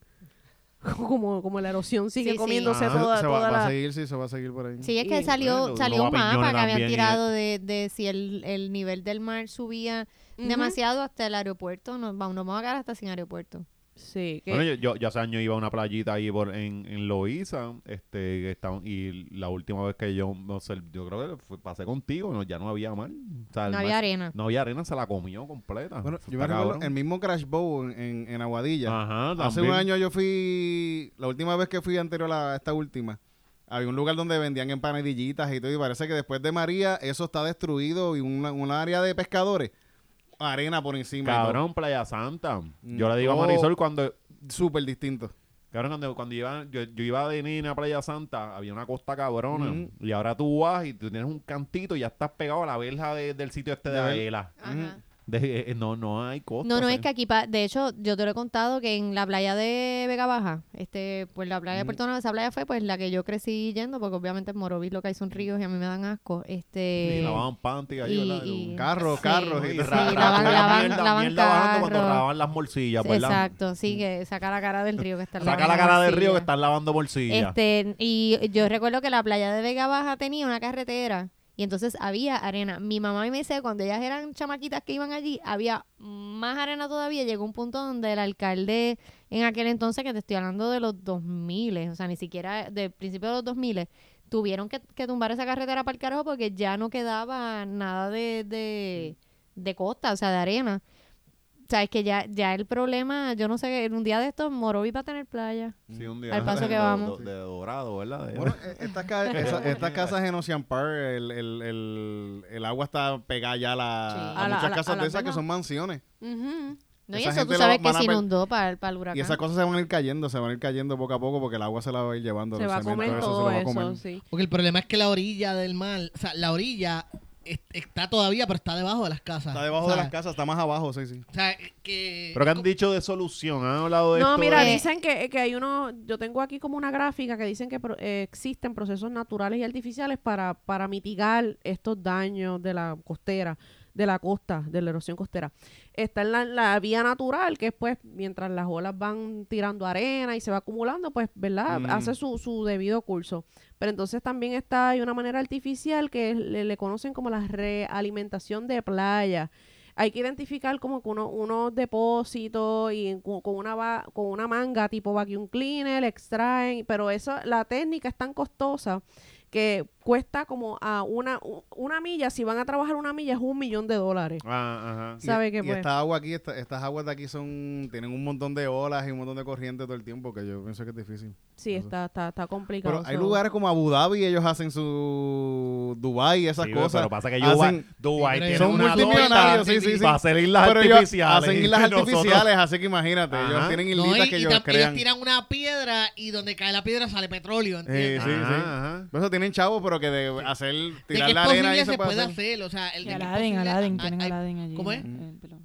como, como la erosión sigue Sí, sí. comiéndose Ah, toda, se va, toda va a la... seguir, sí, se va a seguir por ahí. Sí, es que Y- salió, Bueno, salió uno un va a mapa Piñones que habían también y- tirado de, de si el, el nivel del mar subía Ujú. demasiado hasta el aeropuerto. Nos, vamos, nos vamos a quedar hasta sin aeropuerto. Sí, que... Bueno, yo, yo, yo hace años iba a una playita ahí por, en, en Loíza, este, que estaba- y la última vez que yo, no sé, yo creo que fue- pasé contigo, no, ya no había mar. O sea, el No mar- había arena. No había arena, se la comió completa. Bueno, Eso yo me está recuerdo cabrón. el mismo Crash Bow en, en, en Aguadilla. Ajá, Hace también. un año yo fui, la última vez que fui anterior a esta última, había un lugar donde vendían empanadillitas y todo, y parece que después de María eso está destruido y una, una área de pescadores, arena por encima. y todo. Cabrón, Playa Santa. Mm, Yo le digo a todo- Marisol cuando... Súper distinto. Cabrón, cuando, cuando iba, yo, yo iba de nena a Playa Santa, había una costa cabrona. Ujú. Y ahora tú vas y tú tienes un cantito y ya estás pegado a la verja de- del sitio este de De la ver- vela. Ajá. De- eh, no, no hay costa. No, no, o sea. es que aquí, pa- de hecho, yo te lo he contado que en la playa de Vega Baja, este, pues la playa de Mm. Puerto Nuevo, esa playa fue pues la que yo crecí yendo, porque obviamente en Morovis lo que hay son ríos y a mí me dan asco. Este, Y lavaban panty ahí, y- ¿verdad? y- Carros, Sí. carros. Y y ra- Sí, ra- lavan- ra- lavan- mierda, lavan mierda bajando cuando carro. lavaban las morcillas, ¿verdad? Exacto, sí, que saca la cara del río que está Saca la cara del río que están lavando bolsillas. Este, y yo recuerdo que la playa de Vega Baja tenía una carretera y entonces había arena. Mi mamá me dice que cuando ellas eran chamaquitas que iban allí, había más arena todavía. Llegó un punto donde el alcalde en aquel entonces, que te estoy hablando de los dos mil, o sea, ni siquiera del principio de los dos mil, tuvieron que, que tumbar esa carretera para el carajo porque ya no quedaba nada de, de, de costa, o sea, de arena. O sea, es que ya, ya el problema, yo no sé, en un día de estos Morovis va a tener playa. Sí, un día Al paso que de- vamos. De, de dorado, ¿verdad? De- Bueno, eh, estas, ca- esa- estas casas en Ocean Park, el, el, el, el agua está pegada ya a, la, Sí. a A la- muchas a la- casas a la de esas que verja. son mansiones. Ujú. No, y Esa eso tú gente sabes lo que van a se per- inundó para el, para el huracán. Y esas cosas se van a ir cayendo, se van a ir cayendo poco a poco porque el agua se la va a ir llevando. Se el va a cemento, comer eso se lo todo va a eso, comer. sí. Porque el problema es que la orilla del mar, o sea, la orilla es- está todavía, pero está debajo de las casas. Está debajo O sea, de las casas, está más abajo, sí, sí. O sea, que... Pero que han dicho de solución, han hablado de No, esto. mira, de- dicen que, que hay uno, yo tengo aquí como una gráfica que dicen que pro- eh, existen procesos naturales y artificiales para, para mitigar estos daños de la costera. de la costa, de la erosión costera. Está en la, la vía natural, que es pues mientras las olas van tirando arena y se va acumulando, pues, ¿verdad? Mm. Hace su, su debido curso. Pero entonces también está, hay una manera artificial que le, le conocen como la realimentación de playa. Hay que identificar como que uno, unos depósitos y con, con una va, con una manga tipo vacuum cleaner, extraen, pero eso, la técnica es tan costosa que cuesta como a una una milla, si van a trabajar una milla es un millón de dólares. Ah, ajá. ¿Sabe y, qué y pues? esta agua aquí, esta- estas aguas de aquí son tienen un montón de olas y un montón de corriente todo el tiempo, que yo pienso que es difícil. Sí, Eso. está, está, está complicado. Pero hay so. lugares como Abu Dhabi, ellos hacen su Dubai y esas Sí, cosas. pero pasa que Hacen- Dubai Sí, pero tiene son una multimillonarios, torta sí, sí, sí. para hacer islas Pero ellos artificiales. hacen islas Nosotros- artificiales, así que imagínate, ellos Ajá. tienen No, islitas y, que y ellos tam- crean. ellos tiran una piedra y donde cae la piedra sale petróleo, ¿entiendes? Sí, sí, Ajá, sí. ajá. Por eso tienen chavos, pero que de hacer, De tirar que es la arena posible y se se puede puede hacer. hacer. O sea, el Y de que es Aladdin, posible, Aladdin, hay- tienen hay- Aladdin allí. ¿Cómo es? Eh, perdón.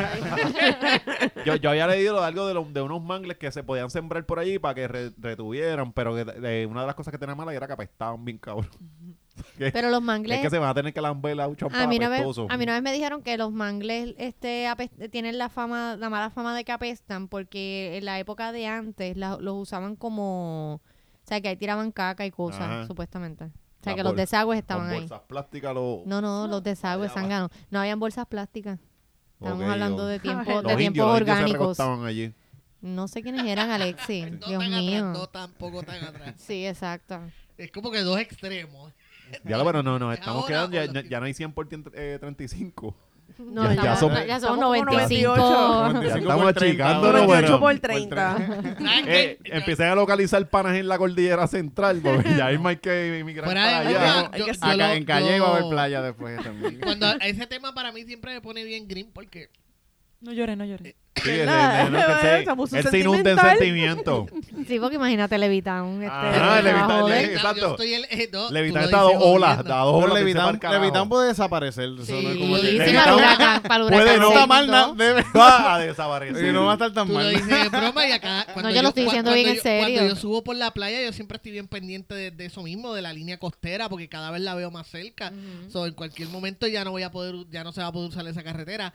Yo, yo había leído algo de, lo- de unos mangles que se podían sembrar por allí para que re- retuvieran, pero que de- de- una de las cosas que tenía mala era que apestaban bien cabrón. Que- Pero los es mangles... que se van a tener que lamber la champán A mí, una vez, apestoso. a mí una vez me dijeron que los mangles este, apest- tienen la fama, la mala fama de que apestan porque en la época de antes la- los usaban como... O sea, que ahí tiraban caca y cosas, Ajá. supuestamente. O sea, Las que los bol- desagües Con estaban ahí. bolsas plásticas los... No, no, los desagües, allá va. zánganos. No habían bolsas plásticas. Estamos Ok, hablando ok. de tiempo, Los de Los tiempos indios, los indios se orgánicos. recostaban allí. No sé quiénes eran, Alexi. No Dios tan mío. atrás, no tampoco tan atrás. Sí, exacto. Es como que dos extremos. Ya lo bueno, no, no, estamos Ahora quedando, ya, o los ya, ya no hay cien por ciento eh, treinta y cinco. No, Ya- ya, ya somos- ya somos estamos como noventa y cinco. noventa y Ya veinticinco estamos por treinta, achicándonos, ahora. bueno. noventa y ocho por treinta. ¿Sabes Eh, qué? empiecen a localizar panas en la cordillera central, porque ya hay más que emigrar Fuera para de allá. broma, Hay yo- que yo Acá lo- en Calle yo- va a haber playa después también. Cuando a ese tema para mí siempre me pone bien green porque No llores, no llores. Sí, el, ¿Verdad? el- el- que se- Se puso él se inunda en sentimental. sentimiento. Sí, porque imagínate Levitown. Este, Ajá, se va a Levitown, joder. le- exacto. yo estoy el, eh, no, Levitán tú está a lo dos dices olas, jodiendo. a dos Pero olas. de irse Levitán, pa'l carajo. Levitán puede desaparecer. Eso Sí, no es como sí, que- Sí, Levitán para el huracán, para el huracán. puede no no. está mal, na- debe- Va a desaparecer. y no va a estar tan Tú lo mal. dices en broma y acá cuando yo lo estoy cua- diciendo cuando bien en yo- serio. Cuando yo subo por la playa yo siempre estoy bien pendiente de, de eso mismo, de la línea costera, porque cada vez la veo más cerca. Ujú. So, en cualquier momento ya no voy a poder, ya no se va a poder usar esa carretera.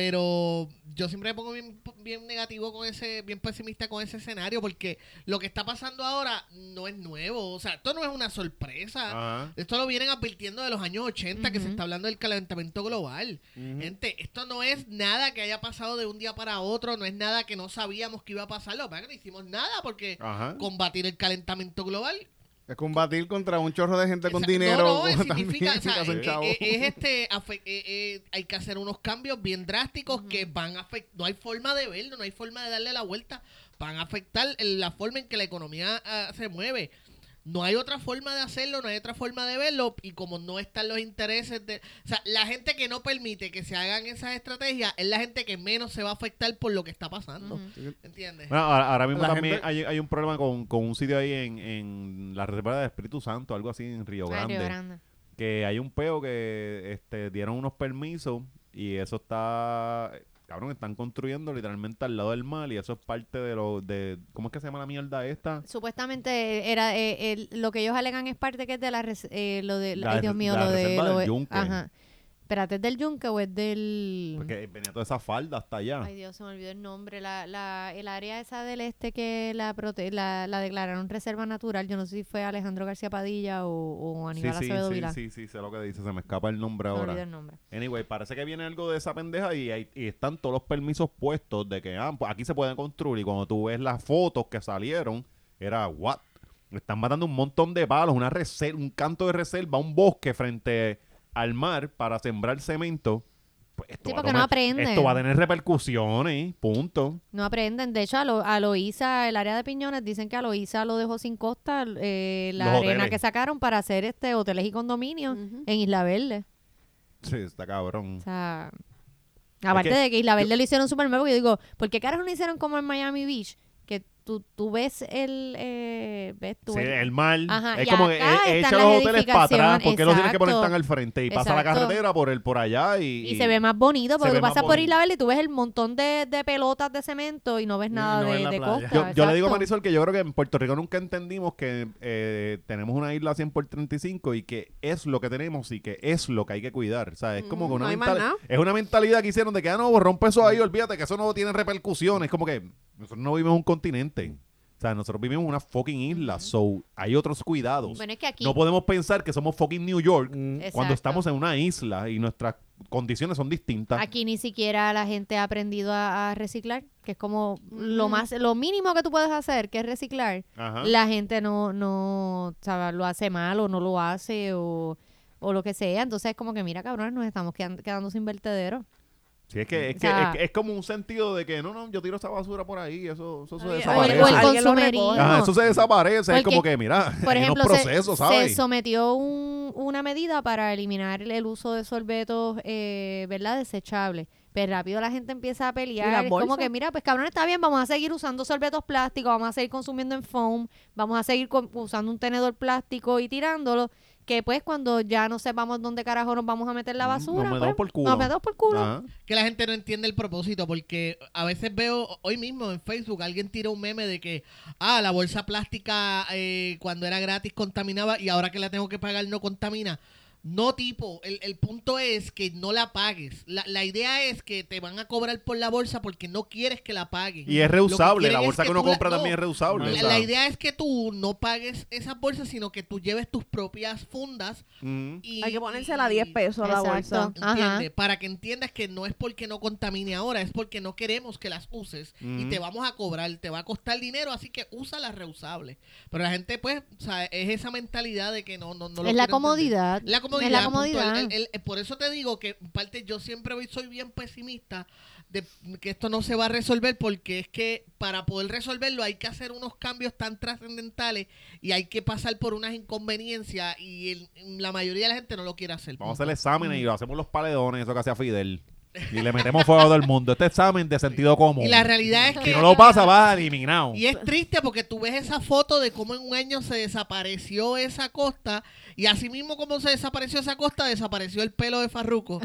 Pero yo siempre me pongo bien, bien negativo con ese, bien pesimista con ese escenario, porque lo que está pasando ahora no es nuevo. O sea, esto no es una sorpresa. Ajá. Esto lo vienen advirtiendo de los años ochenta, que se Ujú. está hablando del calentamiento global. Ujú. Gente, esto no es nada que haya pasado de un día para otro, no es nada que no sabíamos que iba a pasar. Lo que pasa es que no hicimos nada porque Ajá. combatir el calentamiento global Es combatir contra un chorro de gente con esa- dinero. no, no, también, significa, o sea, que hacen eh, chavos. eh, es este, afe- eh, eh, hay que hacer unos cambios bien drásticos que van a afectar, no hay forma de verlo, no hay forma de darle la vuelta, van a afectar el- la forma en que la economía ah, se mueve. No hay otra forma de hacerlo, no hay otra forma de verlo, y como no están los intereses de... O sea, la gente que no permite que se hagan esas estrategias es la gente que menos se va a afectar por lo que está pasando. Ujú. ¿Entiendes? Bueno, ahora, ahora mismo La también gente- hay, hay un problema con, con un sitio ahí en, en la Reserva del Espíritu Santo, algo así en Río Ay, Grande, Río Grande. que hay un peo que este, dieron unos permisos y eso está... Cabrón, están construyendo literalmente al lado del mar y eso es parte de lo... de ¿Cómo es que se llama la mierda esta? Supuestamente era eh, el- lo que ellos alegan es parte que es de la res- eh, lo de La ay Dios res- mío la lo de reserva lo del de- yunque. ajá. Espérate, ¿es del yunque o es del Porque venía toda esa falda hasta allá. Ay Dios, se me olvidó el nombre, la, la el área esa del este que la prote la, la declararon reserva natural, yo no sé si fue Alejandro García Padilla o, o Sí, Aníbal sí, Acevedo sí, Vilá. sí, sí, sé lo que dice, se me escapa el nombre Se me olvidó ahora. el nombre. Anyway, parece que viene algo de esa pendeja y, hay- y están todos los permisos puestos de que ah, pues aquí se pueden construir. Y cuando tú ves las fotos que salieron, era what? Están matando un montón de palos, una reserva, un canto de reserva, un bosque frente al mar para sembrar cemento. Pues esto Sí, va a porque no tomar- aprenden. Esto va a tener repercusiones, punto. No aprenden. De hecho, a, lo, a Loíza, el área de Piñones, dicen que a Loíza lo dejó sin costa eh, la Los arena hoteles. que sacaron para hacer este hoteles y condominios Ujú. en Isla Verde. Sí, está cabrón. O sea, aparte que de que Isla Verde lo hicieron súper nuevo, yo digo, ¿por qué carajo no hicieron como en Miami Beach? Que tú, tú ves el, eh, eh, ves tú. Sí, el- el mar. Ajá, Es y como que acá eh, están echa las los hoteles para atrás. edificaciones, Porque los tienes que poner exacto. tan al frente. Y pasa la Exacto. carretera por el por allá. Y, Y se ve más bonito se porque ve tú más pasas por bonito. Isla Verde y tú ves el montón de, de pelotas de cemento y no ves Y nada no ves de, la de playa. costa. Yo, yo le digo a exacto. Marisol que yo creo que en Puerto Rico nunca entendimos que eh, tenemos una isla cien por treinta y cinco y que es lo que tenemos y que es lo que hay que cuidar. O sea, es como que Mm, una no hay más mental- nada. es una mentalidad que hicieron de que, ah, no, rompe eso ahí, olvídate que eso no tiene repercusiones. Como que nosotros no vivimos en un continente. O sea, nosotros vivimos en una fucking isla. So, hay otros cuidados. Bueno, es que aquí... No podemos pensar que somos fucking New York Mm. Exacto. cuando estamos en una isla y nuestras condiciones son distintas. Aquí ni siquiera la gente ha aprendido a, a reciclar, que es como lo Mm. más, lo mínimo que tú puedes hacer, que es reciclar. Ajá. La gente no, no, ¿sabes? Lo hace mal o no lo hace o, o lo que sea. Entonces es como que, mira, cabrones, nos estamos quedando, quedando sin vertedero. Sí, es que, es, O que, sea- es, que es como un sentido de que no, no, yo tiro esa basura por ahí, eso, eso se Alguien- O el, desaparece. o el Alguien lo consumerismo. recoge. Ajá, eso se desaparece, es Porque, como que, mira, Por hay ejemplo, unos se- procesos, se, ¿sabes? sometió un- una medida para eliminar el uso de sorbetos, eh, ¿verdad? Desechables. Pero rápido la gente empieza a ¿Y pelear. las Es como bolsas? que, mira, pues cabrón, está bien, vamos a seguir usando sorbetos plásticos, vamos a seguir consumiendo en foam, vamos a seguir con- usando un tenedor plástico y tirándolo. Que pues cuando ya no sepamos dónde carajo nos vamos a meter la Mm, basura, nos metemos pues, por culo. nos metemos por culo. Ajá. Que la gente no entiende el propósito, porque a veces veo, hoy mismo en Facebook, alguien tira un meme de que, ah, la bolsa plástica eh, cuando era gratis contaminaba y ahora que la tengo que pagar no contamina. No, tipo, el, el punto es que no la pagues. La, la idea es que te van a cobrar por la bolsa porque no quieres que la paguen. Y es Lo que reusable, quieren la es bolsa que uno tú la- compra no, también es reusable. La, o sea. la idea es que tú no pagues esas bolsas, sino que tú lleves tus propias fundas. Ujú. Y, Hay que ponérsela a diez pesos la Exacto. bolsa. Ajá. ¿Entiendes? Para que entiendas que no es porque no contamine ahora, es porque no queremos que las uses y Ujú. te vamos a cobrar, te va a costar dinero, así que usa las reusables. Pero la gente, pues, o sea, es esa mentalidad de que no, no, no lo es la quiere comodidad. entender. La comodidad. Es la punto. comodidad. El- el- el- por eso te digo que, en parte, yo siempre voy- soy bien pesimista de que esto no se va a resolver, porque es que para poder resolverlo hay que hacer unos cambios tan trascendentales y hay que pasar por unas inconveniencias y el- la mayoría de la gente no lo quiere hacer. Vamos a hacer exámenes y lo hacemos los paledones, eso que hacía Fidel. Y le metemos fuego a todo el mundo. Este examen de sentido común. Y la realidad es Si que... no lo pasa, vas eliminado. Y es triste porque tú ves esa foto de cómo en un año se desapareció esa costa y así mismo como se desapareció esa costa, desapareció el pelo de Farruko.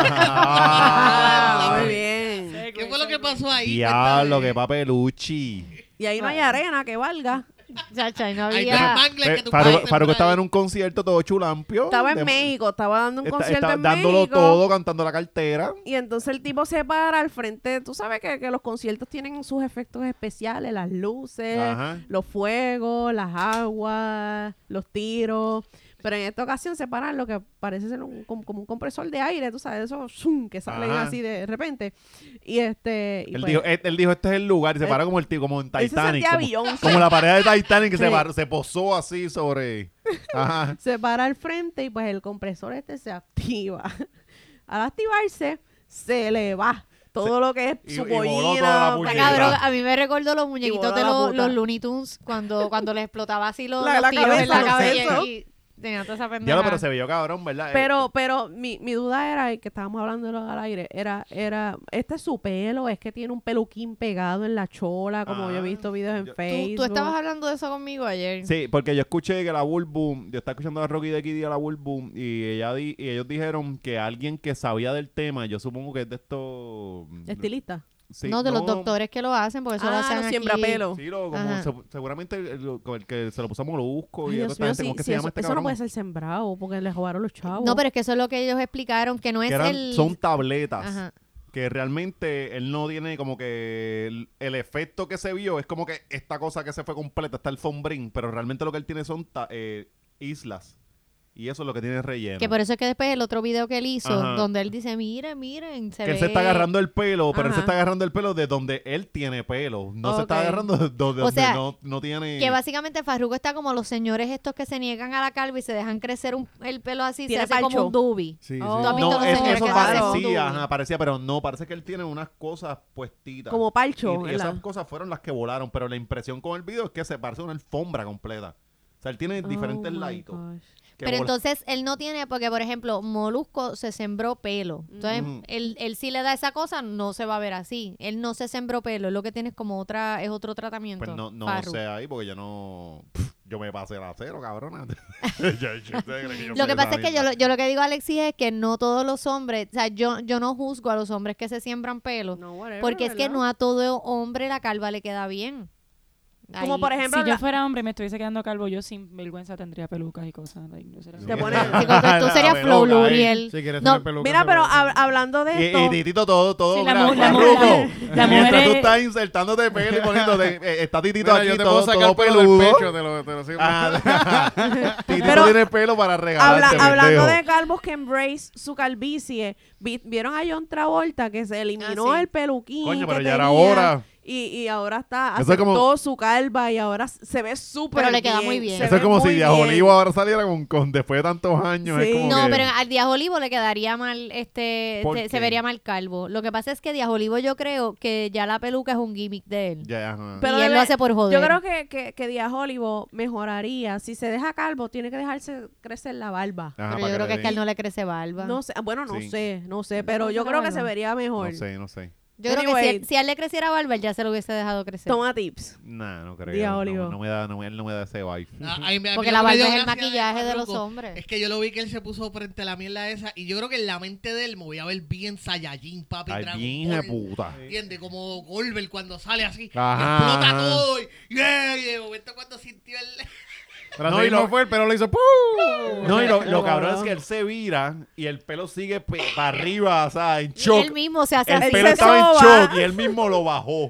Ah, Ah, muy bien. ¿Qué fue lo que pasó ahí? Diablo, Cuéntame. que papeluchi. Y ahí no hay arena que valga. Chacha, y no Ahí había... está el mangle que tú Faruco puedes Faruco sembrar. estaba en un concierto todo chulampio. Estaba en de- México, estaba dando un está- concierto está en dándolo México. todo, cantando la cartera. Y entonces el tipo se para al frente. Tú sabes que, que los conciertos tienen sus efectos especiales, las luces, Ajá. los fuegos, las aguas, los tiros. Pero en esta ocasión se para lo que parece ser un, como, como un compresor de aire, tú sabes, eso zoom, que salen Ajá. así de repente. Y este. Y Él, pues, dijo, él, él dijo, este es el lugar. Y se Eh, paró como el tío, como en ese Titanic. sentía Como, Beyoncé. como la pared de Titanic que se, Sí. paró- se posó así sobre... Ajá. se para al frente y pues el compresor este se activa. Al activarse, se le va todo lo que es y- su y voló toda la bollina. puñeta. Está cabrón, a mí me recordó los muñequitos voló de la los, puta. los Looney Tunes cuando, cuando les explotaba así los, La- los la tiros en cabeza, la los cabeza sesos. y tenía toda esa pendeja. Diablo, pero se vio cabrón, ¿verdad? Pero, pero mi, mi duda era, y que estábamos hablando al aire, era, era, este es su pelo, es que tiene un peluquín pegado en la chola, como Ah, yo he visto videos en yo- ¿Tú, Facebook. tú estabas hablando de eso conmigo ayer. Sí, porque yo escuché que la Bulbu, yo estaba escuchando a Rocky de Kiddy a la Bulbu y ella di- y ellos dijeron que alguien que sabía del tema, yo supongo que es de estos Estilista. sí, no, de los doctores que lo hacen, porque eso lo Ah, hacen no aquí. siembra pelo. Sí, lo- como Ajá. se- seguramente el, el- el que se lo puso a Molusco Ay, y Dios esta mío, gente, sí, ¿cómo que sí, se llama eso, este eso no cabrón? puede ser sembrado porque le robaron los chavos. No, pero es que eso es lo que ellos explicaron, que no es Que eran- el... son tabletas. Ajá. Que realmente él no tiene como que el, el efecto que se vio es como que esta cosa que se fue completa, está el fombrín, pero realmente lo que él tiene son ta- eh, islas. Y eso es lo que tiene relleno. Que por eso es que después el otro video que él hizo, Ajá. donde él dice, miren, miren, se que ve... él se está agarrando el pelo, pero él se Ajá. está agarrando el pelo de donde él tiene pelo. No se está Ok. agarrando de donde, O sea, no, no tiene... Que básicamente Farruko está como los señores estos que se niegan a la calva y se dejan crecer un- el pelo así, se Tiene hace como parcho. un doobie. Sí, Oh. sí. ¿Tú has visto No, los es- señores eso que se hacen un parecía, doobie? ajá, parecía, pero no, parece que él tiene unas cosas puestitas. Como parcho, Y, y esas ¿verdad? cosas fueron las que volaron, pero la impresión con el video es que se parece a una alfombra completa. O sea, él tiene diferentes Oh, my laditos. gosh. que Pero vola- entonces él no tiene, porque por ejemplo, Molusco se sembró pelo. Entonces, Ujú. él, él sí le da esa cosa, no se va a ver así. Él no se sembró pelo, él lo que tiene es como otra, es otro tratamiento. Pues no, no Farru. sé ahí porque yo no... Pff, yo me pasé la cero, cabrona. Yo- yo- yo- Lo que yo- pasa es que yo lo, yo lo que digo, Alexis, es que no todos los hombres, o sea, yo, yo no juzgo a los hombres que se siembran pelo, No, whatever, porque es que ¿verdad? no a todo hombre la calva le queda bien. Como Ahí- por ejemplo, Si yo la- fuera hombre y me estuviese quedando calvo, yo sin vergüenza tendría pelucas y cosas. like, yo sería- Te pones- Sí, tú, tú serías La Flow peluca, Luriel. Si quieres No, tener peluca, Mira, se pero puede. hab- hablando de Y, esto, y Titito todo, todo, Sí, la mira, mu- la mu- farruco. la- la Mientras mujer tú es- estás insertándote pelo y poniéndote, eh, está Titito Mira, aquí yo te todo, puedo sacar todo pelo peludo. del pecho, te lo, te lo sigo. Ah, Titito Pero- tiene pelo para habla- regalarte, hablando pendejo. de calvos que embrace su calvicie, vi- vieron a John Travolta que se eliminó Ah, sí. el peluquín Coño, que pero ya era tenía, hora. y, y ahora está Eso es como- aceptó su calva y ahora se ve súper Pero le queda muy bien. se Eso es ve como si muy Díaz bien. Olivo ahora saliera con, con después de tantos años. Sí. Es como No, que- pero al Díaz Olivo le quedaría mal, este, ¿Por se, qué? se vería mal calvo. Lo que pasa es que Díaz Olivo yo creo que ya la peluca es un gimmick de él. Ya, ajá. Pero y él debe- lo hace por joder. Yo creo que, que, que Díaz Olivo mejoraría. Si se deja calvo, tiene que dejarse crecer la barba. Ajá, Pero para yo creo le que es que a él den- no le crece barba. No sé, bueno, no Sí. sé, no sé, pero ¿No yo será creo que barba? se vería mejor. No sé, no sé. Yo creo que Anyway. si, él- si a él le creciera barba, él ya se lo hubiese dejado crecer. Toma tips. Nah, no creo. Díaz no, Olivo. no me da, no, él no me da ese vibe. A- a mí me- a mí Porque lo la que me dio barba es el gracia maquillaje de los Farruko hombres. Es que yo lo vi que él se puso frente a la mierda esa y yo creo que en la mente de él me voy a ver bien Saiyajin, papi, Ay, Dragon bien de Ball. puta. ¿Entiendes? Como Goldberg cuando sale así, Ajá, explota ajá. todo y, yeah, y de momento cuando sintió el... Pero No, así y lo- no fue, el pelo lo hizo ¡pum! No, y lo, lo No, cabrón no. es que él se vira y el pelo sigue para arriba, o sea, en Y shock. él mismo se hace El así. pelo se estaba en soba. shock y él mismo lo bajó.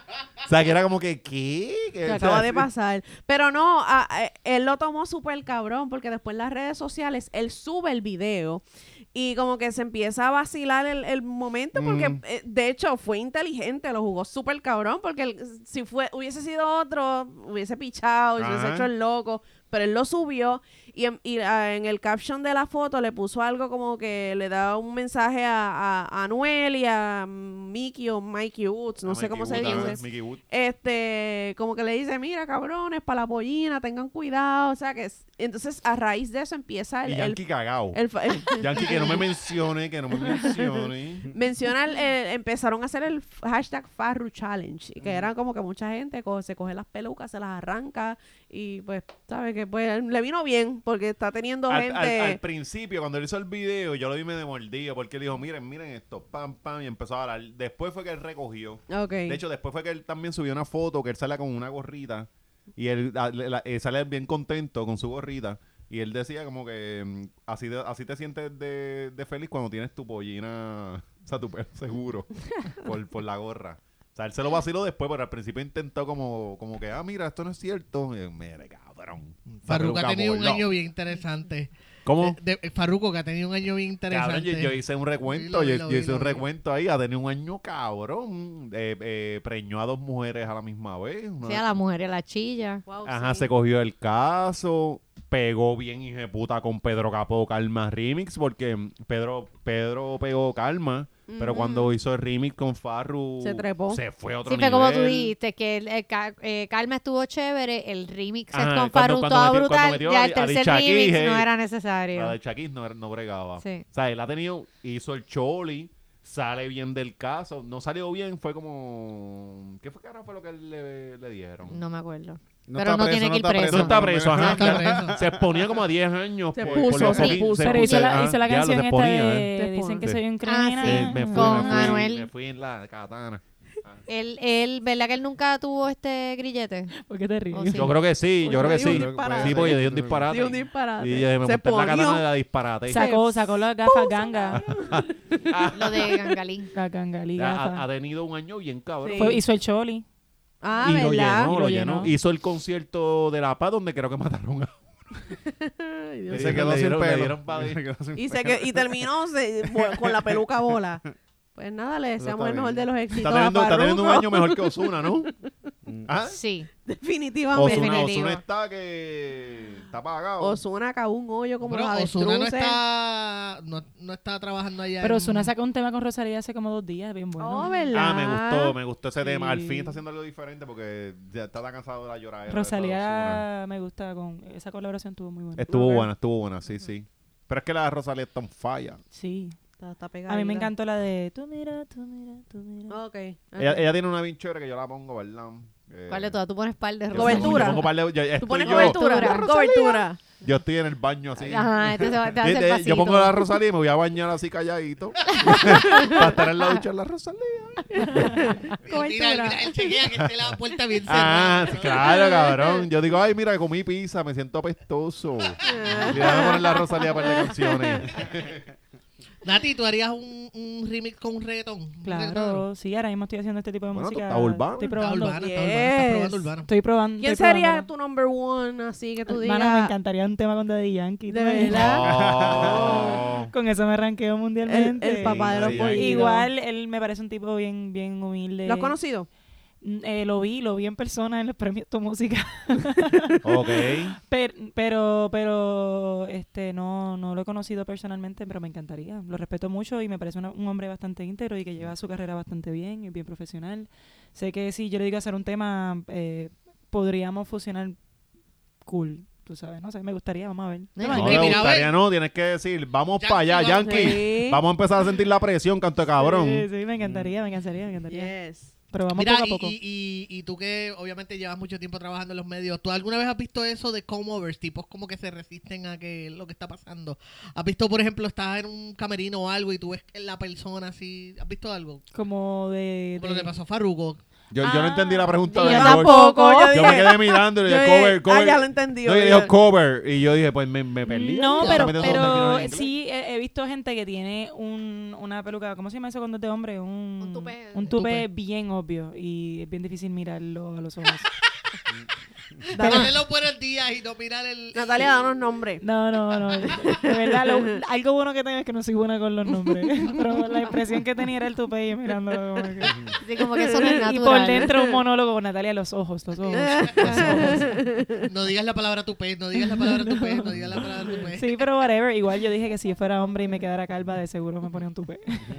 O sea, que era como que, ¿qué? Que, Que o sea, acaba de sí. pasar. Pero no, a- a- él lo tomó súper cabrón porque después en las redes sociales él sube el video y como que se empieza a vacilar el, el momento porque Mm. eh, de hecho fue inteligente, lo jugó súper cabrón porque él, si fue hubiese sido otro, hubiese pichado, hubiese Ajá. hecho el loco, pero él lo subió y, en, y, ah, en el caption de la foto le puso algo como que le da un mensaje a, a, a Anuel y a Mickey o Mikey Woods, no Ah, sé Mickey cómo Wood, se ajá, dice. Mickey Wood. Este, como que le dice, mira, cabrones, para la pollina, tengan cuidado, o sea que es- entonces a raíz de eso empieza el, Y el, Yankee cagao. el fa- el- Yankee que no me mencione, que no me mencione. menciona el- el- empezaron a hacer el f- hashtag Farru Challenge, y que eran como que mucha gente co- se coge las pelucas, se las arranca y pues, sabe que pues le vino bien porque está teniendo Al, gente. al- al principio, cuando él hizo el video, yo lo vi medio mordido porque él dijo, miren, miren esto, pam, pam, y empezó a hablar. Después fue que él recogió. Ok. De hecho, después fue que él también subió una foto que él sale con una gorrita y él la- la- eh, sale bien contento con su gorrita y él decía como que mm, así, de- así te sientes de, de feliz cuando tienes tu pollina, o sea, tu pelo seguro por, por la gorra. O sea, él se lo vaciló después, pero al principio intentó como, como que, ah, mira, esto no es cierto. Y yo, mire, cabrón. esa Farruko ha peluca tenido un voló". año bien interesante. ¿Cómo? De, de- Farruko que ha tenido un año bien Cabrón, interesante. yo, yo hice un recuento, Vi, lo vi, yo, lo yo vi, hice lo un vi. recuento ahí, ha tenido un año cabrón, eh, eh, preñó a dos mujeres a la misma vez. una- Sí, a la mujer y a la chilla. Wow, Ajá, sí. se cogió el caso, pegó bien hijeputa con Pedro Capó Calma Remix, porque Pedro, Pedro pegó Calma, pero Ujú. cuando hizo el remix con Farru, Se trepó. se fue a otro Sí, fue nivel. como tú dijiste, que el, el ca- eh, Calma estuvo chévere, el remix Ajá, con cuando- Farru cuando estaba metió- cuando brutal, metió ya a- el a tercer Alicia remix Keys, no eh, era La necesario. de Shaquille no, no bregaba. Sí. O sea, él ha tenido, hizo el Choli, sale bien del caso, no salió bien, fue como... ¿Qué fue que ahora fue lo que le, le dieron? No me acuerdo. No Pero está no preso, tiene que ir está preso. No está preso, No ajá. está preso. Se exponía como a diez años. Se por, puso, por lo se poquito- puso. Pero hizo la, ajá, hizo la ya lo canción esta exponía, de ¿eh? Dicen que Te soy un Ah, criminal. sí. Eh, me fui, Con me fui, Anuel. me fui en la katana. Él, él, ¿verdad que él nunca tuvo este grillete? ¿Por qué te ríes? Oh, sí. Yo creo que sí, yo creo que Dio un sí. disparate. Sí, porque dio un disparate. Dio un disparate. Y eh, me Se monté en la katana de ponió. la disparate. Sacó, sacó las gafas ganga. Lo de Gangalín. La gangalí Ha, gafas. ha tenido un año bien cabrón. Sí. Fue- hizo el choli. Ah, y lo ¿verdad? llenó, Y lo lo llenó. llenó. Hizo el concierto de La Paz donde creo que mataron a... Ay, Dios Le Se quedó le sin dieron- le pelo. dieron pa' Se quedó sin Y, se pelo. que, y terminó se- bo- con la peluca bola. Pues nada, le deseamos está el mejor bien. de los éxitos Está teniendo, a está teniendo un Farruko. año mejor que Osuna, ¿no? ¿Ah? Sí. Definitivamente. Osuna, Definitivo. Osuna está que... Está apagado. Ozuna acabó un hoyo como Pero los Ozuna no avestruces. está, no, no está trabajando allá. Pero en- Ozuna sacó un tema con Rosalía hace como dos días, bien bueno. Oh, ¿verdad? Ah, me gustó, me gustó ese Sí. tema. Al fin está haciendo algo diferente porque ya está tan cansado de la lloradera. de esa Ozuna. Rosalía me gusta con esa colaboración estuvo muy buena. Estuvo Ok. buena, estuvo buena, sí, sí. Pero es que la de Rosalía está en falla. Sí. Está, está pegadita. A mí me encantó la de tú mira, tú mira, tú mira. Ok. Ella, ella tiene una bien chévere que yo la pongo, ¿verdad? Eh, ¿Cuál de todas? Tú pones par de yo rosa. Cobertura. pongo- yo pongo par de- yo- Tú estoy pones yo- cobertura. Cobertura. Yo estoy en el baño así. Ajá, este se va, te va a Yo- hacer yo- pasito. yo pongo la Rosalía y me voy a bañar así calladito. Para estar en la ducha en la Rosalía. Mira, Cobertura. mira, él chequea que esté la puerta bien cerrada. Ah, ¿no? claro, cabrón. Yo digo, ay, mira, comí pizza, me siento apestoso. Y déjame poner la Rosalía para las canciones. Nati, ¿tú harías un, un remix con un reggaetón? ¿Un reggaetonero? Claro, sí, ahora mismo estoy haciendo este tipo de Bueno, tú música. estás urbano. Estoy Está probando. urbano, está urbano, estás probando Yes. urbano. Estoy probando. ¿Quién estoy sería probándolo. tu number one? Así que tú digas. Hermano, me encantaría un tema con Daddy Yankee. ¿De ¿tú me verdad? Oh. Con eso me ranqueo mundialmente. El- el papá de los Sí, pollitos. Igual, él me parece un tipo bien, bien humilde. ¿Lo has conocido? Mm, eh, lo vi, lo vi en persona en los premios Tu Música. Ok. pero, pero, pero, este, no, no lo he conocido personalmente, pero me encantaría. Lo respeto mucho y me parece una- un hombre bastante íntegro y que lleva su carrera bastante bien, es bien profesional. Sé que si yo le digo hacer un tema, eh, podríamos fusionar cool. Tú sabes, no sé, me gustaría, vamos a ver. No, No, Mira, le mira, gustaría, ve. no, tienes que decir, vamos Yankee, para allá, vamos. Yankee. Sí. Vamos a empezar a sentir la presión, canto de cabrón. Sí, sí, me encantaría, me encantaría, me encantaría. Yes. Pero vamos Mira, poco a y, poco. y, y, y tú que obviamente llevas mucho tiempo trabajando en los medios, ¿tú alguna vez has visto eso de come-overs? Tipos como que se resisten a que lo que está pasando. ¿Has visto, por ejemplo, estás en un camerino o algo y tú ves que la persona así... ¿Has visto algo? Como de... Como lo de- que pasó a Farruko. Yo, yo no Ah, entendí la pregunta Yo de George. tampoco. Yo, Yo me dije- quedé mirando y le yo dije, dije, cover, cover. Ah, ya lo entendí. No, y dijo cover. Y yo dije, pues me, me perdí. No, Ya pero, está metiendo todos los pero términos en inglés. sí he, he visto gente que tiene un, una peluca, ¿cómo se llama eso cuando es de hombre? Un, Un tupé. un Tupé. tupé bien obvio y es bien difícil mirarlo a los ojos. Darle los buenos días y no mirar el... Natalia, danos nombre. No, no, no. De verdad, lo- algo bueno que tengo es que no soy buena con los nombres. Pero la impresión que tenía era el tupé y mirándolo como que... Sí, como que eso no es natural. Y por dentro un monólogo con Natalia, los ojos, los ojos. los ojos. No digas la palabra tupé, no digas la palabra tupé, no digas la palabra tupé. Sí, pero whatever. Igual yo dije que si yo fuera hombre y me quedara calva, de seguro me ponía un tupé.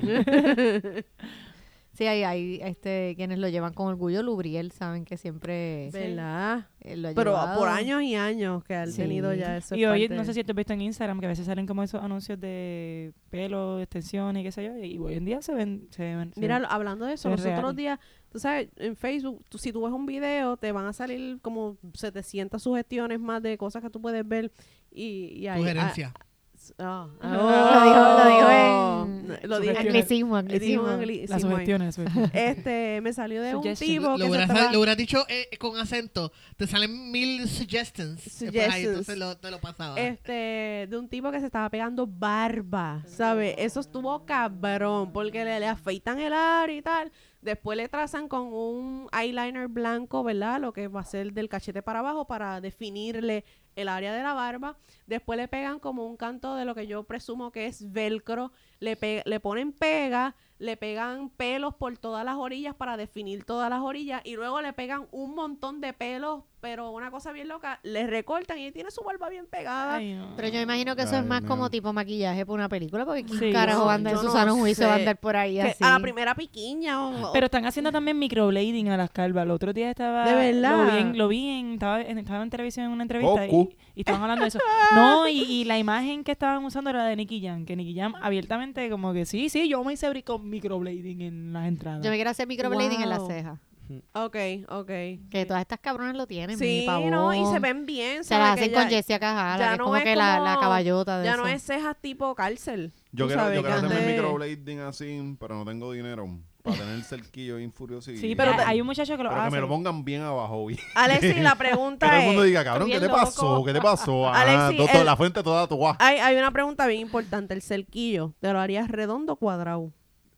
Sí, hay, hay este, quienes lo llevan con orgullo. Lubriel, saben que siempre ¿Verdad? eh, lo ha Pero llevado. por años y años que han Sí. tenido ya eso. es Y hoy, parte no de- sé si tú has visto en Instagram que a veces salen como esos anuncios de pelo, extensiones y qué sé yo. Y hoy en día se ven. Se ven se Mira, ven- hablando de eso, es los real. otros días, tú sabes, en Facebook, tú- si tú ves un video, te van a salir como setecientas sugestiones más de cosas que tú puedes ver. Y, y ahí, Sugerencia. ah, ah, Lo dijo- lo dijo en- Lo dije. Anglicismo, Dijo anglicismo. anglicismo Las ahí. sugestiones. las sugestiones. Este, me salió de un Suggestions. tipo Lo que se hubieras, estaba... lo hubieras dicho eh, con acento. Te salen mil suggestions. Después ahí, Suggestions. entonces lo, te lo pasaba. Este, de un tipo que se estaba pegando barba, ¿sabes? Eso estuvo cabrón, porque le, le afeitan el área y tal. Después le trazan con un eyeliner blanco, ¿verdad? Lo que va a ser del cachete para abajo para definirle el área de la barba. Después le pegan como un canto de lo que yo presumo que es velcro. Le, pe- le ponen pega, le pegan pelos por todas las orillas para definir todas las orillas. Y luego le pegan un montón de pelos, pero una cosa bien loca. Le recortan y tiene su barba bien pegada. Ay, no. Pero yo imagino que eso Ay, es más Dios como mío. tipo maquillaje por una película, porque ¿quién Sí, carajo yo- anda en yo su no sano juicio va a sé. andar por ahí Que así? a la primera piquiña o, o- Pero están haciendo también microblading a las calvas. El otro día estaba... ¿De verdad? Lo vi en, lo vi en, estaba, en, estaba en televisión en una entrevista Goku. y, y estaban hablando de eso. No, y, y la imagen que estaban usando era de Nicky Jam. Que Nicky Jam abiertamente como que sí, sí, yo me hice bri- con microblading en las entradas. Yo me quiero hacer microblading en la Wow. ceja. Ok, ok. Que todas estas cabronas lo tienen, Sí, mi pavón. no, y se ven bien. Se ¿sabes? las Que hacen ya- con Jessie Cajala, ya que es no como es que la, la como- caballota de Ya eso. no es cejas tipo cárcel. Yo Tú quiero, sabes yo que quiero hacerme antes- microblading así, pero no tengo dinero para tener el cerquillo bien furioso. y- Sí, pero Pero te- hay un muchacho que lo pero que hace. me lo pongan bien abajo. Y que Alexi, la pregunta todo el mundo es... diga, cabrón, ¿qué bien te pasó? loco. ¿Qué te pasó? Ah, Alexi, to- to- el- la fuente toda tu Hay, hay una pregunta bien importante. El cerquillo, ¿te lo harías redondo o cuadrado?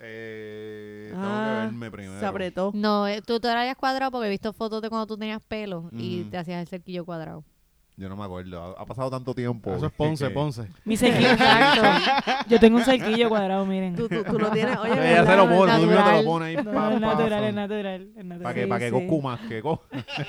Eh, tengo Ah, que verme primero. Se apretó. No, eh, tú te lo harías cuadrado porque he visto fotos de cuando tú tenías pelo y Mm. te hacías el cerquillo cuadrado. Yo no me acuerdo. Ha, ha pasado tanto tiempo. Eso es que- Ponce, que- Ponce. Mi cerquillo, exacto. Yo tengo un cerquillo cuadrado, miren. Tú, tú, tú no tienes... Oye, Ella se lo ¿verdad? pone, tú mismo te natural. lo pones ahí. No, pa- es pa- natural, pa- es natural, es natural. Para que, Sí, pa que sí. Goku más que Goku.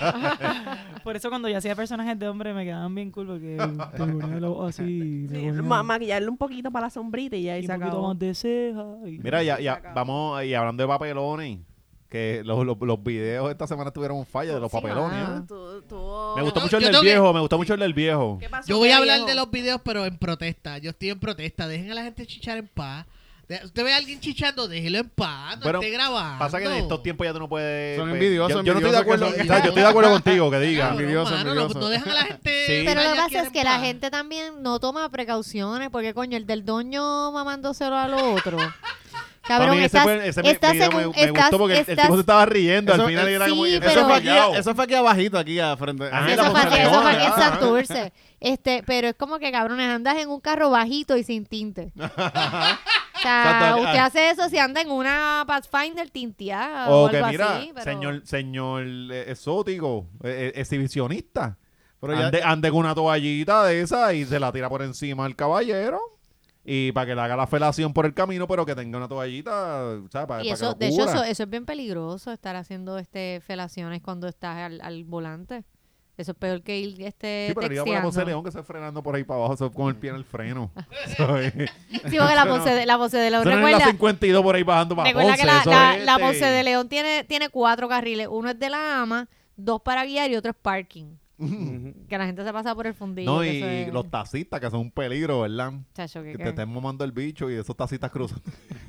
Por eso cuando yo hacía personajes de hombre me quedaban bien cool porque te ponía la voz así. me Sí, ponía- ma- maquillarle un poquito para la sombrita y ya ahí y se un poquito acabó. más de ceja. y- Mira, ya, ya, acabó. vamos, y hablando de papelones, que los, los, los videos esta semana tuvieron un fallo de los Sí, papelones. mano. ¿eh? Tú- tú- Me gustó Yo- mucho el yo del tengo que- viejo, me gustó mucho el del viejo. ¿Qué pasó? Yo voy a ¿Qué hablar viejo? de los videos, pero en protesta. Yo estoy en protesta. Dejen a la gente chichar en paz. De- Usted ve a alguien chichando, déjelo en paz, no Pero esté grabando. Pasa que en estos tiempos ya tú no puedes... Son pues, envidiosos, Yo, yo no estoy de envidiosos acuerdo, que son- o sea, yo estoy de acuerdo contigo que diga. Cabrón, envidioso, mano, envidioso. No, no dejan a la gente... Sí. Pero lo que vaya pasa es en que la paz. gente también no toma precauciones, porque coño, el del doño mamándoselo al otro. Para Cabrón, mí ese, estás, fue- ese me- estás video en me, un- me estás- gustó porque el- el estás- tipo se estaba riendo. Eso- al final era sí, como... pero- Eso fue, aquí, fallado. eso fue aquí abajito, aquí a frente. Ajá, aquí en la Eso fue aquí, Ponce eso fue aquí en León, ajá. Santurce. Este, pero es como que, cabrones, andas en un carro bajito y sin tinte. O sea, Exacto, usted ah. hace eso si anda en una Pathfinder tinteada O o, que algo mira, así. Pero... señor, señor eh, exótico, eh, eh, exhibicionista. Pero ya- ande, ande con una toallita de esa y se la tira por encima al caballero. Y para que le haga la felación por el camino, pero que tenga una toallita, ¿sabes? Para, Y para eso, que de lo hecho, cubra. eso, eso es bien peligroso, estar haciendo este felaciones cuando estás al, al volante. Eso es peor que ir este Sí, pero iba por la Ponce texteando. León que se frenando por ahí para abajo, eso con el pie en el freno. ¿Sabes? Sí, porque la Ponce de, la Ponce de León, Eso no es la recuerda, cincuenta y dos por ahí bajando para recuerda Ponce. que la, eso la, es la este- Ponce de León tiene, tiene cuatro carriles. Uno es de la ama, dos para guiar y otro es parking. Ujú. Que la gente se pasa por el fundillo. No, que y eso es- los taxistas que son un peligro, ¿verdad? Chacho, que- Que que- te estén mamando el bicho y esos taxistas cruzan.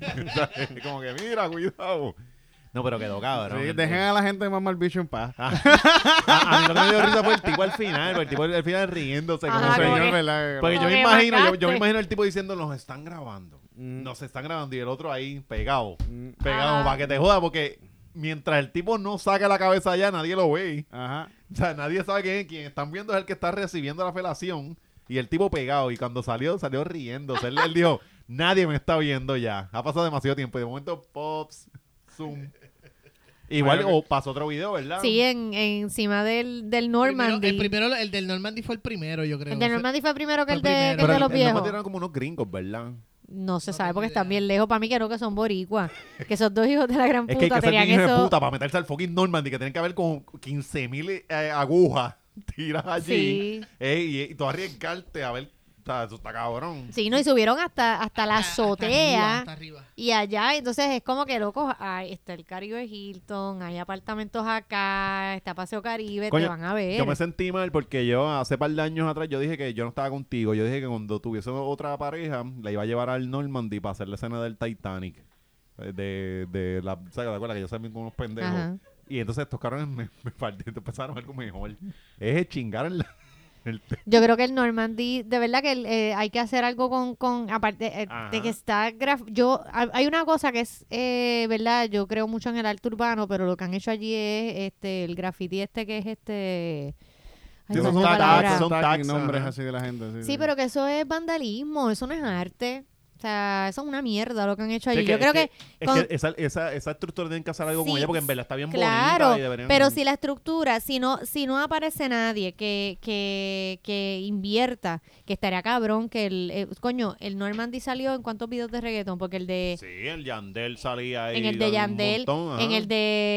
Como que mira, cuidado. No, pero quedó cabrón. Sí, El- dejen a la gente mamar el bicho en paz. a, a mí lo que me dio risa fue el tipo al final, el tipo al final riéndose. Ajá, como como señor, que- ¿verdad? porque yo como me que imagino, yo, yo marcaste. me imagino el tipo diciendo, nos están grabando. Mm. Nos están grabando y el otro ahí pegado. Mm. Pegado Ajá. para que te joda porque mientras el tipo no saca la cabeza allá, nadie lo ve. Ajá. O sea, nadie sabe quién es quien. Están viendo es el que está recibiendo la felación y el tipo pegado. Y cuando salió, salió riéndose. Él, él dijo, nadie me está viendo ya. Ha pasado demasiado tiempo. Y de momento, pops, zoom. Igual, Bueno, o pasó otro video, ¿verdad? Sí, en, encima del, del Primero- Normandy. el primero, el del Normandy fue el primero, yo creo. El del Normandy fue primero que Fue el de, primero. que el Pero de el- los el viejos. Normandy eran como unos gringos, ¿verdad? No se No sabe tengo porque idea. están bien lejos. Para mí creo que son boricuas. Que esos dos hijos de la gran Es que hay puta que ser tenían bien hijo de eso. puta para meterse al fucking Normandy, que tienen que haber como quince mil eh, agujas tiras allí. Sí. Eh, y, y tú arriesgarte a ver, o sea, eso está cabrón. Sí, no, y subieron hasta, hasta la Hasta- hasta arriba, azotea. hasta arriba. Y allá, entonces es como que, loco, ay, está el Caribe Hilton, hay apartamentos acá, está Paseo Caribe, Coño, te van a ver. Yo me sentí mal porque yo hace par de años atrás yo dije que yo no estaba contigo. Yo dije que cuando tuviese otra pareja la iba a llevar al Normandy para hacer la escena del Titanic. Eh, De, de la, ¿sabes? ¿Te acuerdas que yo salí con unos pendejos? Ajá. Y entonces estos cabrones me, me partieron, empezaron algo mejor. Es chingar en la... el- Yo creo que el Normandy, de verdad que eh, hay que hacer algo con, con aparte eh, Ajá. de que está, graf yo, hay hay una cosa que es, eh, verdad, yo creo mucho en el arte urbano, pero lo que han hecho allí es este el graffiti este que es este... ay, Sí, ¿cuál esos es la son palabra? tags, son Tag tags, y nombres ajá. así de la gente. Sí, pero que eso es vandalismo, eso no es arte. O sea, eso es una mierda lo que han hecho allí. Sí, Yo creo que... es con- que esa, esa, esa estructura tienen que hacer algo con Sí, ella porque en verdad está bien Claro, bonita. Y deberían... pero si la estructura, si no, si no aparece nadie que, que, que invierta, que estaría cabrón que el, eh, coño, el Normandy salió en cuántos videos de reggaetón, porque el de, Sí, el Yandel salía ahí. en el de un Yandel, montón, ajá. en el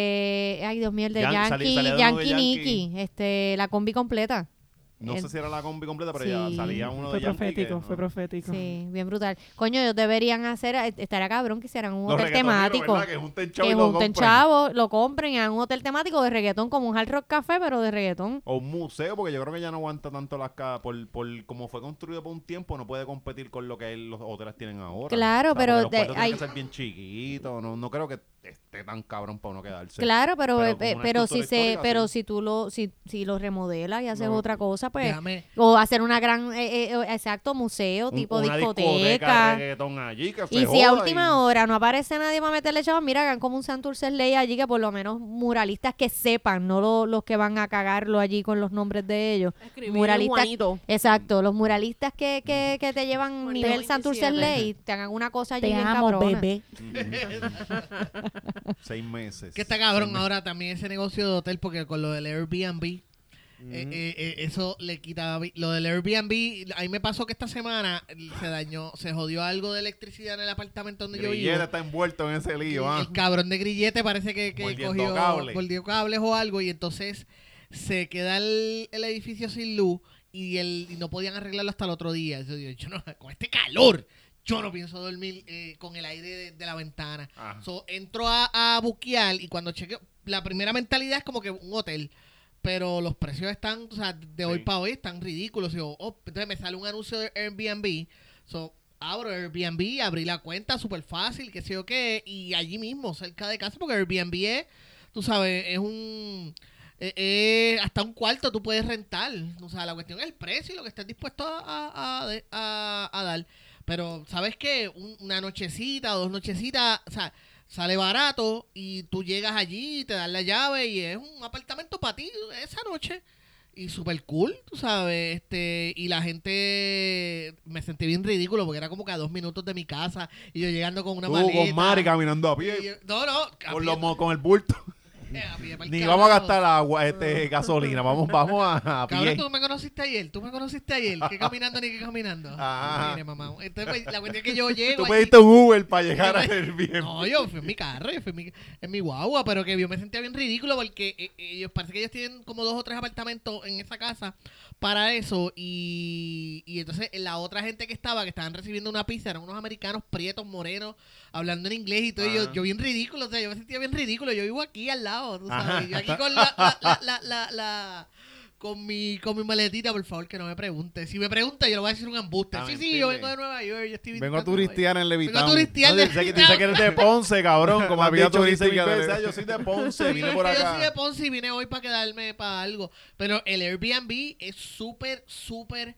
de, ay Dios mío, el de Yan- Yankee, salí- salía de uno de Yankee Yankee. Nicky, este, la combi completa. No el- sé si era la combi completa, pero Sí. ya salía uno Fue de Yankee profético, que- fue profético. Sí, bien brutal. Coño, ellos deberían hacer, eh, estaría cabrón que hicieran un Los hotel reggaetoneros, temático. ¿verdad? Que junten chavo Que y lo junten compren. chavos, lo compren y hagan un hotel temático de reggaetón como un Hard Rock Café, pero de reggaetón. O un museo, porque yo creo que ya no aguanta tanto las casas. Por, por como fue construido por un tiempo, no puede competir con lo que los hoteles tienen ahora. Claro, pero porque los de- cuartos tienen hay- que ser bien chiquitos. No, no creo que esté tan cabrón para uno quedarse. Claro, pero Pero eh, como eh, una pero si estructura se histórica, pero sí. si tú lo si si lo remodelas y haces No. otra cosa, pues Déjame, o hacer una gran eh, eh, exacto museo Un- tipo una discoteca discoteca. de reggaetón allí que se Y si a joda última y- hora no aparece nadie para meterle chavos, mira, hagan como un Santurce Ley allí que por lo menos muralistas que sepan, no lo- los que van a cagarlo allí con los nombres de ellos. Escribir Muralistas, Juanito. Exacto, los muralistas que, que, que te llevan Juanito nivel Santurce veintisiete. Ley, te hagan una cosa allí Te bien amo, cabrona. bebé. Seis meses. que está cabrón ahora también ese negocio de hotel, porque con lo del Airbnb, eh, eh, eh, eso le quitaba. vi- Lo del Airbnb, ahí me pasó que esta semana se dañó, se jodió algo de electricidad en el apartamento donde yo Grillete vivo. está envuelto en ese Y lío, ah. el cabrón de grillete parece que, que Mordiendo cogió cable. mordió cables o algo, y entonces se queda el, el edificio sin luz y, el, y no podían arreglarlo hasta el otro día. Yo digo, yo no, con este calor, yo no pienso dormir eh, con el aire de, de la ventana. Ajá. So, entro a, a buquear y cuando chequeo, la primera mentalidad es como que un hotel. Pero los precios están, o sea, de hoy Sí. para hoy están ridículos. Y yo, oh, entonces me sale un anuncio de Airbnb. So, abro Airbnb, abrí la cuenta súper fácil, qué sé yo qué, y allí mismo, cerca de casa, porque Airbnb es, tú sabes, es un... Eh, eh, hasta un cuarto tú puedes rentar. O sea, la cuestión es el precio y lo que estés dispuesto a, a, a, a, a dar. Pero, ¿sabes qué? Un, una nochecita o dos nochecitas, o sea, sale barato y tú llegas allí, te dan la llave y es un apartamento para ti esa noche. Y súper cool, tú sabes. este Y la gente... Me sentí bien ridículo porque era como que a dos minutos de mi casa y yo llegando con una Tú maleta. con Mari caminando a pie. Y yo- no, no. a Con, pie- los mo- con el bulto. eh, a pie pa'l Ni carajo. vamos a gastar agua, este, gasolina. Vamos, vamos a, a Cabrón, pie. tú me conociste ayer, tú me conociste ayer, que caminando ni que caminando. Ajá. Mire, mamá. Entonces, pues, la cuestión es que yo llego Tú allí- pediste un Uber para llegar a Yo me- Airbnb. No, yo fui en mi carro, yo fui en mi, en mi guagua, pero que yo me sentía bien ridículo porque eh, ellos, parece que ellos tienen como dos o tres apartamentos en esa casa para eso y, y entonces la otra gente que estaba, que estaban recibiendo una pizza, eran unos americanos prietos, morenos, hablando en inglés y todo, y yo, Ajá. yo bien ridículo, o sea, yo me sentía bien ridículo, yo vivo aquí al lado, tú Ajá. sabes, yo aquí con la, la, la, la, la, la- con mi, con mi maletita, por favor, que no me pregunte. Si me pregunta, yo le voy a decir un embuste. Ah, sí, ¿me sí, yo entiendes? vengo de Nueva York, yo estoy Vengo a visitando Nueva turistear en York. Vengo a Levitown. turistear No, de dice, que, dice que eres de Ponce, cabrón. Como La has vida dicho, dice mil turística de- veces. Yo soy de Ponce, Sí, vine pero por es que Yo soy de acá. Ponce y vine hoy para quedarme para algo. Pero el Airbnb es súper, súper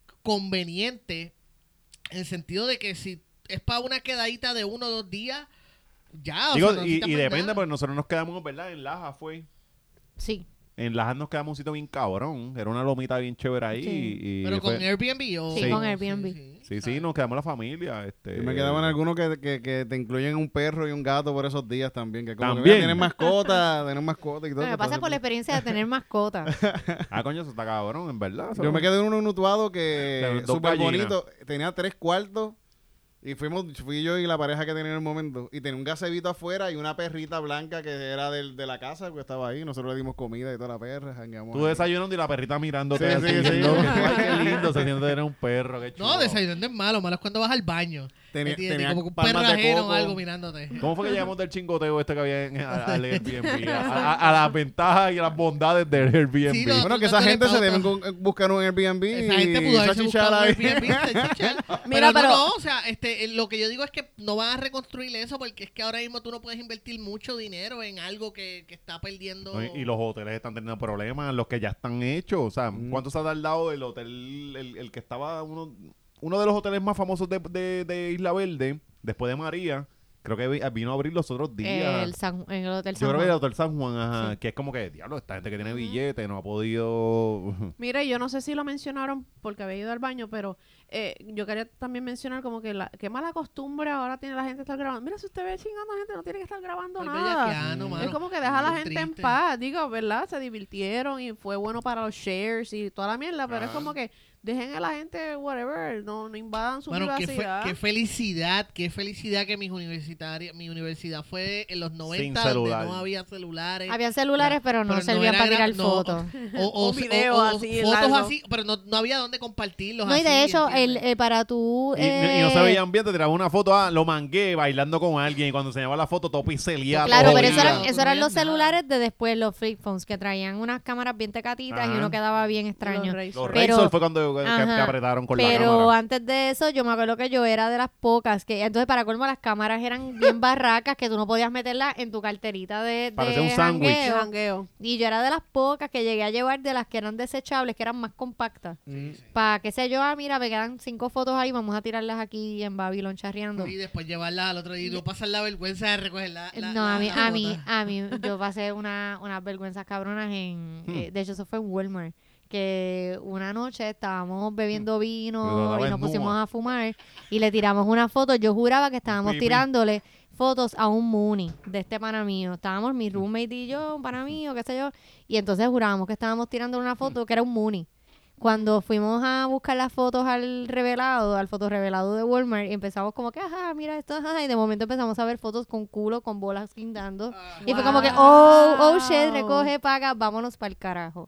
conveniente en el sentido de que si es para una quedadita de uno o dos días, ya. o Digo, sea, no y, necesitas y más depende, nada. porque nosotros nos quedamos, ¿verdad? En Laja fue. Sí. En Laja nos quedamos un sitio bien cabrón. Era una lomita bien chévere ahí. Sí. Y, y Pero con fue- Airbnb o... Sí, Sí. con Airbnb. Sí, sí, nos quedamos la familia. Este, Yo me quedaban algunos que, que, que te incluyen un perro y un gato por esos días también. Que como que También. mira, tienen mascota, tienen mascota y todo. Me pasa por la experiencia de tener mascotas. Ah, coño, eso está cabrón, en verdad. Yo me quedé en uno nutuado De que dos súper gallinas. bonito. Tenía tres cuartos. Y fuimos, fui yo y la pareja que tenía en el momento. Y tenía un gazebito afuera y una perrita blanca que era del, de la casa, que estaba ahí. Nosotros le dimos comida y toda la perra. jangueamos Tú ahí. desayunando y la perrita mirándote Sí, así, sí, sí. diciendo, Ay, qué lindo se siente tener un perro, qué chulo. No, desayunando es malo. Malo es cuando vas al baño. Tenía- ¿Entiendes? tenía Como que un palmas perro de ajeno o coco. algo mirándote. ¿Cómo fue que llegamos del chingoteo este que había en, a- al Airbnb? A, a- a las ventajas y a las bondades del Airbnb. Sí, no, Bueno, que no esa te le gente se pauta. deben con- buscar un Airbnb. Esa gente y pudo haberse esa buscado chichala un ahí. Airbnb, esa chichar. Mira, Pero no, pero- no, o sea, este, eh, lo que yo digo es que no van a reconstruir eso porque es que ahora mismo tú no puedes invertir mucho dinero en algo que, que está perdiendo. No, y, y los hoteles están teniendo problemas, los que ya están hechos. O sea, Mm. ¿cuánto se ha tardado el hotel, el, el que estaba uno, uno de los hoteles más famosos de, de, de Isla Verde, después de María? Creo que vi- vino a abrir los otros días. El San- en el Hotel Yo San creo que el Juan. Hotel San Juan, ajá, Sí. que es como que, diablo, esta gente que tiene billete no ha podido... Mira, yo no sé si lo mencionaron porque había ido al baño, pero eh, yo quería también mencionar como que la, qué mala costumbre ahora tiene la gente de estar grabando. Mira, si usted ve chingando a gente, no tiene que estar grabando Ay, nada. bellaqueano, Mm. mano. Es como que deja a la Bien gente en triste. paz. Digo, ¿verdad? Se divirtieron y fue bueno para los shares y toda la mierda, pero es Ah. como que dejen a la gente, whatever, no, no invadan su Bueno, qué, fe- privacidad. qué felicidad, qué felicidad que mis universitarios, mi universidad fue en los noventa celular. donde no había celulares. Habían celulares, pero no Pero no servían era para tirar gra- no. fotos. o, o, O videos o- o así, fotos largos. así, pero no, no había dónde compartirlos. No, y así, de hecho, el, ¿entiendes? eh, para tú... Y, y no se eh, veían bien, te tiraba una foto, ah, lo mangué bailando con alguien y cuando enseñaba la foto todo pixeleado. Claro, todo pero eso, jodido. eran, no eso eran veías los nada. celulares de después, los flip phones, que traían unas cámaras bien tecatitas y Ajá. uno quedaba bien Los extraño. Razor. Los Pero- Razor fue cuando que- que, Ajá. apretaron con la Pero cámara. antes de eso, yo me acuerdo que yo era de las pocas que, entonces, para colmo, las cámaras eran bien barracas que tú no podías meterlas en tu carterita de, de Parecía un sándwich. jangueo. Jangueo. Y yo era de las pocas que llegué a llevar de las que eran desechables, que eran más compactas. Mm. Para, qué sé yo, ah, mira, me quedan cinco fotos ahí, vamos a tirarlas aquí en Babylon charreando. Y después llevarlas al otro día y no pasar la vergüenza de recoger la, la- No, la- a mí, la a mí, bota. a mí, yo pasé una, unas vergüenzas cabronas en, Hmm. eh, de hecho eso fue en Walmart, que una noche estábamos bebiendo Pero vino estaba y nos desnuda. pusimos a fumar y le tiramos una foto, yo juraba que estábamos Pipí. tirándole fotos a un Mooney de este pana mío, estábamos mi roommate y yo, un pana mío, qué sé yo, y entonces jurábamos que estábamos tirando una foto que era un Mooney. Cuando fuimos a buscar las fotos al revelado, al fotorrevelado de Walmart, y empezamos como que, ajá, mira esto, ajá, y de momento empezamos a ver fotos con culo, con bolas guindando. Ah, Y fue como que, Wow. oh, oh shit, recoge, paga, vámonos para el carajo. O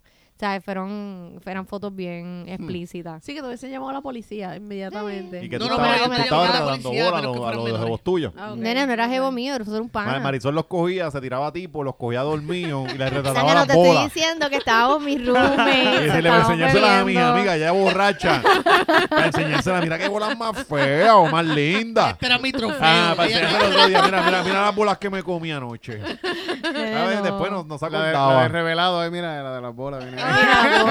sea, fueron, fueron fotos bien explícitas. Sí, que te hubiesen llamado a la policía inmediatamente. Y que No, tú no, estabas, pero tú yo estabas llamaba a la dando policía, bola a pero los, que a fueron los menores. jevos tuyos. Ah, ok. Nene, no era jevo mío, era un pana. Marisol los cogía, se tiraba tipo, los cogía dormidos y les O sea, retrataba que no las te estoy bolas. diciendo que estábamos mis roommates. Y si le estábamos enseñárselas a mi bebiendo. amiga, ya borracha. Para enseñárselas, mira qué bolas más feas o más lindas. Este era mi trofeo. Ah, para Ella- enseñárselo otro día. Mira, mira, mira las bolas que me comí anoche. Nene, ¿Sabes? no. Después no, no se La de, la acordaba. de revelado, ahí mira, la de las bolas. Mira. Mira,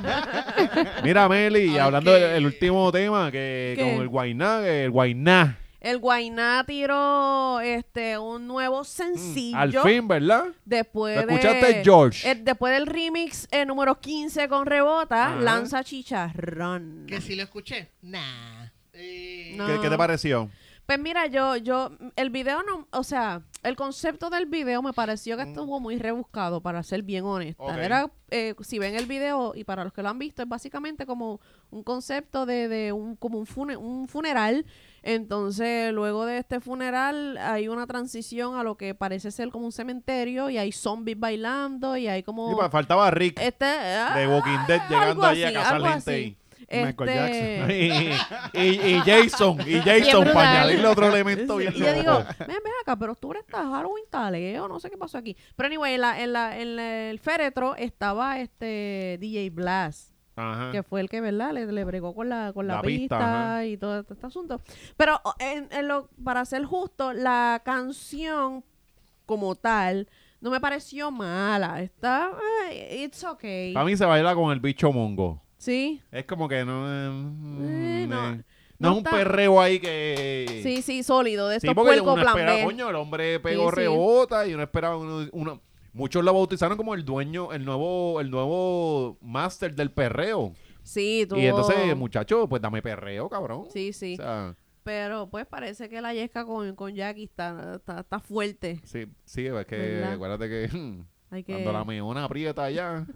bola. Mira, Meli, Ok. hablando del el último tema, que ¿Qué? con el Guainá, el Guainá. El Guainá tiró este, un nuevo sencillo. Al fin, ¿verdad? Después ¿Lo de, escuchaste, George? el- después del remix eh, número quince con Rebota, Ajá. lanza Chicharrón. Que si lo escuché. Nah. Eh, No. ¿Qué, qué te pareció? Pues mira, yo, yo, el video no, o sea, el concepto del video me pareció que estuvo muy rebuscado, para ser bien honesta. Ok. Era, eh, si ven el video, y para los que lo han visto, es básicamente como un concepto de, de un, como un, fune- un funeral. Entonces, luego de este funeral, hay una transición a lo que parece ser como un cementerio, y hay zombies bailando, y hay como... Sí, pa- faltaba Rick este, de Walking Dead ah, llegando algo allí a así, cazar algo gente así. ahí. Michael Este, y, y, y Jason, y Jason, brutal. para añadirle otro elemento bien Y yo digo, loco. ven, ven acá, pero tú eres Halloween taleo, no sé qué pasó aquí. Pero anyway, en, la, en, la, en la- el féretro estaba este D J Blast, Ajá. que fue el que, ¿verdad? Le, le bregó con la, con la, La pista, pista, ajá. y todo este asunto. Pero o, en, en lo, para ser justo, la canción como tal no me pareció mala. Está, eh, it's okay. Para mí se baila con el bicho mongo. Sí, Es como que no... eh, Eh, no, eh, no no es un está- perreo ahí que... sí, sí, sólido. De Sí, estos porque puercos uno plan espera, B. coño, el hombre pegó Sí, sí. rebota y uno esperaba uno, uno- muchos lo bautizaron como el dueño, el nuevo, el nuevo máster del perreo. Sí, tuvo... Y entonces, muchacho, pues dame perreo, cabrón. Sí, sí. O sea, Pero pues parece que la yesca con, con Jackie está, está, está fuerte. sí, sí, es que ¿Verdad? acuérdate que hmm, Hay que... cuando la meona aprieta allá,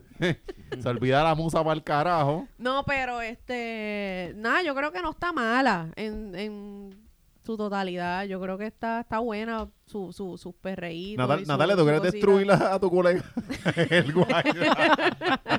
se olvida la musa para el carajo. No, pero este... Nada, yo creo que no está mala en, en su totalidad. Yo creo que está, está buena su, su, sus perreitos. Natal, y su- Natalia, ¿tú su quieres cosita. destruir a, a tu colega? el guayna.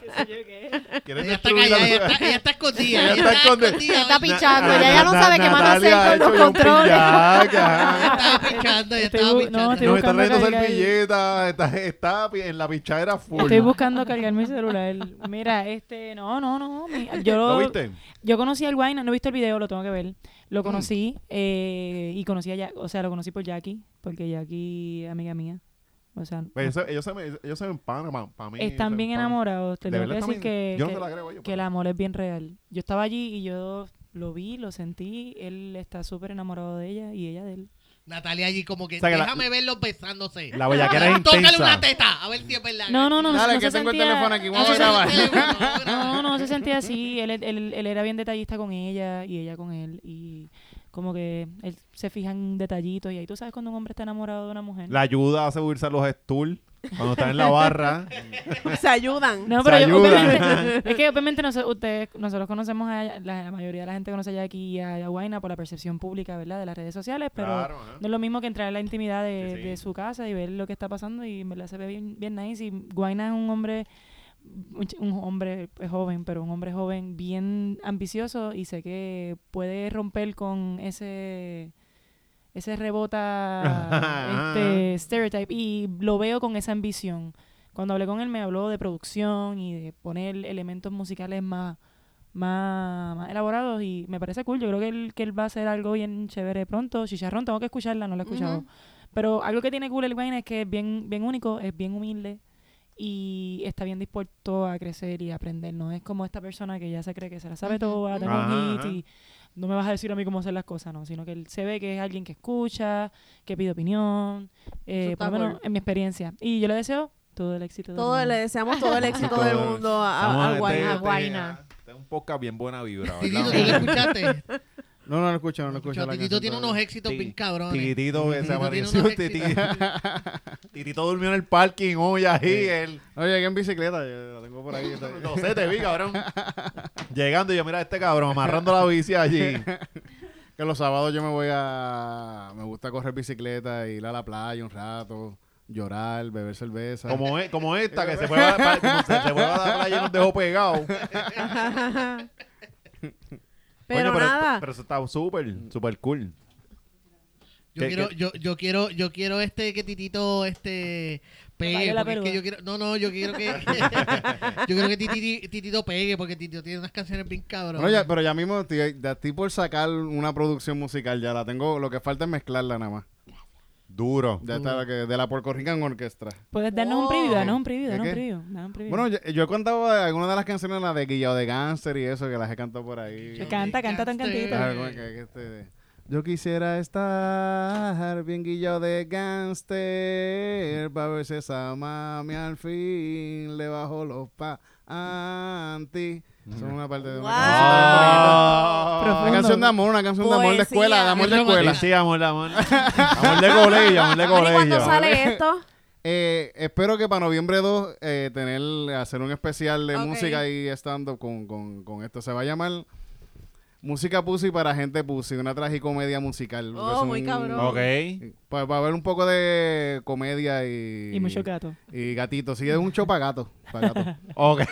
¿Quieres Ella está destruir a callada, tu- ella está, ella está escondida. Ella Ella está está escondida. escondida. Está Ella pichando, Na- ya, ya no na- sabe qué mano Natalia hacer ha con los hecho ya un controles. pillaca. estaba pichando, ella Estoy estaba bu- pichando. no, estoy No, está buscando trayendo cargar- servilletas, está, está en la pichadera full. Estoy buscando cargar mi celular. Mira, este, no, no, no. mi- yo, ¿Lo viste? yo conocí al Guayna, no he visto el video, lo tengo que ver. Mm. Lo conocí eh, y conocí a Jack, o sea, lo conocí por Jackie, porque Jackie es amiga mía. O sea, Pues ellos, se- ellos se me, ellos se me empanan para mí. están se bien me empanan. enamorados. Te De tengo que verdad decir están que, bien- yo no que- se la creo a ellos, que el pero- amor es bien real. Yo estaba allí y yo lo vi, lo sentí. Él está súper enamorado de ella y ella de él. Natalia allí como que, O sea, que la- déjame verlos besándose. La bellaquera es Tócale intensa. una teta, a ver si es verdad. No, no, no. Dale, no que se tengo el sentía- teléfono aquí, no vamos se a grabar. sentía- No, no se sentía así. Él, él, él- él era bien detallista con ella y ella con él. Y como que él se fija en detallitos. Y ahí tú sabes cuando un hombre está enamorado de una mujer. La ayuda a subirse a los stools cuando están en la barra. Se ayudan. No, Se pero yo, ayudan. obviamente, es que obviamente nosotros, ustedes, nosotros conocemos a la, la mayoría de la gente conoce a Jackie y a, a Guayna por la percepción pública, ¿verdad? De las redes sociales, pero Claro, ajá. no es lo mismo que entrar en la intimidad de, Sí, sí. de su casa y ver lo que está pasando y en verdad se ve bien, bien nice. Y Guayna es un hombre, un, ch- un hombre pues, joven, pero un hombre joven bien ambicioso y sé que puede romper con ese ese rebota este stereotype y lo veo con esa ambición. Cuando hablé con él me habló de producción y de poner elementos musicales más más, más elaborados y me parece cool. Yo creo que él, que él va a hacer algo bien chévere pronto. Chicharrón, tengo que escucharla, no la he escuchado. Ujú. Pero algo que tiene cool el Wayne es que es bien, bien único, es bien humilde y está bien dispuesto a crecer y a aprender. No es como esta persona que ya se cree que se la sabe Ujú, toda, ujú. tengo un Ajá, hit ajá. y no me vas a decir a mí cómo hacer las cosas, no. Sino que él se ve que es alguien que escucha, que pide opinión, eh, Eso está por lo menos cool. en mi experiencia. Y yo le deseo todo el éxito. del Todo, mundo. le deseamos todo el éxito del mundo a, Estamos- a, al este- Guayna. este- Guayna. Este es un podcast bien buena vibra, Titito, ¿tú ¿verdad? lo escuchaste? No, no lo escucho, no lo escucho. la Titito canción tiene todavía. unos éxitos Ti- bien cabrones. Titito que se Titito apareció. tiene unos Titi- Titito durmió en el parking hoy ahí. Él, Oye, aquí en bicicleta, yo la tengo por ahí. está- no sé, te vi, cabrón. Llegando y yo, mira, este cabrón amarrando la bici allí. Que los sábados yo me voy a... Me gusta correr bicicleta, ir a la playa un rato. llorar, beber cerveza. Como, es, como esta, que se fue a, pa- como se, se fue a la playa y nos dejó pegados. Pero Coño, nada. Pero, pero eso está súper, súper cool. Yo ¿Qué- quiero, qué? yo, yo quiero, yo quiero este que Titito este pegue, Vaya la porque es que perúa. yo quiero, no, no, yo quiero que yo quiero que Titi- Titito pegue, porque Titito tiene unas canciones bien cabronas. Bueno, ya, pero ya mismo estoy, ya estoy por sacar una producción musical, ya la tengo, lo que falta es mezclarla nada más. Duro. Ya está, la que, de la Puerto Rican Orchestra. Puedes darnos un preview, danos un preview, ¿De danos un qué? preview, danos un preview. Bueno, yo, yo he cantado algunas de las canciones, la de Guillao de Gánster y eso, que las he cantado por ahí. Que canta, canta tan cantito. A ver, ¿cómo es que- que este- Yo quisiera estar bien guillado de gangster para ver si esa mami al fin le bajó los panty. Son una parte de una Wow. Ah. canción. Una canción de amor, una canción de amor de Poesía. escuela, de amor de Qué escuela. Sí, sí, amor, amor. Amor de colegio, amor de ¿Y cuándo colegio. sale esto? Eh, espero que para noviembre dos eh, tener, hacer un especial de Ok. música y stand-up con, con, con esto. Se va a llamar Música Pussy para Gente Pussy, una tragicomedia musical. Oh, Son- muy cabrón. Ok. Para, para ver un poco de comedia y... Y mucho gato. Y gatitos. Sí, es un show para gatos. Para gatos. Ok.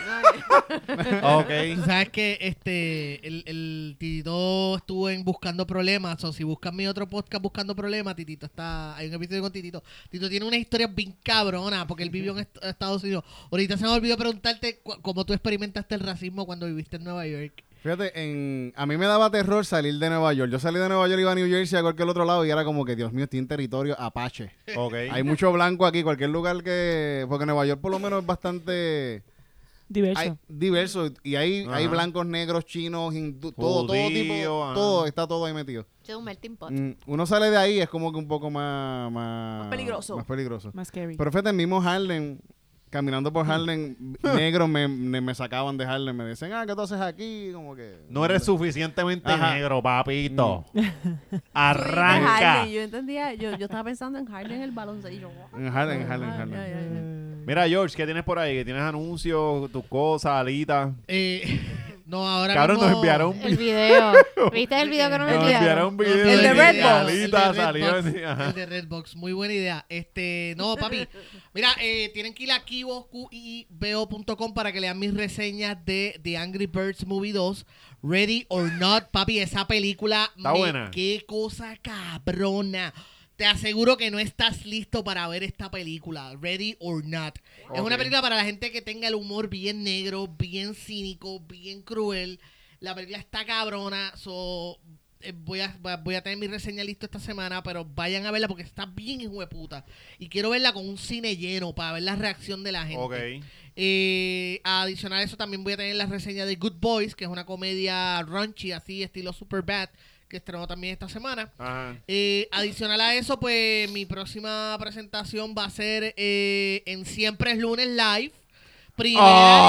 Ok. Tú sabes que este el, el Titito estuvo en Buscando Problemas, o si buscan mi otro podcast Buscando Problemas, Titito está, hay un episodio con Titito. Tito tiene una historia bien cabrona, porque él vivió en est- Estados Unidos. Ahorita se me olvidó preguntarte cu- cómo tú experimentaste el racismo cuando viviste en Nueva York. Fíjate, en, a mí me daba terror salir de Nueva York. Yo salí de Nueva York, iba a New Jersey, a cualquier otro lado, y era como que, Dios mío, estoy en territorio apache. Ok. Hay mucho blanco aquí, cualquier lugar que... Porque Nueva York por lo menos es bastante... Diverso. Hay diverso. Y hay, Ajá. hay blancos, negros, chinos, hindú, todo, todo tipo, Judío, ajá. todo, está todo ahí metido. Es un melting pot. Mm, uno sale de ahí, es como que un poco más... Más, Más peligroso. Más peligroso. Más scary. Pero fíjate, el mismo Harlem, caminando por Harlem, negros me, me, me sacaban de Harlem, me decían, ah, ¿qué tú haces aquí? Como que... No eres suficientemente Ajá. negro, papito. Tú dices Arranca. Harlem, Yo entendía, yo, yo estaba pensando en Harlem el baloncesto. En Harlem, en Harlem, en Ay, Harlem. ay, ay, ay. Mira, George, ¿qué tienes por ahí? ¿Que tienes anuncios, tus cosas, alitas? Eh, no, ahora Cabrón, mismo... nos enviaron un El video. video. ¿Viste el video que nos Nos enviaron? enviaron un video. El de que Redbox. Alita El de salió Redbox. en- ajá. El de Redbox, muy buena idea. Este, no, papi. Mira, eh, tienen que ir a kibo, Q I B O punto com para que lean mis reseñas de The Angry Birds Movie dos. Ready or Not, papi, esa película. Está me- buena. Qué cosa cabrona. Te aseguro que no estás listo para ver esta película, Ready or Not. Es Ok. una película para la gente que tenga el humor bien negro, bien cínico, bien cruel. La película está cabrona, so, eh, voy, a, va- voy a tener mi reseña listo esta semana, pero vayan a verla porque está bien hijo de puta. Y quiero verla con un cine lleno para ver la reacción de la gente. Ok. Eh, adicional a eso también voy a tener la reseña de Good Boys, que es una comedia raunchy, así estilo Superbad, que estrenó también esta semana. Ajá. Eh, adicional a eso, pues mi próxima presentación va a ser eh, en Siempre es Lunes Live. Primera.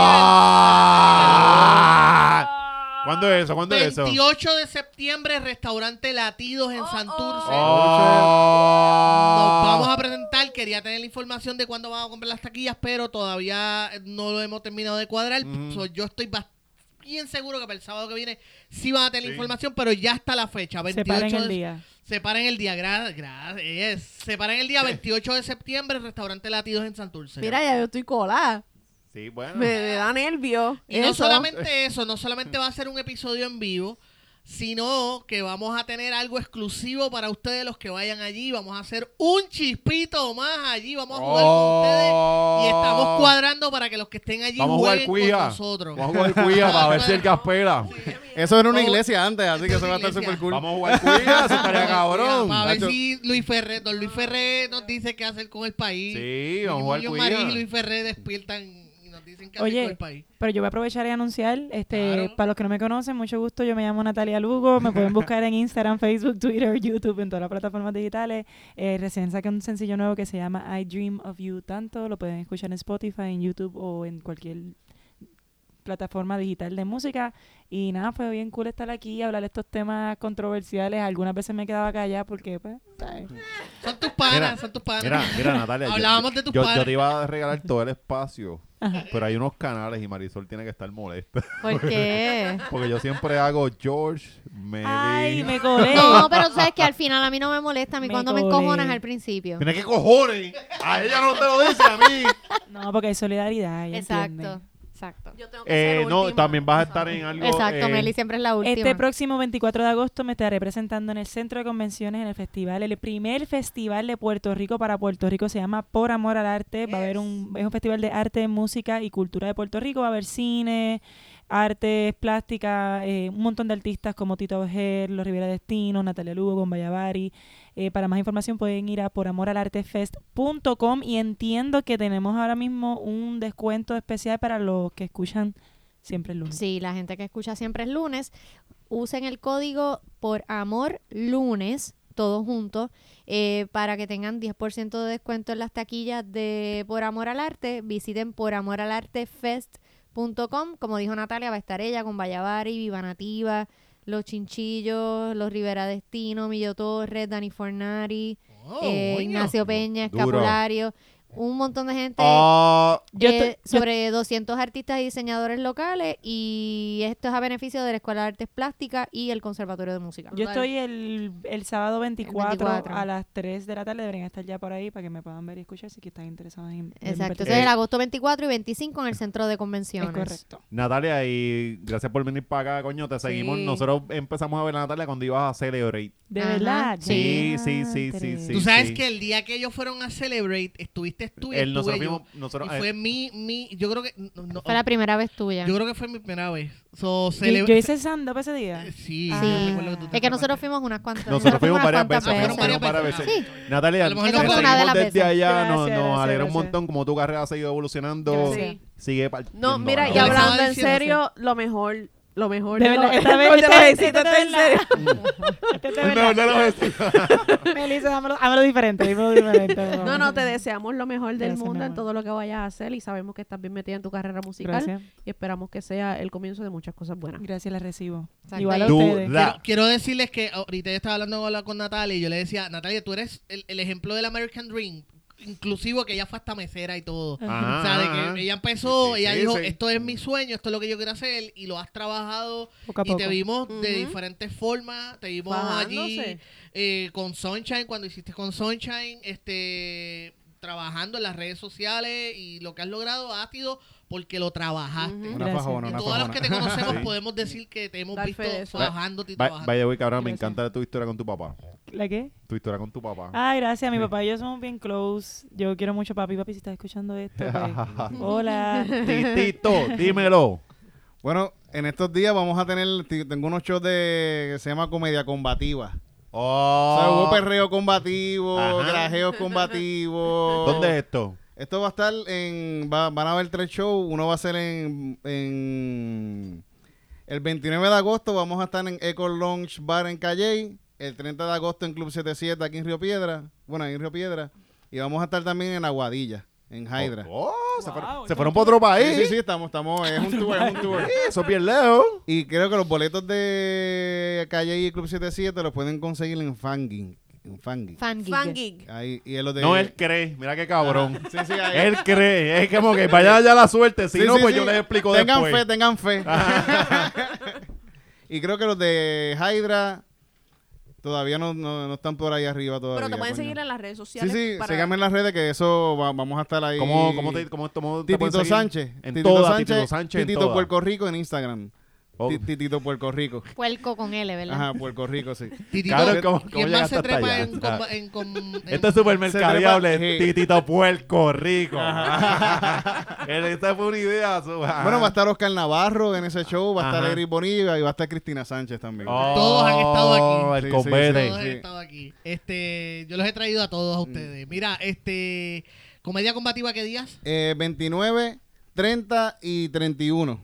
Ah. ¿Cuándo es eso? ¿Cuándo es eso? veintiocho de septiembre, Restaurante Latidos en Oh, Santurce. Oh. Nos vamos a presentar. Quería tener la información de cuándo vamos a comprar las taquillas, pero todavía no lo hemos terminado de cuadrar. Ujú. So, yo estoy bas- bien seguro que para el sábado que viene sí van a tener Sí. la información, pero ya está la fecha. Se veintiocho para en el de- día. Separen el día, gracias, gracias. Separen el día veintiocho de septiembre, Restaurante Latidos en Santurce. Mira, ya yo estoy colada. Sí, bueno. Me, me da nervio. Y no eso. solamente eso, no solamente va a ser un episodio en vivo, sino que vamos a tener algo exclusivo para ustedes los que vayan allí. Vamos a hacer un chispito más allí, vamos a jugar con ustedes y estamos cuadrando para que los que estén allí Vamos a jugar jueguen con cuija. nosotros. Vamos a jugar cuija para ver si el gas pela. Eso era una Oh, iglesia antes, así que eso eso va a es estar iglesia. súper cool. Vamos a jugar cuija, eso estaría cabrón. Para ver Nacho. si Luis Ferré, don Luis Ferré nos dice qué hacer con el país. Sí, vamos a jugar Muñoz cuija. Marín y Luis Ferré despiertan y nos dicen qué hacer Oye, con el país. Pero yo voy a aprovechar y anunciar, este, Claro. para los que no me conocen, mucho gusto, yo me llamo Natalia Lugo, me pueden buscar en Instagram, Facebook, Twitter, YouTube, en todas las plataformas digitales. Eh, recién saqué un sencillo nuevo que se llama I Dream of You Tanto, lo pueden escuchar en Spotify, en YouTube o en cualquier plataforma digital de música. Y nada, fue bien cool estar aquí, hablar de estos temas controversiales. Algunas veces me quedaba callada porque, pues, ¿sabes? Son tus panas, Mira, son tus panas. Mira, mira, Natalia. yo- Hablábamos de tus yo, panas. yo te iba a regalar todo el espacio Pero hay unos canales y Marisol tiene que estar molesta. ¿Por qué? Porque yo siempre hago George, me Ay, di- me colé. No, pero tú sabes que al final a mí no me molesta. A mí Me cuando me colé. encojonas al principio. Mira qué cojones. A ella no te lo dice, a mí. No, porque hay solidaridad. ella Exacto, entiende. exacto. Yo tengo que ser Eh, no, última. también vas a estar en algo. Exacto, eh, Meli siempre es la última. Este próximo veinticuatro de agosto me estaré presentando en el Centro de Convenciones en el festival, el primer festival de Puerto Rico para Puerto Rico, se llama Por Amor al Arte. Va a haber un, es un festival de arte, música y cultura de Puerto Rico. Va a haber cine, artes, plástica, eh, un montón de artistas como Tito Ojer, Los Rivera Destino, Natalia Lugo, con Bayavari. Eh, para más información pueden ir a por amor al arte fest punto com y entiendo que tenemos ahora mismo un descuento especial para los que escuchan siempre el lunes. Sí, la gente que escucha siempre es lunes. Usen el código por amor lunes, todos juntos, eh, para que tengan diez por ciento de descuento en las taquillas de Por Amor al Arte. Visiten por amor al arte fest punto com. Como dijo Natalia, va a estar ella con Bayavari, Viva Nativa, Los Chinchillos, Los Rivera Destino, Millo Torres, Dani Fornari, Oh, eh, coño. Ignacio Peña, Duro. Escapulario. Un montón de gente. Ah, Yo eh, estoy- yo- sobre doscientos artistas y diseñadores locales, y esto es a beneficio de la Escuela de Artes Plásticas y el Conservatorio de Música. Yo estoy el, el sábado veinticuatro, veinticuatro. a las tres de la tarde. Deberían estar ya por ahí para que me puedan ver y escuchar si que están interesados en en Exacto, participar. ese es el agosto veinticuatro y veinticinco en el Centro de Es Convenciones. correcto. Natalia, y gracias por venir para acá, coño. Te seguimos. Sí. Nosotros empezamos a ver a Natalia cuando ibas a Celebrate. De Ajá. verdad. Sí, ya, sí, sí, sí, tres. sí. Tú sabes que el día que ellos fueron a Celebrate, estuviste tú y El, estuve nosotros yo. fuimos, nosotros, Y fue mi, mi, yo creo que, no, no, Fue la primera vez tuya. yo creo que fue mi primera vez. So, Yo, celebra- yo hice stand-up ese día. Eh, Sí, Ah. Sí. yo recuerdo que tú te Es que nosotros escapaste. fuimos unas cuantas nosotros fuimos unas varias cuantas veces. Fueron Fuimos varias varias veces. veces. Natalia, A lo mejor te no fue una de seguimos las desde veces. allá. Gracias, nos nos gracias, alegra un gracias. montón como tu carrera ha seguido evolucionando. Sí. Sigue partiendo. No, mira, y Yo le estaba hablando en diciendo, serio, lo mejor, lo mejor De de, verdad, los- esta vez- de esta los vez- éxitos, esta esto vez en la- serio. Este es de No, verdad. no lo ves. Melissa, hámelo, hámelo diferente, dímelo diferente. por favor. No, no, te deseamos lo mejor del Gracias, mi mundo en amor. todo lo que vayas a hacer y sabemos que estás bien metida en tu carrera musical Gracias. y esperamos que sea el comienzo de muchas cosas buenas. Gracias, la recibo. Exacto. Igual a Dura. ustedes. Ra- Quiero, quiero decirles que ahorita yo estaba hablando con, la- con Natalia y yo le decía, Natalia, tú eres el, el ejemplo del American Dream, inclusivo que ella fue hasta mesera y todo. Ajá, O sea, de ajá. que ella empezó, Sí, ella sí, dijo, sí. esto es mi sueño, esto es lo que yo quiero hacer, y lo has trabajado, Poco a y poco. te vimos de Ujú. diferentes formas, te vimos allí Bajándose. eh, con Sunshine, cuando hiciste con Sunshine, este trabajando en las redes sociales, y lo que has logrado ha sido porque lo trabajaste. Ujú. Una Gracias. fajona, Y una todos los fajona. que te conocemos Sí. podemos decir que te hemos Dar visto fe de eso. trabajando y By, trabajando. by the way, cabrón, me Gracias. encanta tu historia con tu papá. ¿La qué? Tu historia con tu papá. Ay, gracias. Mi Sí. papá y yo somos bien close. Yo quiero mucho a papi. Papi, si estás escuchando esto, pues, hola. Titito, dímelo. Bueno, en estos días vamos a tener, t- tengo unos shows de que se llama Comedia Combativa. Oh. O sea, hubo perreo combativo, Ajá. grajeos combativos. ¿Dónde es esto? Esto va a estar en, va- van a haber tres shows, uno va a ser en, en el veintinueve de agosto, vamos a estar en Eco Lounge Bar en Calley, el treinta de agosto en Club setenta y siete aquí en Río Piedra, bueno, en Río Piedra, y vamos a estar también en Aguadilla, en Hydra. Oh, oh, se, Wow, fueron, se fueron para otro Sí, país. sí, sí, estamos, estamos, es un tour, es un tour. Sí, eso es bien lejos. Y creo que los boletos de Calle y Club setenta y siete los pueden conseguir en Fanging. En Fanging. Fan geek. Fan Geek. Ahí, y es lo de... No, él cree. Mira qué cabrón. Sí, sí, ahí. Él cree. Es como que vaya allá la suerte. Si Sí, no, sí, pues sí. yo les explico Tengan después. fe, tengan fe. Y creo que los de Hydra todavía no, no, no están por ahí arriba todavía. Pero te pueden coño. seguir en las redes Sí, sociales. sí, para- síganme en las redes que eso va- vamos a estar ahí. ¿Cómo, cómo te, cómo, cómo te pueden Titito seguir? Sánchez. En Titito todas, Sánchez, Titito Sánchez en Titito todas. Puerto Rico en Instagram. Oh. Ti- Titito Puerto Rico. Puerco con L, ¿verdad? Ajá, Puerto Rico, sí. Titito, Cabrón, ¿cómo- cómo ¿quién más llegaste se hasta trepa allá? en, comba- en, com- en- Este es súper mercadeable. Se trepa- sí. Titito Puerto Rico. Esta fue una idea. su- Bueno, va a estar Oscar Navarro en ese show, va a estar Ajá. Eric Bonilla y va a estar Cristina Sánchez también. Oh, Todos han estado aquí. El Sí, sí, combate. Todos han sí. estado aquí. Este, yo los he traído a todos a ustedes. Mira, este, comedia combativa, ¿qué días? Eh, veintinueve, treinta y treinta y uno.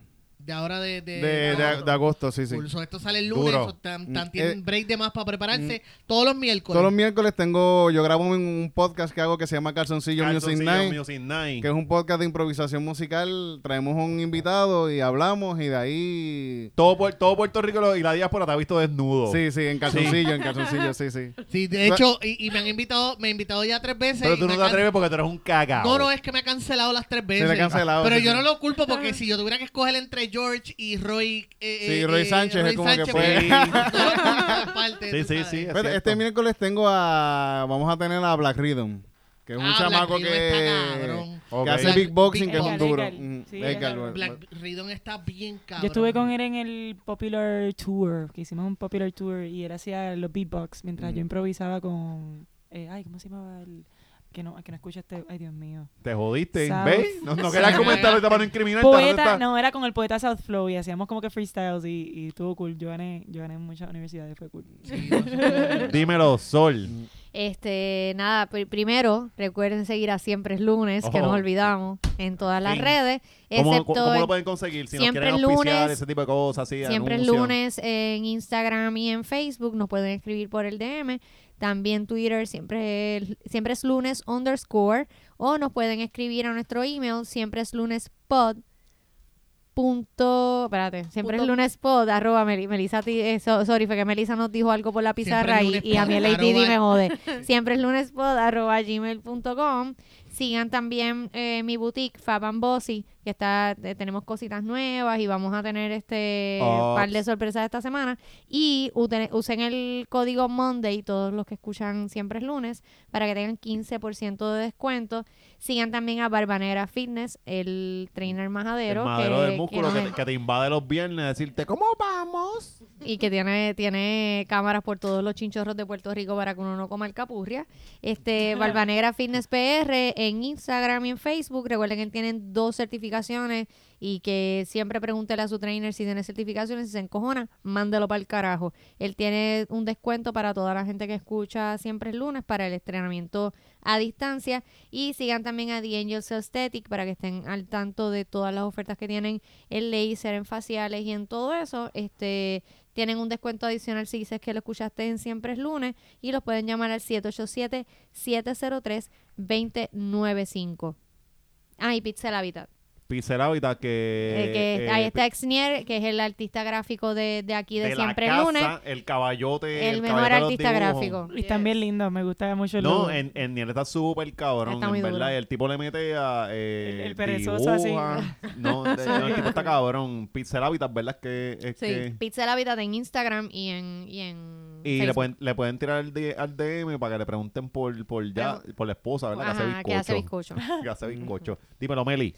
de ahora de... De, De, de, de agosto, sí, sí. Cool. So, esto sale el lunes, Duro. so, tan, Mm, tan- tienen eh, break de más para prepararse todos los miércoles. Todos los miércoles tengo, yo grabo un, un podcast que hago que se llama Calzoncillo, Music Calzoncillo Night, Music Night. que es un podcast de improvisación musical. Traemos un invitado y hablamos y de ahí... Todo, Puer- todo Puerto Rico lo- y la diáspora te ha visto desnudo. Sí, sí, en calzoncillo, en calzoncillo, sí, sí. Sí, de hecho, y, y me han invitado, me han invitado ya tres veces. Pero y tú me no te han can- atreves porque tú eres un cagao. No, no, es que me ha cancelado las tres veces. le ha cancelado, Pero sí, yo sí. no lo culpo porque si yo tuviera que escoger entre George y Roy... Eh, Sí, eh, Roy eh, Sánchez es como que Sánchez, fue- pues, no lo culpo en parte, Sí, tú sí, sabes. sí. es Pero cierto. este miércoles tengo a... Vamos a tener a Black Rhythm, que es un Ah, chamaco Black Rhythm que... está cabrón. Ok. Que hace Black- beatboxing, que es Big- un duro. Edgar, Mm, sí, Edgar, Edgar. Black Rhythm está bien cabrón. Yo estuve con él en el Popular Tour, que hicimos un Popular Tour y él hacía los beatbox mientras Ujú. yo improvisaba con... eh, ay, ¿cómo se llamaba el...? Que no, que no escucha este... Ay, Dios mío. Te jodiste. South- ¿Ves? No, no querías South- comentar ahorita para no incriminarte. ahora Poeta, está- no, era con el poeta South Flow y hacíamos como que freestyles y, y estuvo cool. Yo gané, yo gané en muchas universidades, fue cool. Sí, no, súper- Dímelo, Sol. Este, nada, pr- primero, recuerden seguir a Siempre es Lunes, que Ojo. nos olvidamos, en todas las Sí. redes, ¿Cómo, excepto cómo en- lo pueden conseguir? Si Siempre nos quieren auspiciar, lunes, ese tipo de cosas, así, Siempre es anuncios. lunes en Instagram y en Facebook. Nos pueden escribir por el D M. También Twitter, siempre, es- siempre es lunes underscore. O nos pueden escribir a nuestro email, siempre es lunes pod. Punto, espérate, siempre Punto- es lunes pod, arroba Meli- Melissa, ti- eh, so- sorry, fue que Melissa nos dijo algo por la pizarra Siempre es y, lunes y a pod, mí el A D D arroba- me jode. Siempre es lunes pod, arroba gmail punto com. Sigan también eh, mi boutique, Fab and Bossy, que está, eh, tenemos cositas nuevas y vamos a tener este Ops. par de sorpresas esta semana. Y uten- usen el código Monday, todos los que escuchan Siempre es lunes, para que tengan quince por ciento de descuento. Sigan también a Barbanera Fitness, el trainer majadero. El madero que- del músculo que que, nos- te, que te invade los viernes, decirte, ¿cómo vamos? y que tiene tiene cámaras por todos los chinchorros de Puerto Rico para que uno no coma alcapurria. Este, Barbanegra Fitness P R en Instagram y en Facebook. Recuerden que tienen dos certificaciones y que siempre pregúntele a su trainer si tiene certificaciones. Si se encojona, mándelo para el carajo. Él tiene un descuento para toda la gente que escucha Siempre es lunes para el entrenamiento a distancia. Y sigan también a The Angels Aesthetic para que estén al tanto de todas las ofertas que tienen en laser, en faciales y en todo eso. Este, tienen un descuento adicional si dices que lo escuchaste en Siempre es lunes y los pueden llamar al siete ocho siete, siete cero tres, dos cero nueve cinco. Ah, y Pixel Habitat. Pixel Habitat que... Eh, que eh, ahí está Exnier, que es el artista gráfico de, de aquí de, de Siempre la es casa, lunes. el caballote, El el mejor caballote de los artista dibujos. gráfico. Y están bien lindos, me gusta mucho el No, logo. en, en Niel está súper cabrón, Está en muy verdad. duro. El tipo le mete a... Eh, El- el perezoso así. dibuja. No, de- no, el tipo está cabrón. Pixel Habitat, ¿verdad? Es que... Es Sí. que Pixel Habitat en Instagram y en, y en y le Facebook. pueden, le pueden tirar al, D- al D M para que le pregunten por, por, ya, por la esposa, ¿verdad? Ajá, que hace que bizcocho. hace bizcocho. Que hace bizcocho. Dímelo, Meli.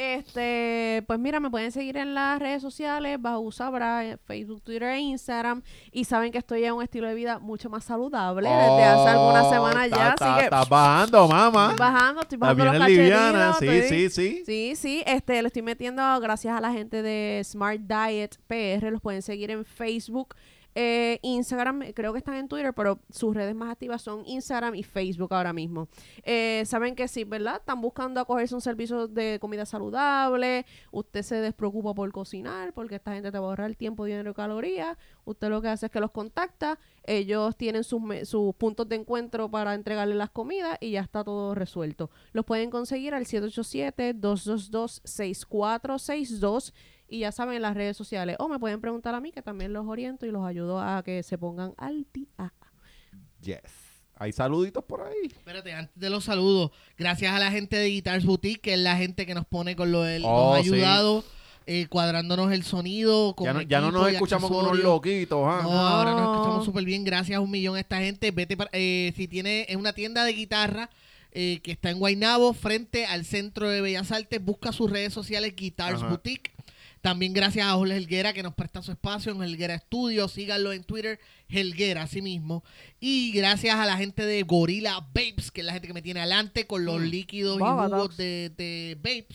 Este, pues mira, me pueden seguir en las redes sociales, bajo Usabra, en Facebook, Twitter e Instagram. Y saben que estoy en un estilo de vida mucho más saludable desde hace algunas semanas ya. Oh, Está- así que Estás bajando, mamá. estoy bajando, estoy Está bajando los bien cachetitos. liviana. Sí, estoy- sí, sí. Sí, sí, este, lo estoy metiendo gracias a la gente de Smart Diet P R. Los pueden seguir en Facebook, eh, Instagram, creo que están en Twitter, pero sus redes más activas son Instagram y Facebook ahora mismo. Eh, saben que sí, ¿verdad? Están buscando acogerse un servicio de comida saludable. Usted se despreocupa por cocinar, porque esta gente te va a ahorrar tiempo, dinero y calorías. Usted lo que hace es que los contacta. Ellos tienen sus, me- sus puntos de encuentro para entregarle las comidas y ya está todo resuelto. Los pueden conseguir al siete ocho siete, dos dos dos, seis cuatro seis dos y ya saben en las redes sociales. O me pueden preguntar a mí, que también los oriento y los ayudo a que se pongan al día. Yes. Hay saluditos por ahí. Espérate, antes de los saludos, gracias a la gente de Guitars Boutique, que es la gente que nos pone con lo del, Oh, nos ha sí. ayudado eh, cuadrándonos el sonido. Con Ya no, ya no equipo nos y escuchamos como unos accesorios. loquitos, ¿ah? No, ahora nos No. escuchamos súper bien. Gracias a un millón a esta gente. Vete para, eh, si tiene es una tienda de guitarra eh, que está en Guaynabo, frente al Centro de Bellas Artes, busca sus redes sociales Guitars Ajá. Boutique. También gracias a Jorge Helguera que nos presta su espacio en Helguera Studio. Síganlo en Twitter, Helguera, así mismo. Y gracias a la gente de Gorilla Vapes, que es la gente que me tiene adelante con los líquidos y Baba jugos Dogs. de, de vapes.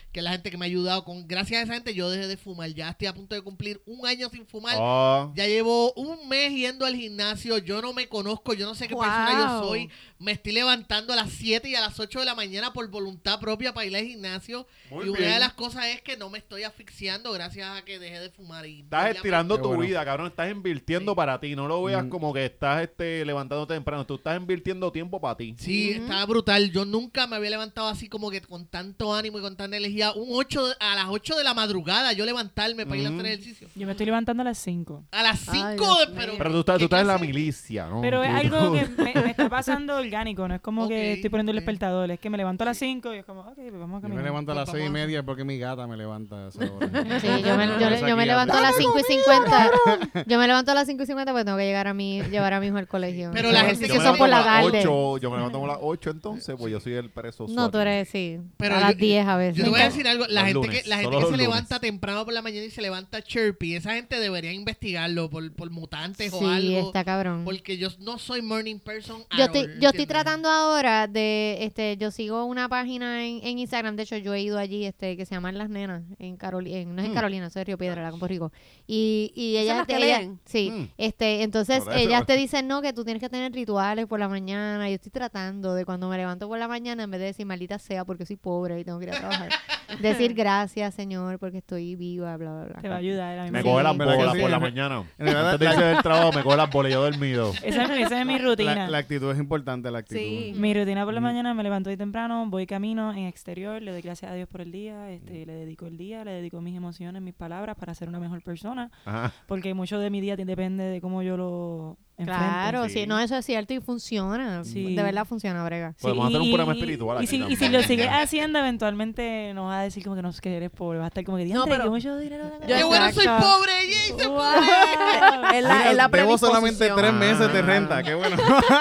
que es la gente que me ha ayudado. con Gracias a esa gente yo dejé de fumar. Ya estoy a punto de cumplir un año sin fumar. Oh. Ya llevo un mes yendo al gimnasio. Yo no me conozco, yo no sé qué Wow. persona yo soy. Me estoy levantando a las siete y a las ocho de la mañana por voluntad propia para ir al gimnasio. Muy y una bien. de las cosas es que no me estoy asfixiando gracias a que dejé de fumar. Y Estás ya estirando Qué tu bueno. vida, cabrón. Estás invirtiendo para ti. No lo veas Mm. como que estás este, levantándote temprano. Tú estás invirtiendo tiempo para ti. Sí, Ujú. estaba brutal. Yo nunca me había levantado así como que con tanto ánimo y con tanta energía. Un ocho de- a las ocho de la madrugada yo levantarme para ir a Ujú. hacer ejercicio. Yo me estoy levantando a las cinco. A las Ay, cinco Dios de... mío. Pero, Pero tú estás, ¿qué tú estás en la clase? milicia, ¿no? Pero es Tú- algo tú- que me, me está pasando orgánico, no es como Ok, que estoy poniendo el ok. despertador, es que me levanto a las cinco y es como, ok, pues vamos a Yo me caminar. levanto a las Pues seis y vamos a- media porque mi gata me levanta a esa hora. Sí, yo me, yo, le- yo me levanto a las cinco y cincuenta. Yo me levanto a las cinco y cincuenta porque tengo que llegar a mi, llevar a mi hijo al colegio. Pero la Yo- gente que Yo que me son levanto por a la las tarde. ocho, yo me levanto a las ocho entonces, pues yo soy el preso No, SWAT. tú eres, sí. Pero a yo- las diez a veces. Yo te voy a decir algo, la Los gente lunes, que, la gente solo que los se lunes. levanta temprano por la mañana y se levanta chirpy, esa gente debería investigarlo por, por mutantes o Sí, algo. está cabrón. Porque yo no soy morning person at Yo estoy, all, yo estoy ¿entiendes? tratando ahora de, este, yo sigo una página en, en Instagram, de hecho yo he ido allí, este, que se llama Las Nenas, en Carolina, no es en Mm. Carolina, soy de Río Piedra, la Campo Rico. Y, y ¿Esas ellas, las que ellas- leen? sí, Mm. este, entonces Por eso. ellas te dicen, no, que tú tienes que tener rituales por la mañana. Yo estoy tratando de cuando me levanto por la mañana, en vez de decir maldita sea porque soy pobre y tengo que ir a trabajar, decir gracias, Señor, porque estoy viva, bla, bla, bla. Te va a ayudar. A mí Me me coge las ¿verdad que bolas sí? por la En- mañana. en realidad, Antes de irse del trabajo me coge las bolas yo dormido. Esa, es- esa es mi rutina. La, la actitud es importante, la actitud. Sí. Mi rutina por la Mm. mañana, me levanto hoy temprano, voy camino en exterior, le doy gracias a Dios por el día, este, le dedico el día, le dedico mis emociones, mis palabras para ser una mejor persona, Ajá. porque mucho de mi día depende de cómo yo lo enfrente. Claro, Sí. sí. no, eso es cierto y funciona. Sí. De verdad funciona, brega. Sí, Podemos hacer un y- programa y- espiritual Y, aquí si, y también. si lo sigues haciendo, eventualmente nos va a decir como que no es que eres pobre, va a estar como que, No, diantre, pero- que mucho dinero tengo". Yo- ¡Qué bueno, soy Exacto. pobre! ¡Yay, soy Wow. pobre! Es la, es la Debo solamente predisposición. tres meses de Ah. renta, qué bueno.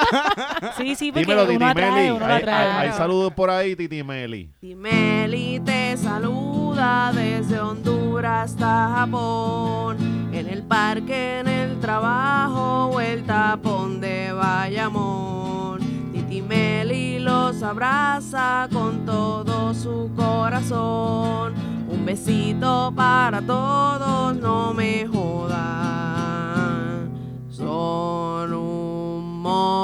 Sí, sí, porque Dímelo, Titi uno atrae, Meli. uno lo Hay, hay- atrae. hay saludos por ahí, Titi Meli. Timeli te saluda desde Honduras hasta Japón. En el parque, en el trabajo o el tapón de Bayamón. Titi Meli los abraza con todo su corazón. Un besito para todos, no me jodan. Son un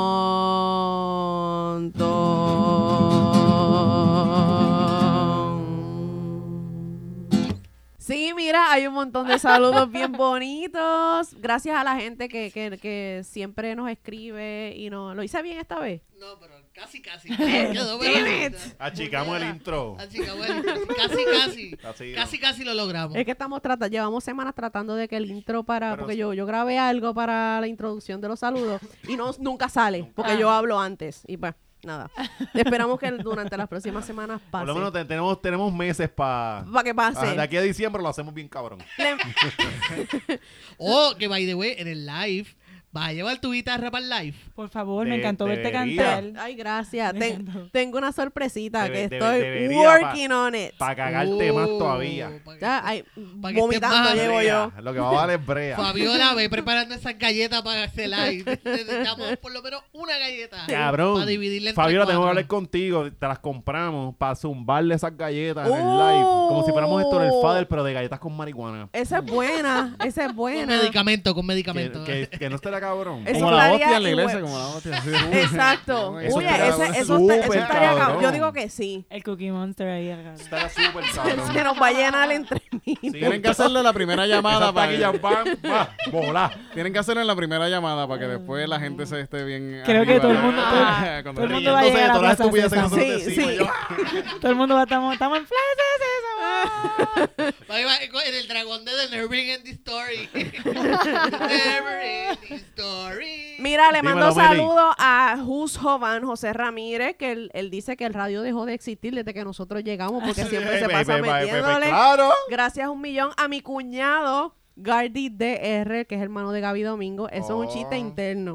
montón. Sí, mira, hay un montón de saludos bien bonitos. Gracias a la gente que, que, que siempre nos escribe y no lo hice bien esta vez. No, pero casi, casi. Quedó bueno. Achicamos el intro. Achicamos el intro. Casi, casi. Así, Casi, casi lo logramos. Es que estamos tratando, llevamos semanas tratando de que el intro para, Pero porque sí. yo, yo grabé algo para la introducción de los saludos y no nunca sale, porque Ah. yo hablo antes y pues nada. Esperamos que durante las próximas semanas Por pase. lo menos te- tenemos, tenemos meses para... Para que pase. De aquí a diciembre lo hacemos bien cabrón. Le- Oh, que by the way, en el live, vas a llevar tu guitarra para el live. Por favor, me De- encantó verte debería. cantar. Ay, gracias. Me Ten- encantó. tengo una sorpresita Debe- que debe- estoy debería working on it. Para cagarte más Oh, todavía. pa' que- Ya, ay, Pa' que vomitando estés más llego yo. Brea. Lo que va a valer es brea. Fabiola, ve preparando esas galletas para este live. Necesitamos por lo menos una galleta. Cabrón. Para dividirla entre Fabiola, tengo que cuatro. hablar contigo. Te las compramos para zumbarle esas galletas en el Oh. live. Como si fuéramos esto en el Fader, pero de galletas con marihuana. Esa es buena, esa es Con buena. medicamento, con Que, medicamento. que, que no estará cabrón. Eso Como la estaría hostia en la igual. iglesia, como la hostia. sí. Exacto. Eso Oye, estaría ese- eso, está- eso súper estaría cabrón. cabrón. Yo digo que sí. El Cookie Monster ahí. acá. Estará súper cabrón. Se nos va a llenar entre mí. Sí, Tienen que hacerlo en la primera llamada Esas para taquillas van, va, volar. Tienen que hacerlo en la primera llamada para que después la gente se esté bien. Creo que arriba. todo el mundo- todo- Ah, cuando- todo el mundo va a llegar a la todas las Plaza estupideces que Sésamo. nosotros Sí, decimos. sí. Yo- Todo el mundo va, estamos, estamos en Plaza Sésamo. Ahí va, en el dragón de The Never Ending Story. Never Ending Story. Mira, le mando Dímelo, Meli. saludos a Jus Jovan José Ramírez, que él, él dice que el radio dejó de existir desde que nosotros llegamos, porque siempre se Pe- pasa pe- pe- pe- pe- metiéndole. Claro. Gracias un millón a mi cuñado, Gardy D R, que es hermano de Gaby Domingo. Eso es un chiste Oh. interno.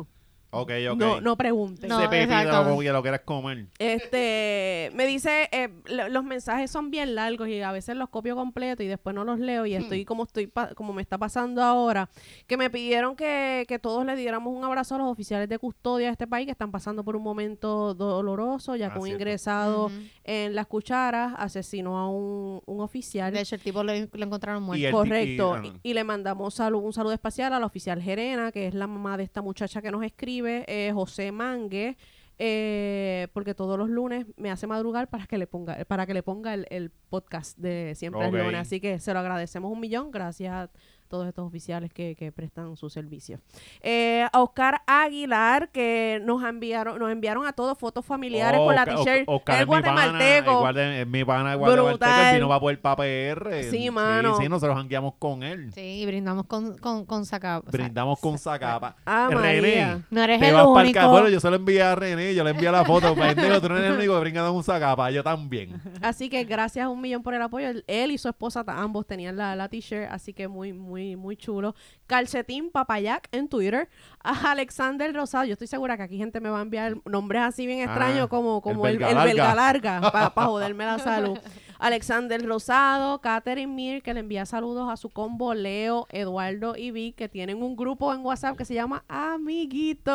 Ok, ok. No, no pregunten. No, Ese pepino exacto. como que lo quieras comer. Este, me dice, eh, lo- los mensajes son bien largos y a veces los copio completo y después no los leo y estoy como estoy pa- como me está pasando ahora, que me pidieron que, que todos le diéramos un abrazo a los oficiales de custodia de este país que están pasando por un momento doloroso, ya Ah, que un cierto. ingresado Ujú. en las cucharas asesinó a un, un oficial. De hecho, el tipo lo, lo encontraron Y muerto. el- Correcto. y- Y, y le mandamos salu- un saludo especial a la oficial Gerena, que es la mamá de esta muchacha que nos escribe, eh, José Mangue, eh, porque todos los lunes me hace madrugar para que le ponga, para que le ponga el, el podcast de Siempre Ok. es Lunes. Así que se lo agradecemos un millón. Gracias a todos estos oficiales que, que prestan su servicio. Eh, a Oscar Aguilar, que nos enviaron, nos enviaron a todos fotos familiares Oh, con la Oscar- t-shirt. Oscar El es mi pana, guatemalteco. igual de- es mi pana igual de Brutal. Guatemalteco, él vino para poder para P R. Sí, mano. Sí, sí, nosotros jangueamos con él. Sí, y brindamos con, con, con saca. o sea, Brindamos con Zacapa. Ah, René, María. No eres te el vas pa'l único. ca- Bueno, yo se lo envié a René, yo le envié la foto. Pendejo, tú no eres el único que brinda con un Zacapa, yo también. Así que gracias un millón por el apoyo. Él y su esposa ta- ambos tenían la, la t-shirt, así que muy, muy, muy chulo. Calcetín Papayac en Twitter. A Alexander Rosado. Yo estoy segura que aquí gente me va a enviar nombres así bien extraños Ah, como, como el el, el Belga Belga Larga. Larga, para joderme la salud. Alexander Rosado, Catherine Mir, que le envía saludos a su combo Leo, Eduardo y Vic, que tienen un grupo en WhatsApp que se llama Amiguitos.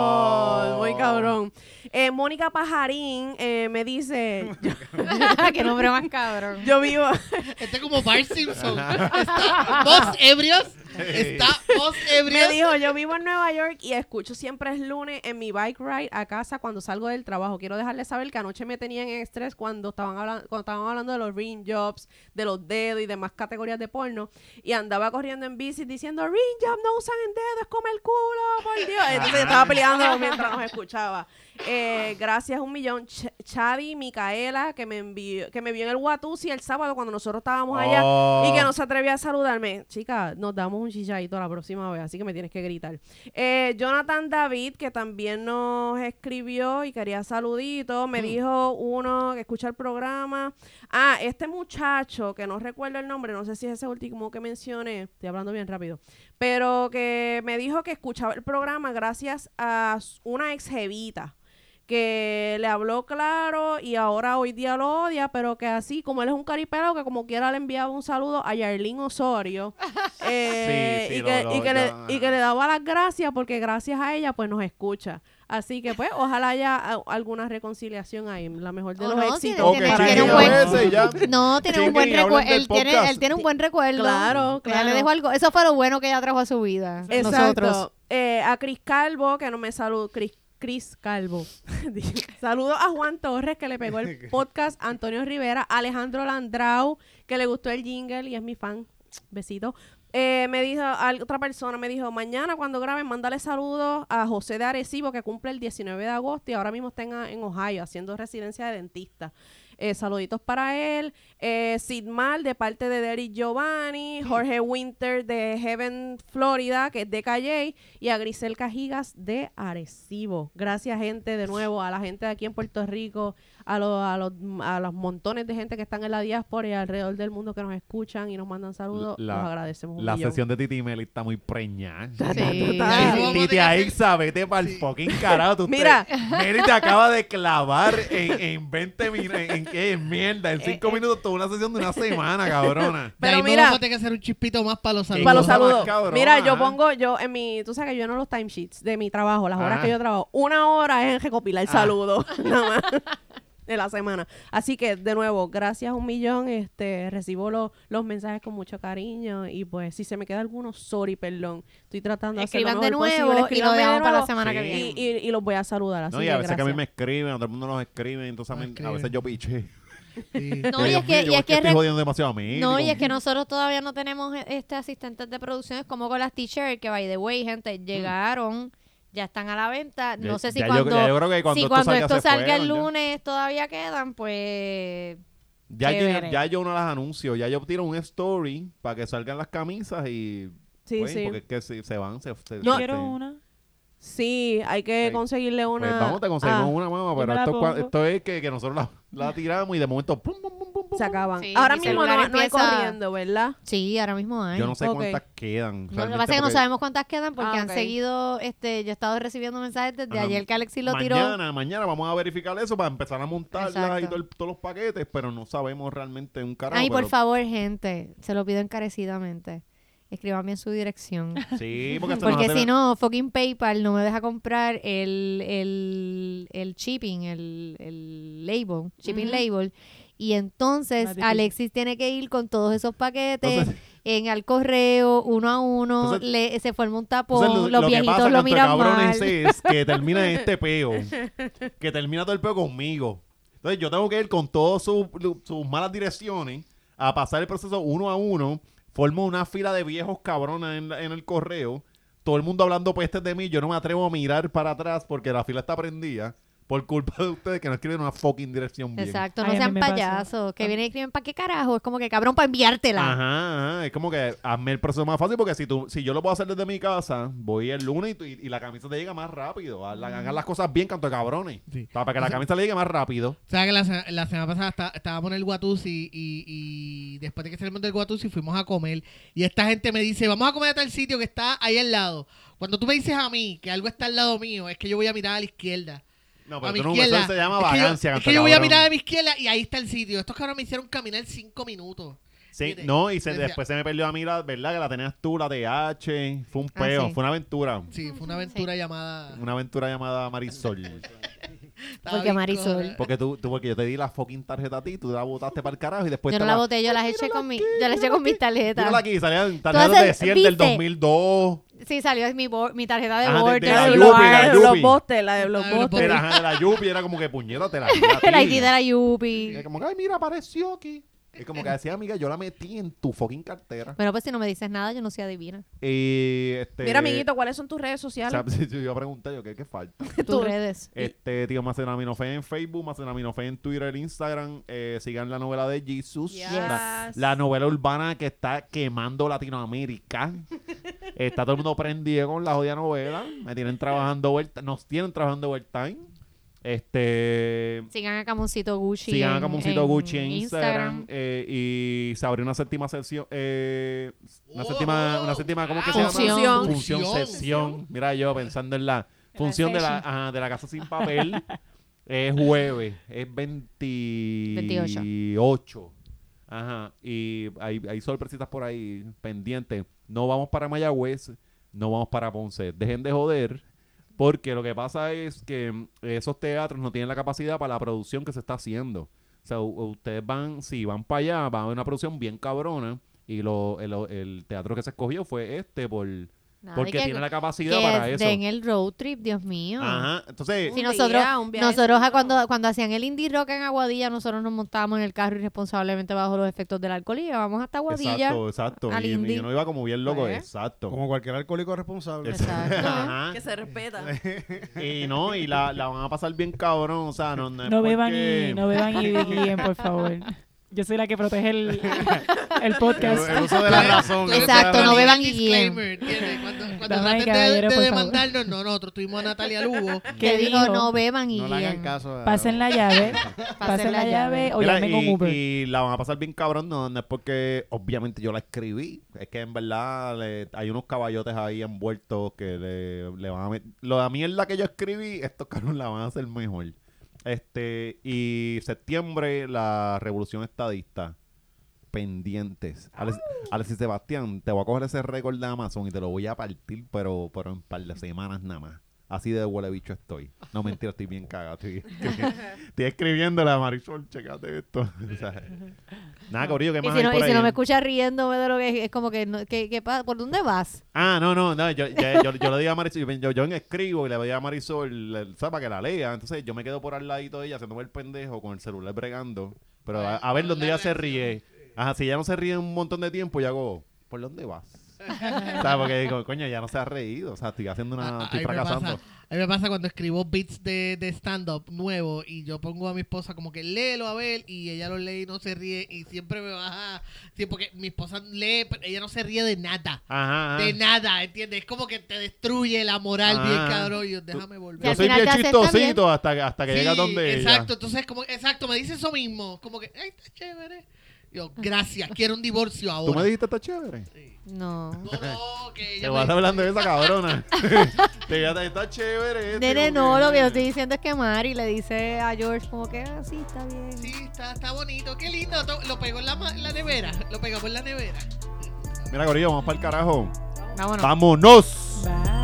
Oh. Muy cabrón. Eh, Mónica Pajarín eh, me dice, yo, Qué nombre más cabrón. yo vivo... Este es como Bart Simpson. Está dos ebrios. Está dos ebrios. Me dijo, yo vivo en Nueva York y escucho siempre es lunes en mi bike ride a casa cuando salgo del trabajo. Quiero dejarles saber que anoche me tenían en estrés cuando estaban hablando, cuando estaban hablando de los ring jobs, de los dedos y demás categorías de porno. Y andaba corriendo en bici diciendo, ring job no usan el dedo, es como el culo, por Dios. Entonces estaba peleando mientras nos escuchaba. Eh, gracias un millón. Ch Chadi Micaela, que me envió, que me vio en el Watusi el sábado cuando nosotros estábamos allá Oh. y que no se atrevía a saludarme. Chica, nos damos un chilladito la próxima vez, así que me tienes que gritar. Eh, Jonathan David, que también nos escribió y quería saluditos, me dijo uno que escucha el programa. Ah, este muchacho, que no recuerdo el nombre, no sé si es ese último que mencioné, estoy hablando bien rápido, pero que me dijo que escuchaba el programa gracias a una ex jevita que le habló claro y ahora hoy día lo odia, pero que así, como él es un caripelado, que como quiera le enviaba un saludo a Yarlín Osorio eh, Sí, sí, y, lo- que, lo- y, que le, ya. y que le daba las gracias porque gracias a ella pues nos escucha. Así que pues ojalá haya a- alguna reconciliación ahí, la mejor de Oh, los no, éxitos. tiene- Ok, tiene- para tiene un ellos. buen- ese, ya. No, tiene un Chiquen buen y hablen recuerdo. del Él tiene, podcast. él tiene un buen recuerdo. Claro, Que ella claro. le dejó algo. Eso fue lo bueno que ella trajo a su vida. Exacto. Nosotros. Eh, a Cris Calvo, que no me saludó. Cris, Cris Calvo. Saludos a Juan Torres, que le pegó el podcast. Antonio Rivera. Alejandro Landrau, que le gustó el jingle y es mi fan. Besito. Eh, me dijo, a otra persona me dijo, mañana cuando graben, mándale saludos a José de Arecibo, que cumple el diecinueve de agosto y ahora mismo está en, en Ohio haciendo residencia de dentista. Eh, saluditos para él. Eh, Sid Mal, de parte de Derek Giovanni. Jorge Winter, de Heaven, Florida, que es de Calle. Y a Grisel Cajigas, de Arecibo. Gracias, gente, de nuevo, a la gente de aquí en Puerto Rico, a, los a, los, a los montones de gente que están en la diáspora y alrededor del mundo que nos escuchan y nos mandan saludos. La- los agradecemos un La millón. sesión de Titi Meli está muy preñada. Sí. Total. Vamos a Titi tener que ahí, hacer- sabe, vete para el fucking carajo. Tú Mira. te- Meli te acaba de clavar en, en veinte minutos. ¿En, en qué? En mierda. En cinco Eh, eh. minutos, toda una sesión de una semana, cabrona. Pero Pero mira, mira- vamos a tener que hacer un chispito más para los Qué saludos. Para los cosa más saludos. cabrona, Mira, yo ¿eh? pongo, yo en mi, tú sabes que yo no los timesheets de mi trabajo, las horas Ah. que yo trabajo. Una hora es en recopilar Ah. saludos, nada más, de la semana. Así que, de nuevo, gracias un millón. Este, recibo lo- los mensajes con mucho cariño y pues, si se me queda alguno, sorry, perdón. Estoy tratando de hacer lo Escriban de mejor posible. nuevo y lo Escríbanme de dejamos para la nuevo semana que Sí. viene. y, y, y los voy a saludar. Así No, y que a veces que a mí gracias. me escriben, a todo el mundo los escribe, entonces a, mí- Ah, a escriben. veces yo piché. Sí. No, y Dios es que, mío, y es que, estoy re- jodiendo demasiado a mí. no, y digo, es que nosotros todavía no tenemos e- este asistentes de producción, es como con las t-shirts, que by the way, gente, llegaron, ya están a la venta. No Ya- sé si ya yo- cuando, ya yo creo que cuando si esto cuando salga esto se salga el fueron, ya. lunes todavía quedan, pues... Ya yo, Chévere. ya yo no las anuncio, ya yo tiro un story para que salgan las camisas y... Sí, pues, sí. Porque es que si se van, se... se No. Quiero se- una. Sí, hay que Sí. conseguirle una... Pues vamos, te conseguimos Ah, una mamá, yo pero me la esto, es cua- pongo. esto es que, que nosotros la, la tiramos y de momento pum, pum, pum, pum, pum, se acaban. Sí, Ahora mi mismo no, celular no hay empieza- corriendo, ¿verdad? Sí, ahora mismo hay. Yo no sé Ok. cuántas quedan. No, lo que realmente, pasa es que no porque sabemos cuántas quedan porque Ah, han ok. seguido, este, yo he estado recibiendo mensajes desde Ajá. ayer que Alexis lo tiró. Mañana, mañana vamos a verificar eso para empezar a montarlas Exacto. y todo el- todos los paquetes, pero no sabemos realmente un carajo. Ay, por pero- favor, gente, se lo pido encarecidamente. Escríbame en su dirección. Sí, porque, se nos Porque hace- si no, fucking PayPal no me deja comprar el, el, el shipping, el, el label, shipping Ujú. label. Y entonces Más difícil. Alexis tiene que ir con todos esos paquetes Entonces- en al correo, uno a uno, Entonces- le, se forma un tapón, Entonces, los lo que viejitos pasa lo con miran cabrones mal. es que termina en este peo. Que termina todo el peo conmigo. Entonces yo tengo que ir con todas sus sus malas direcciones a pasar el proceso uno a uno. Formo una fila de viejos cabrones en, la- en el correo. Todo el mundo hablando pestes de mí. Yo no me atrevo a mirar para atrás porque la fila está prendida. Por culpa de ustedes que no escriben una fucking dirección bien. Exacto, Ay, no a mí sean me pasa. payasos. Que vienen y escriben, ¿para qué carajo? Es como que cabrón para enviártela. Ajá, ajá. Es como que hazme el proceso más fácil porque si tú, si yo lo puedo hacer desde mi casa, voy el lunes y, tú- y, y la camisa te llega más rápido. Haz la- Hagan las cosas bien, canto de cabrones. Sí. Para, para que la camisa le llegue más rápido. O sea que la, se- la semana pasada está- estábamos en el Guatusi y, y después de que salimos del Guatusi fuimos a comer y esta gente me dice, vamos a comer a tal sitio que está ahí al lado. Cuando tú me dices a mí que algo está al lado mío, es que yo voy a mirar a la izquierda. No, A pero mi tú no, izquierda. eso se llama Es que yo- vagancia, Es canto que de yo voy a cabrón. mirar a mi izquierda y ahí está el sitio. Estos cabrones me hicieron caminar cinco minutos. Sí, Mire, no, y se, decía- después se me perdió a mí la, ¿verdad? Que la tenías tú, la T H. Fue un Ah, peo, sí. fue una aventura. Sí, fue una aventura llamada... Una aventura llamada Marisol. Estaba Porque bien Marisol. cojones. Porque tú, tú, porque yo te di la fucking tarjeta a ti, tú la botaste para el carajo y después Yo te no la boté, yo las eché con mi, yo las eché con mis tarjetas. Mírala aquí, salían tarjetas Entonces, de cien del ¿viste? dos mil dos. Sí, salió es mi, bo- mi tarjeta de Ajá, de- Border. de la Ay, Yupi, los, la ay, Yupi. los bostes, la de los Ah, los bostes. De la, de la Yupi era como que puñeta, te la di a El ti. I D de la Yupi. Es como que, ay, mira, apareció aquí. Es como que decía, amiga, yo la metí en tu fucking cartera. Bueno, pues si no me dices nada, yo no soy adivina. Y, este, Mira, amiguito, ¿cuáles son tus redes o sociales? sea, si- si yo pregunté, yo, ¿qué, qué falta? Tus redes. Este, tío, Maceraminofe en Facebook, Maceraminofe en Twitter, Instagram. Eh, sigan la novela de Jesus. Yes. La, la novela urbana que está quemando Latinoamérica. Está todo el mundo prendido con la jodida novela. Me tienen trabajando overtime. Nos tienen trabajando overtime. Este. Sigan a Camoncito Gucci. Sigan a en- Camoncito en Gucci en Instagram. eh, y se abrió una séptima sesión. Eh, una Oh, séptima, una séptima, ¿cómo es que se wow. llama? Función. Función, Función. sesión. Mira, yo pensando en la función de la, session. ajá, de la Casa Sin Papel. Es jueves, es veintiocho. veintiocho. Ajá. Y hay, hay sorpresitas por ahí pendientes. No vamos para Mayagüez, no vamos para Ponce. Dejen de joder. Porque lo que pasa es que mm, esos teatros no tienen la capacidad para la producción que se está haciendo. O sea, u- ustedes van, si van para allá, van a ver una producción bien cabrona. Y lo, el, el teatro que se escogió fue este por Nada, porque que- tiene la capacidad que para eso. den el road trip, Dios mío. Ajá. Entonces, Si Un nosotros, día, un viaje nosotros a seguro. cuando, cuando hacían el indie rock en Aguadilla, nosotros nos montábamos en el carro irresponsablemente bajo los efectos del alcohol y íbamos hasta Aguadilla. exacto, exacto. al Y, y indie. yo no iba como bien loco, Pues, exacto. Como cualquier alcohólico responsable. Exacto. Ajá. Que se respeta. Y no, y la, la van a pasar bien cabrón, o sea, no, no es No beban porque- y no beban y guíen, por favor. Yo soy la que protege el, el podcast. El, el uso de la razón. Tú eres Exacto, el no beban disclaimer, ¿entiendes? Cuando, cuando Damas y traten de, caballeros, de por demandarnos, no, nosotros tuvimos a Natalia Lugo. Que ¿Qué dijo, dijo? no beban y No le hagan guíen. caso a... Pasen la llave, pasen la la llave o Mira, llamen y, con Uber. y la van a pasar bien cabrón, no, no es porque obviamente yo la escribí, es que en verdad le- hay unos caballotes ahí envueltos que le, le van a meter. Lo de la mierda que yo escribí, estos cabrones la van a hacer mejor. Este, y septiembre, la revolución estadista. Pendientes. Alex- Alexis Sebastián, te voy a coger ese récord de Amazon y te lo voy a partir, pero, pero en un par de semanas nada más. Así de huele bicho estoy. No, mentira, estoy bien cagado. Estoy, estoy, estoy escribiéndole a Marisol, checate esto. O sea, nada, Corillo, ¿qué Y más si, hay no, por y si ahí? no me escuchas riéndome de lo que es, es como que, no, que, que pa- ¿por dónde vas? Ah, no, no, no. Yo, ya- yo, yo le digo a Marisol, yo, yo en escribo y le doy a Marisol, le- ¿sabes? Para que la lea. Entonces yo me quedo por al ladito de ella haciéndome el pendejo con el celular bregando. Pero a, a ver dónde ella se ríe. Ajá, si ella no se ríe un montón de tiempo, yo hago, ¿por dónde vas? O sea, porque digo, coño, ya no se ha reído. O sea, estoy haciendo una... A- Estoy a mí me fracasando. pasa- A mí me pasa cuando escribo beats de, de stand-up nuevo y yo pongo a mi esposa como que léelo a ver y ella lo lee y no se ríe y siempre me baja. Sí, porque mi esposa lee, pero ella no se ríe de nada. Ajá, ajá. De nada, ¿entiendes? Es como que te destruye la moral Ah. bien cabrón. Y yo, déjame volver. Yo al soy final bien te acepta chistosito hasta que, hasta que Sí, llega donde exacto, ella. entonces como, exacto, me dice eso mismo, como que, ay, está chévere. Yo, gracias, quiero un divorcio ahora. ¿Tú me dijiste está chévere? No. No, no, que Te ella vas me- hablando de esa cabrona. Te dijiste, está chévere. este, Nene, como no, que- lo que yo estoy diciendo es que Mari le dice a George como que, ah, sí, está bien. Sí, está, está bonito, qué lindo, to- lo pegó en la, ma- en la nevera, lo pegamos en la nevera. Mira, Corillo, vamos para el carajo. Vámonos. ¡Vámonos! Bye.